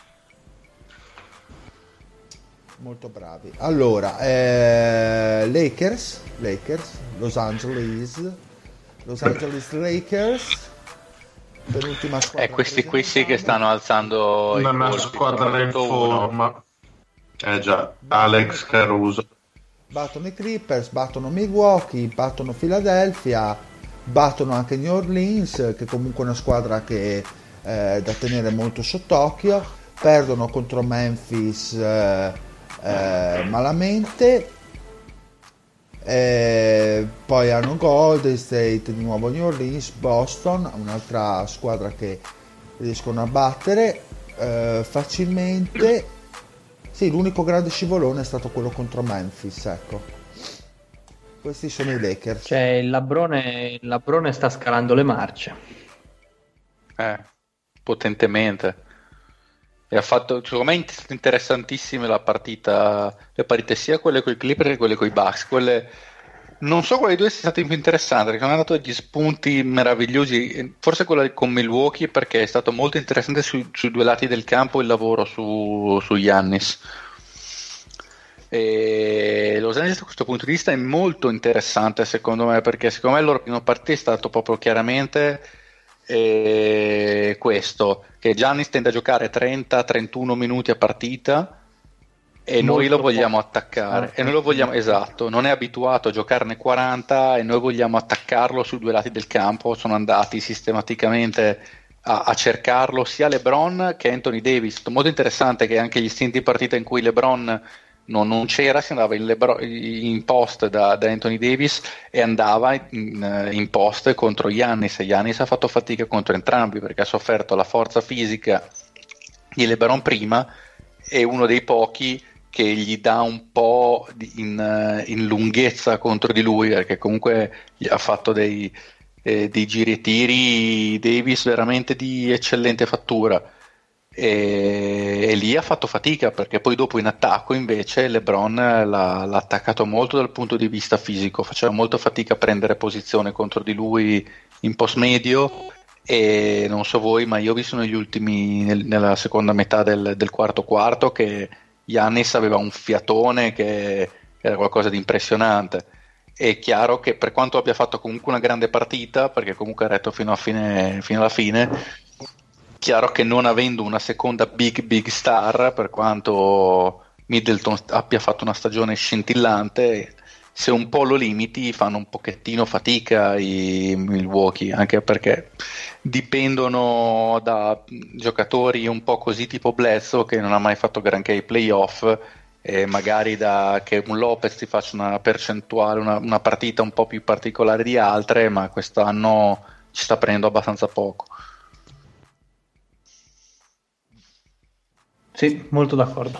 Molto bravi. Allora eh, Lakers Lakers Los Angeles Los Angeles Lakers, penultima squadra. E eh, questi qui sì che stanno alzando una colpi, squadra in forma. Eh già, Alex Caruso. Battono i Clippers, battono Milwaukee, battono Philadelphia, battono anche New Orleans, che comunque è una squadra che è da tenere molto sott'occhio, perdono contro Memphis eh, eh, malamente, e poi hanno Golden State, di nuovo New Orleans, Boston, un'altra squadra che riescono a battere eh, facilmente. Sì, l'unico grande scivolone è stato quello contro Memphis, ecco. Questi sono i Lakers. Cioè il Labrone, il Labrone sta scalando le marce. Eh, potentemente. E ha fatto, secondo me, interessantissime la partita, le partite sia quelle con i Clippers che quelle con i Bucks. Quelle, non so quale due sia stata più interessante, perché hanno dato degli spunti meravigliosi. Forse quella con Milwaukee, perché è stato molto interessante sui, sui due lati del campo il lavoro su, su Giannis. E Los Angeles da questo punto di vista è molto interessante secondo me, perché secondo me il loro primo partito è stato proprio chiaramente eh, questo, che Giannis tende a giocare trenta trentuno minuti a partita e noi lo vogliamo poco. attaccare, Ah, e noi lo vogliamo, esatto, non è abituato a giocarne quaranta e noi vogliamo attaccarlo sui due lati del campo. Sono andati sistematicamente a, a cercarlo sia LeBron che Anthony Davis. Molto interessante che anche gli istinti di partita in cui LeBron non, non c'era, si andava in, Lebron, in post da, da Anthony Davis e andava in, in post contro Giannis, e Giannis ha fatto fatica contro entrambi perché ha sofferto la forza fisica di LeBron prima, è uno dei pochi che gli dà un po' in, in lunghezza contro di lui, perché comunque gli ha fatto dei, eh, dei giri e tiri Davis veramente di eccellente fattura, e, e lì ha fatto fatica, perché poi dopo in attacco invece LeBron l'ha, l'ha attaccato molto dal punto di vista fisico, faceva molto fatica a prendere posizione contro di lui in post medio, e non so voi, ma io ho visto negli ultimi nel, nella seconda metà del, del quarto quarto che Giannis aveva un fiatone che era qualcosa di impressionante. È chiaro che per quanto abbia fatto comunque una grande partita, perché comunque ha retto fino, a fine, fino alla fine, chiaro che non avendo una seconda big big star, per quanto Middleton abbia fatto una stagione scintillante, se un po' lo limiti fanno un pochettino fatica i Milwaukee, anche perché dipendono da giocatori un po' così tipo Bledsoe, che non ha mai fatto granché ai playoff, e magari da che un Lopez ti faccia una percentuale, una, una partita un po' più particolare di altre, ma quest'anno ci sta prendendo abbastanza poco. Sì, molto d'accordo.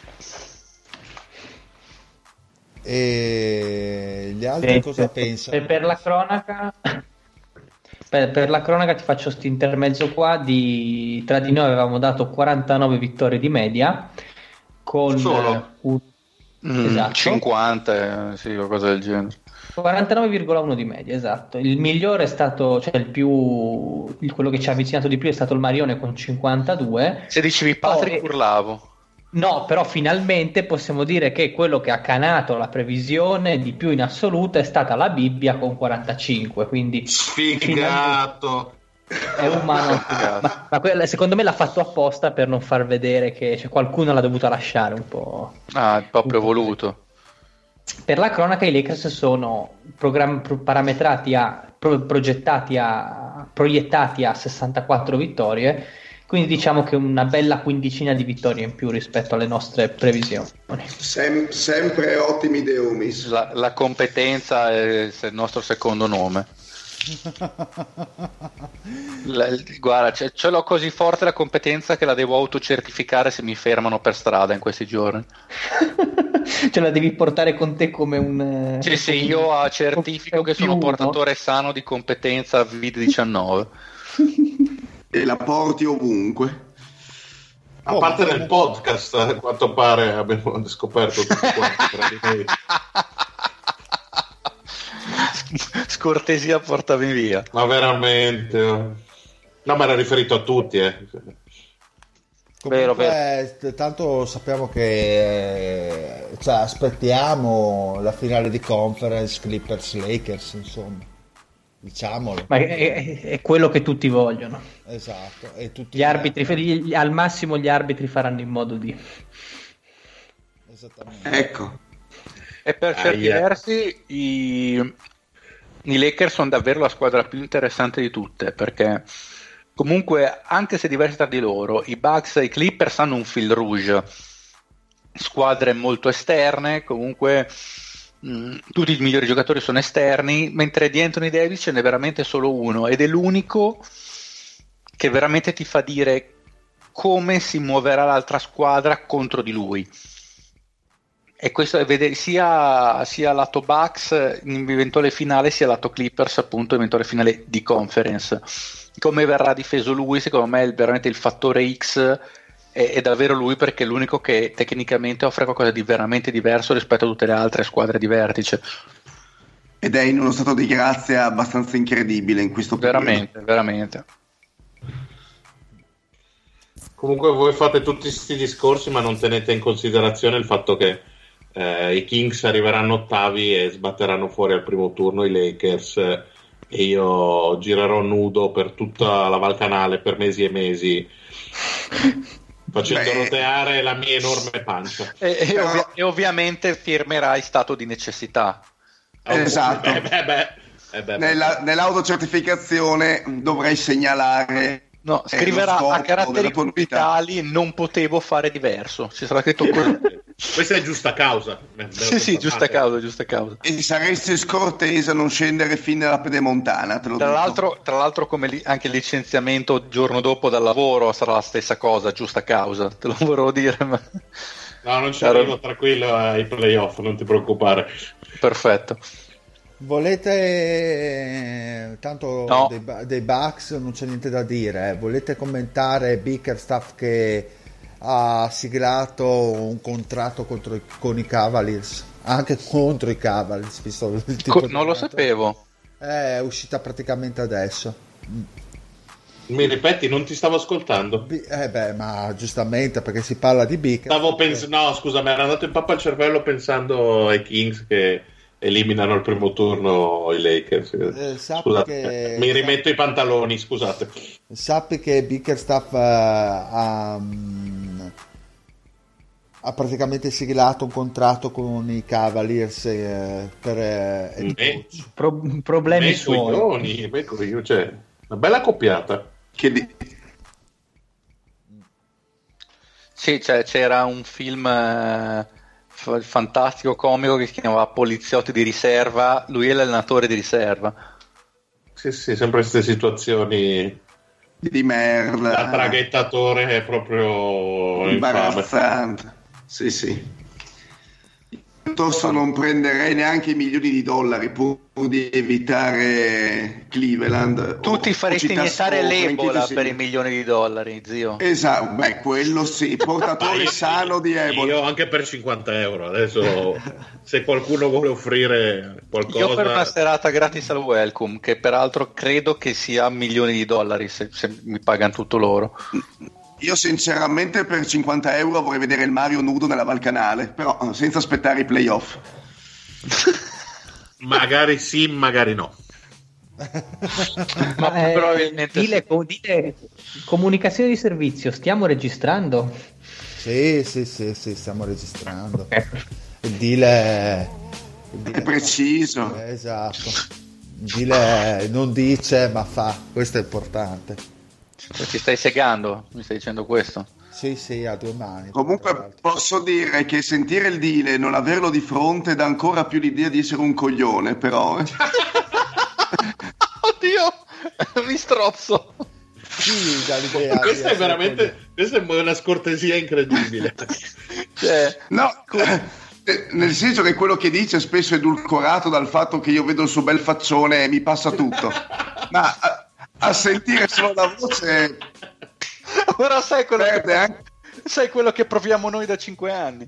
E gli altri Sì, cosa sì. pensano? E per la cronaca per, per la cronaca ti faccio sto intermezzo qua di, tra di noi avevamo dato quarantanove vittorie di media con Solo? eh, un, Mm, esatto, cinquanta, eh, sì, qualcosa del genere. quarantanove virgola uno di media, esatto. Il migliore è stato, cioè il più il, quello che ci ha avvicinato di più è stato il Marione con cinquantadue. Se dicevi Patrick Poi- urlavo. No, però finalmente possiamo dire che quello che ha canato la previsione di più in assoluto è stata la Bibbia con quarantacinque, quindi Sfigato. è umano. ma, ma quella, secondo me l'ha fatto apposta per non far vedere che cioè, qualcuno l'ha dovuta lasciare un po'. Ah, proprio un po' voluto. Per la cronaca i Lakers sono program- pro- parametrati a pro- progettati a proiettati a sessantaquattro vittorie, quindi diciamo che una bella quindicina di vittorie in più rispetto alle nostre previsioni. Sem- sempre ottimi Deumis. La, la competenza è il nostro secondo nome. La- guarda, ce, ce l'ho così forte la competenza che la devo autocertificare se mi fermano per strada in questi giorni. Ce la devi portare con te come un Sì, sì, io ah, certifico che sono più uno. portatore sano di competenza covid diciannove. E la porti ovunque. A parte nel podcast, a quanto pare abbiamo scoperto tutti quanti tra di noi. Scortesia, portami via. Ma veramente, no, ma era riferito a tutti, eh. Vero, Comunque, t- tanto sappiamo che eh, cioè, aspettiamo la finale di conference Clippers Lakers, insomma, diciamolo. Ma è, è- è quello che tutti vogliono. Esatto. E tutti Gli arbitri, gli- al massimo gli arbitri faranno in modo di. Esattamente. Ecco. E per certi Aia. versi i, i Lakers sono davvero la squadra più interessante di tutte, perché comunque anche se diversi tra di loro, i Bucks e i Clippers hanno un fil rouge, squadre molto esterne, comunque mh, tutti i migliori giocatori sono esterni, mentre di Anthony Davis ce n'è veramente solo uno ed è l'unico che veramente ti fa dire come si muoverà l'altra squadra contro di lui. E questo è vedere sia, sia lato Bucks in eventuale finale, sia lato Clippers appunto in eventuale finale di conference. Come verrà difeso lui, secondo me è veramente il fattore X, è, è davvero lui, perché è l'unico che tecnicamente offre qualcosa di veramente diverso rispetto a tutte le altre squadre di vertice. Ed è in uno stato di grazia abbastanza incredibile in questo periodo. Veramente, veramente. Comunque voi fate tutti questi discorsi ma non tenete in considerazione il fatto che eh, i Kings arriveranno ottavi e sbatteranno fuori al primo turno i Lakers, eh, e io girerò nudo per tutta la Val Canale per mesi e mesi facendo Beh. roteare la mia enorme pancia. E, e Però- ovvia- e ovviamente firmerai stato di necessità. Esatto. Eh, beh, beh, eh, beh, Nella, nell'autocertificazione dovrai segnalare. No, eh, scriverà lo scopo a caratteri della tua novità. capitali non potevo fare diverso. Ci sarà scritto quello. Questa è giusta causa. Sì, sì, giusta causa, giusta causa. E saresti scortese a non scendere fin nella pedemontana, te lo Tra dico. l'altro, tra l'altro come li- anche il licenziamento il giorno dopo dal lavoro sarà la stessa cosa, giusta causa, te lo volevo dire. Ma... No, non ci Caro- arrivo tranquillo ai playoff, non ti preoccupare. Perfetto. Volete, tanto No. dei, Bu- dei Bucks non c'è niente da dire, eh. Volete commentare Bickerstaff che ha siglato un contratto contro i- con i Cavaliers, anche contro i Cavaliers, visto il tipo Co- di non lo contratto. sapevo. È uscita praticamente adesso. Mi ripeti, non ti stavo ascoltando. Bi- eh beh, ma giustamente perché si parla di Bickerstaff. Stavo pensando, no, scusa, mi era andato in pappa al cervello pensando ai Kings che eliminano al primo turno i Lakers. Eh, sappi Scusate, che- mi rimetto i pantaloni, scusate. Sappi che Bickerstaff eh, ha, mm, ha praticamente siglato un contratto con i Cavaliers eh, per eh, il Eh. coach. Pro- problemi Me suoi. coglioni, me coglioni, cioè, una bella coppiata. Che di- Sì, cioè, c'era un film eh, f- fantastico, comico, che si chiamava Poliziotti di riserva, lui è l'allenatore di riserva. Sì, sì, sempre queste situazioni. di merda. Da traghettatore è proprio infame. Imbarazzante. Sì, sì. Piuttosto non prenderei neanche i milioni di dollari pur di evitare Cleveland. Tu o- ti o faresti città iniettare sopra, in l'Ebola chi ti per sei- i milioni di dollari, zio. Esatto, beh, quello sì, Ma portatore io- sano di Ebola. Io anche per cinquanta euro. Adesso, se qualcuno vuole offrire qualcosa, Io per una serata gratis al Welcome, che peraltro credo che sia milioni di dollari se, se mi pagano tutto loro. Io sinceramente per cinquanta euro vorrei vedere il Mario nudo nella Val Canale, però senza aspettare i playoff. magari sì, magari no. Ma Ma, eh, probabilmente dile, sì. co- dile, comunicazione di servizio, stiamo registrando? Sì, sì, sì, sì, stiamo registrando. Il deal è... il deal È preciso. Eh, esatto. Il deal è- non dice ma fa, questo è importante. Ti stai segando? Mi stai dicendo questo? Sì, sì, a due mani. tra Comunque l'altro. posso dire che sentire il deal e non averlo di fronte dà ancora più l'idea di essere un coglione, però. eh. Oddio, mi strozzo. Sì, dà l'idea di Questa è essere veramente questa è una scortesia incredibile. Cioè, No, eh, nel senso che quello che dice spesso è edulcorato dal fatto che io vedo il suo bel faccione e mi passa tutto. Ma a, a sentire solo la voce ora sai quello, perde che, anche. sai quello che proviamo noi da cinque anni.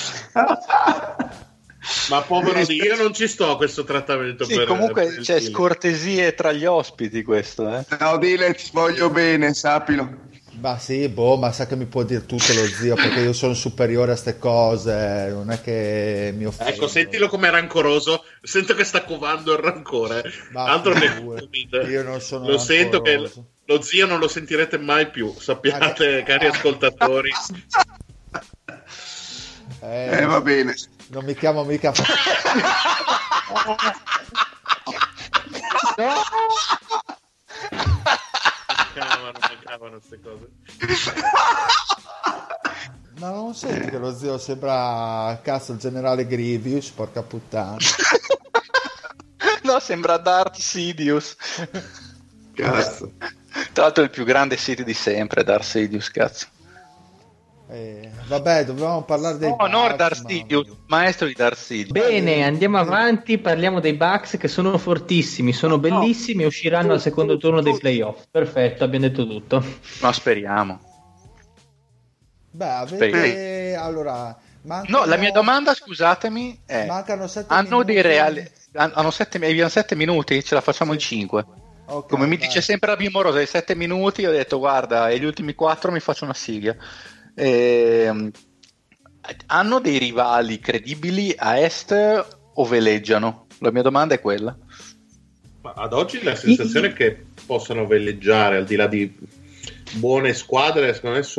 Ma povero di io non ci sto a questo trattamento. Sì, per, comunque per il c'è deal. scortesie tra gli ospiti questo, eh. No, dile, ti voglio bene, sappilo. Ma sì, boh, ma sa che mi può dire tutto lo zio perché io sono superiore a ste cose, non è che mi offendo. Ecco, sentilo com'è rancoroso. Sento che sta covando il rancore. Ma Altro che figure, io non sono lo sento che rancoroso. lo zio non lo sentirete mai più. Sappiate, Ah, cari ascoltatori. Eh, Eh, va bene. non mi chiamo mica Mancavano, mancavano queste cose. ma non senti che lo zio sembra cazzo il generale Grievous, porca puttana. No, sembra Darth Sidious. Cazzo. Tra l'altro è il più grande Sith di sempre, Darth Sidious, cazzo. Eh, vabbè, dovevamo parlare dei No, non Bucks, Darth ma- Sidious, maestro di Darth Sidious. Bene, andiamo avanti, parliamo dei Bucks che sono fortissimi, sono bellissimi e usciranno al secondo turno dei playoff. Perfetto, abbiamo detto tutto. No, speriamo. Beh, avete allora mancano... No, la mia domanda, scusatemi, è: mancano sette hanno minuti. dei reali hanno sette, abbiamo sette minuti? Ce la facciamo in cinque. Ok, Come mi vai. dice sempre la Morosa, ai sette minuti ho detto guarda, e gli ultimi quattro mi faccio una sigla. Ehm, hanno dei rivali credibili a est o veleggiano? La mia domanda è quella. Ma ad oggi la sensazione è che possano veleggiare al di là di buone squadre, secondo me son,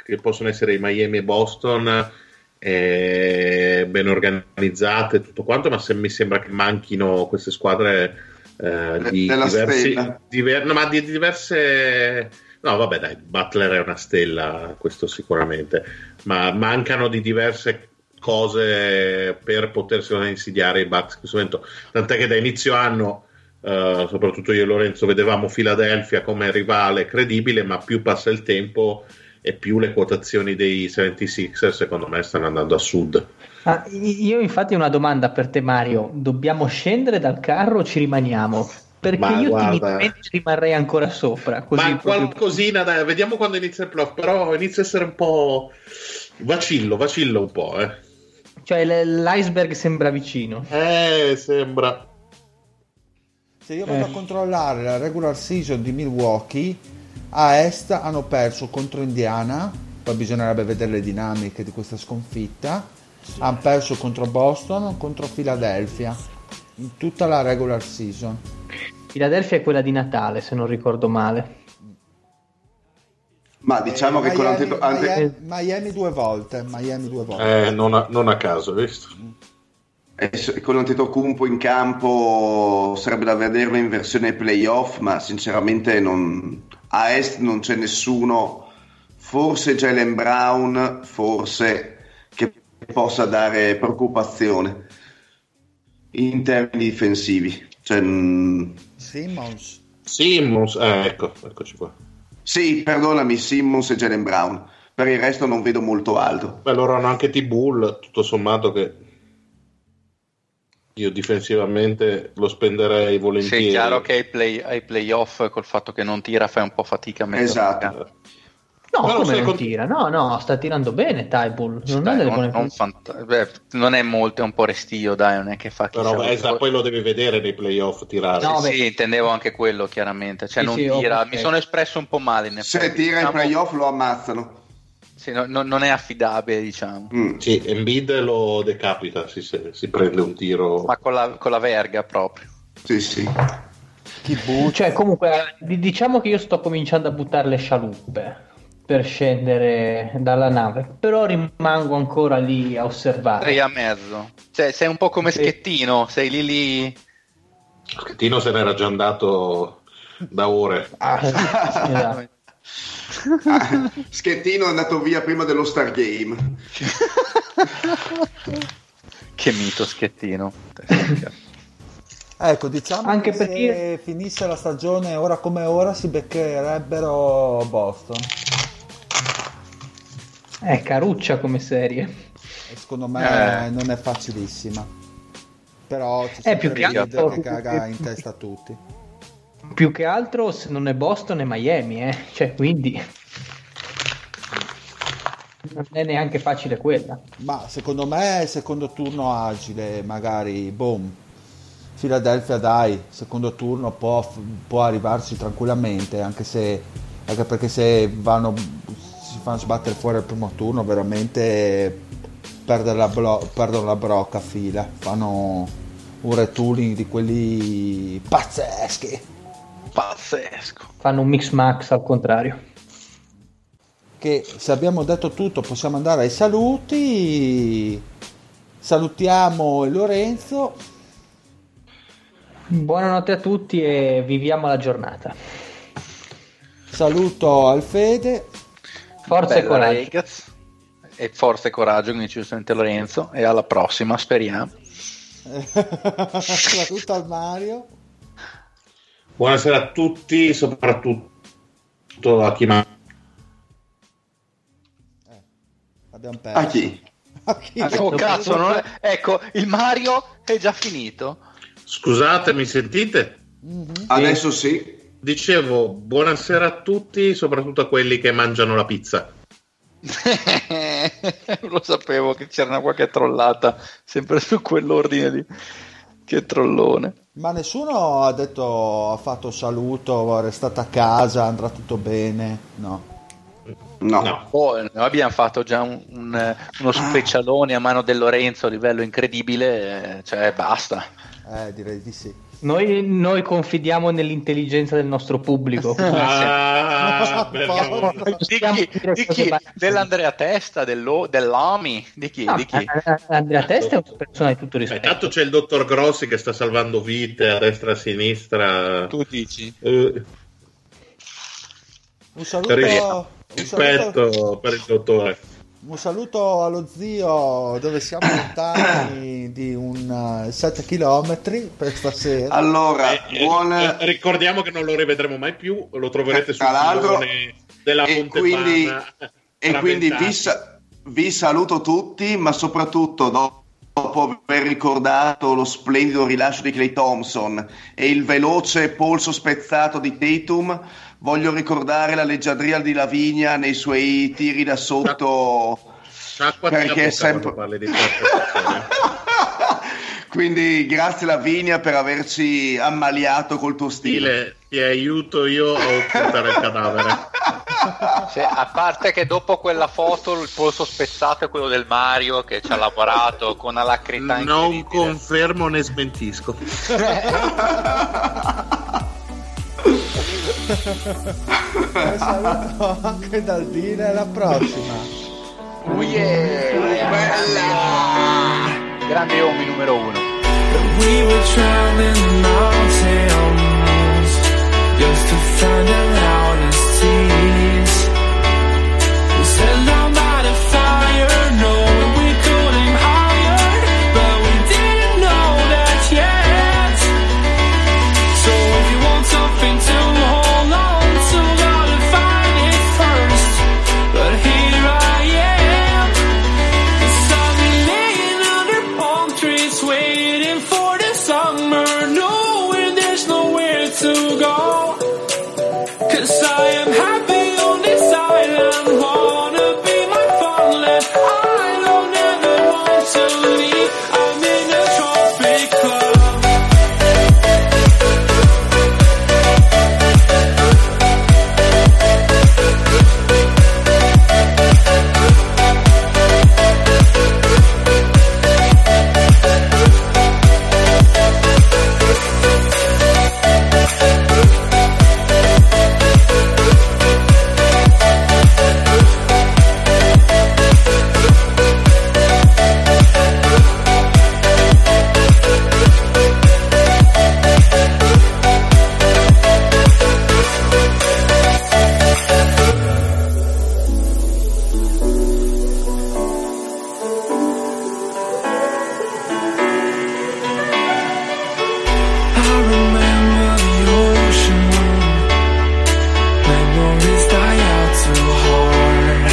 che possono essere i Miami e Boston, eh, ben organizzate tutto quanto, ma se mi sembra che manchino queste squadre eh, di della diversi, stella. diver, no, ma di diverse no vabbè dai, Butler è una stella, questo sicuramente, ma mancano di diverse cose per potersi insidiare i Bucks in questo momento, tant'è che da inizio anno Uh, soprattutto io e Lorenzo vedevamo Philadelphia come rivale credibile, ma più passa il tempo e più le quotazioni dei settantasei secondo me stanno andando a sud. Ah, io infatti ho una domanda per te, Mario: dobbiamo scendere dal carro o ci rimaniamo? Perché ma io guarda, timidamente rimarrei ancora sopra, così ma proprio... qualcosina dai, vediamo quando inizia il playoff, però inizia a essere un po' vacillo vacillo un po', eh. Cioè l'iceberg sembra vicino, eh sembra. Se io vado Eh. a controllare la regular season di Milwaukee, a est hanno perso contro Indiana, poi bisognerebbe vedere le dinamiche di questa sconfitta, hanno perso contro Boston, contro Philadelphia, in tutta la regular season. Philadelphia è quella di Natale, se non ricordo male. Ma diciamo Eh, che con Miami, l'ante- ante- Miami, Miami due volte, Miami due volte. Eh, non, a, non a caso, visto? eh, se- con Antetokounmpo in campo sarebbe da vederlo in versione playoff, ma sinceramente non, a est non c'è nessuno, forse Jaylen Brown, forse, che possa dare preoccupazione in termini difensivi. Cioè, mh, Simmons. Simmons, eh, ecco, eccoci qua. sì, perdonami, Simmons e Jaylen Brown. Per il resto non vedo molto alto. Beh, loro hanno anche T-Bull, tutto sommato, che io difensivamente lo spenderei volentieri. Sì, è chiaro che ai, play, ai playoff col fatto che non tira fai un po' fatica a mettere Esatto. in campo. No, Però come sai non con- tira? No, no, sta tirando bene Tybull, non Dai, ha delle non, buone non, fanta- beh, non è molto, è un po' restio, dai, non è che fa chissà. Però eh, sa, poi lo devi vedere nei playoff tirare. No, sì, beh. sì, intendevo anche quello chiaramente, cioè Sì, non sì, ho tira, mi capito. sono espresso un po' male in Se effetti, tira in diciamo, playoff lo ammazzano. sì, no- no- non è affidabile, diciamo, Mm. Sì, Embiid lo decapita, si, si, si prende un tiro. ma con la, con la verga proprio. Sì, sì. Chi butta? Cioè, comunque, di- diciamo che io sto cominciando a buttare le scialuppe per scendere dalla nave, però rimango ancora lì a osservare. Tre a mezzo, cioè sei un po' come Sì. Schettino, sei lì lì. Schettino se n'era già andato da ore. Ah, esatto. Ah, Schettino è andato via prima dello Stargame. Che mito Schettino. Ecco, diciamo Anche che perché- se finisse la stagione ora come ora si beccherebbero Boston. È caruccia come serie. E secondo me Eh. non è facilissima. Però ci Eh, più sempre che Reed altro- che caga in testa a tutti. Più che altro, se non è Boston è Miami, eh. Cioè, quindi non è neanche facile quella. Ma secondo me secondo turno agile, magari boom. Philadelphia dai, secondo turno può, può arrivarci tranquillamente, anche se anche perché se vanno si fanno sbattere fuori al primo turno veramente perdono la, blo- perdono la brocca a fila, fanno un retooling di quelli pazzeschi. Pazzesco. Fanno un mix max al contrario. Che se abbiamo detto tutto possiamo andare ai saluti. Salutiamo Lorenzo. Buonanotte a tutti e viviamo la giornata. Saluto Alfede. Forza e Bella, coraggio. ragazzi. E forza e coraggio, come dice giustamente Lorenzo, e alla prossima, speriamo. Saluto al Mario. Buonasera a tutti, soprattutto a chi manca. Abbiamo perso. A chi? A chi? Oh cazzo, non è... ecco, il Mario è già finito. Scusate, mi sentite? Adesso sì. Dicevo buonasera a tutti, soprattutto a quelli che mangiano la pizza. Lo sapevo che c'era una qualche trollata sempre su quell'ordine lì. Che trollone. Ma nessuno ha detto, ha fatto saluto, restate a casa, andrà tutto bene. No. No. no. Oh, noi abbiamo fatto già un, un, uno specialone a mano del Lorenzo a livello incredibile, eh, cioè basta. Eh, direi di sì. Noi, noi confidiamo nell'intelligenza del nostro pubblico. Ah, bello. Di chi? Di chi? Dell'Andrea Testa, dello, dell'Omi? Di chi? No, Di chi? Andrea Testa è una persona di tutto rispetto. Intanto c'è il dottor Grossi che sta salvando vite a destra e a sinistra. Tu dici? Eh, Un saluto, per il un rispetto saluto, per il dottore. un saluto allo zio, dove siamo lontani di un sette chilometri per stasera. Allora, Eh, eh, buon... eh, ricordiamo che non lo rivedremo mai più, lo troverete sul Tra l'altro, filone della e Fontepana. quindi, e tra quindi vi, vent'anni. sa- vi saluto tutti, ma soprattutto dopo, dopo aver ricordato lo splendido rilascio di Klay Thompson e il veloce polso spezzato di Tatum, voglio ricordare la leggiadria di Lavinia nei suoi tiri da sotto, Sciacquati la perché bocca è sempre... quando parli di queste Quindi grazie Lavinia per averci ammaliato col tuo stile. stile, ti aiuto io a occultare il cadavere. Sì, a parte che dopo quella foto il polso spezzato è quello del Mario che ci ha lavorato con alacrità Non incredibile. confermo né smentisco. Un saluto anche dal Dine, alla prossima. Oh yeah! Bella! Grande Omi numero uno. We were traveling mountains just to find the loudest seas. We set down by the fire, knowing we could aim higher, but we didn't know that yet. So if you want something to hold on to, gotta find it first. But here I am, 'cause I've been laying under palm trees waiting for the summer, knowing there's nowhere to go. 'Cause I am happy on this island, wanna be my farmland. I don't ever want to leave, I'm in a tropic club. I remember the ocean, memories die out too hard.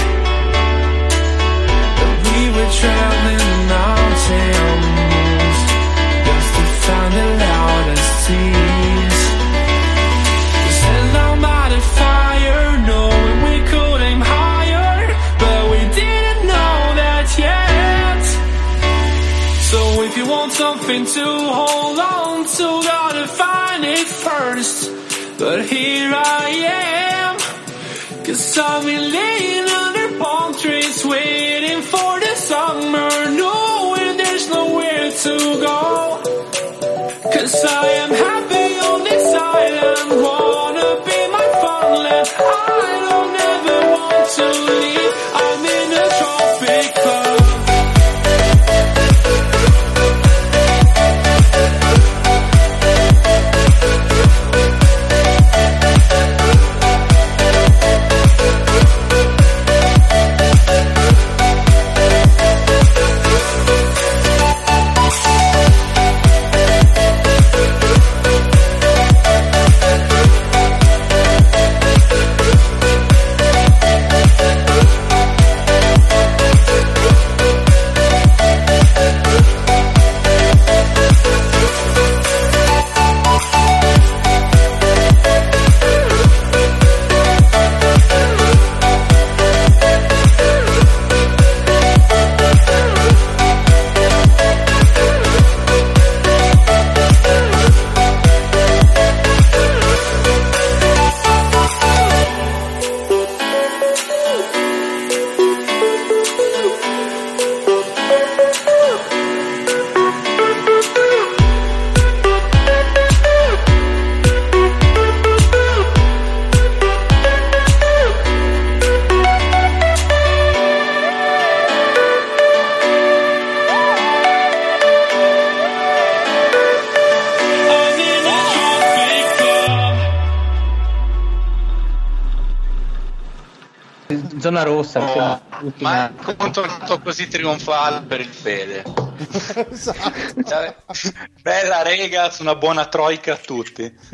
But we were traveling the mountains just to find the loudest seas. We sat down by the fire, knowing we could aim higher, but we didn't know that yet. So if you want something to hold on to, gotta find it first. But here I am, 'cause I've been laying under palm trees waiting for the summer, knowing there's nowhere to go. 'Cause I am happy on this island, wanna be my farmland. I don't ever want to leave, I'm in a tropic club. zona rossa. Oh, ultima... ma conto così trionfale per il Fede. Esatto. Bella rega, una buona troika a tutti.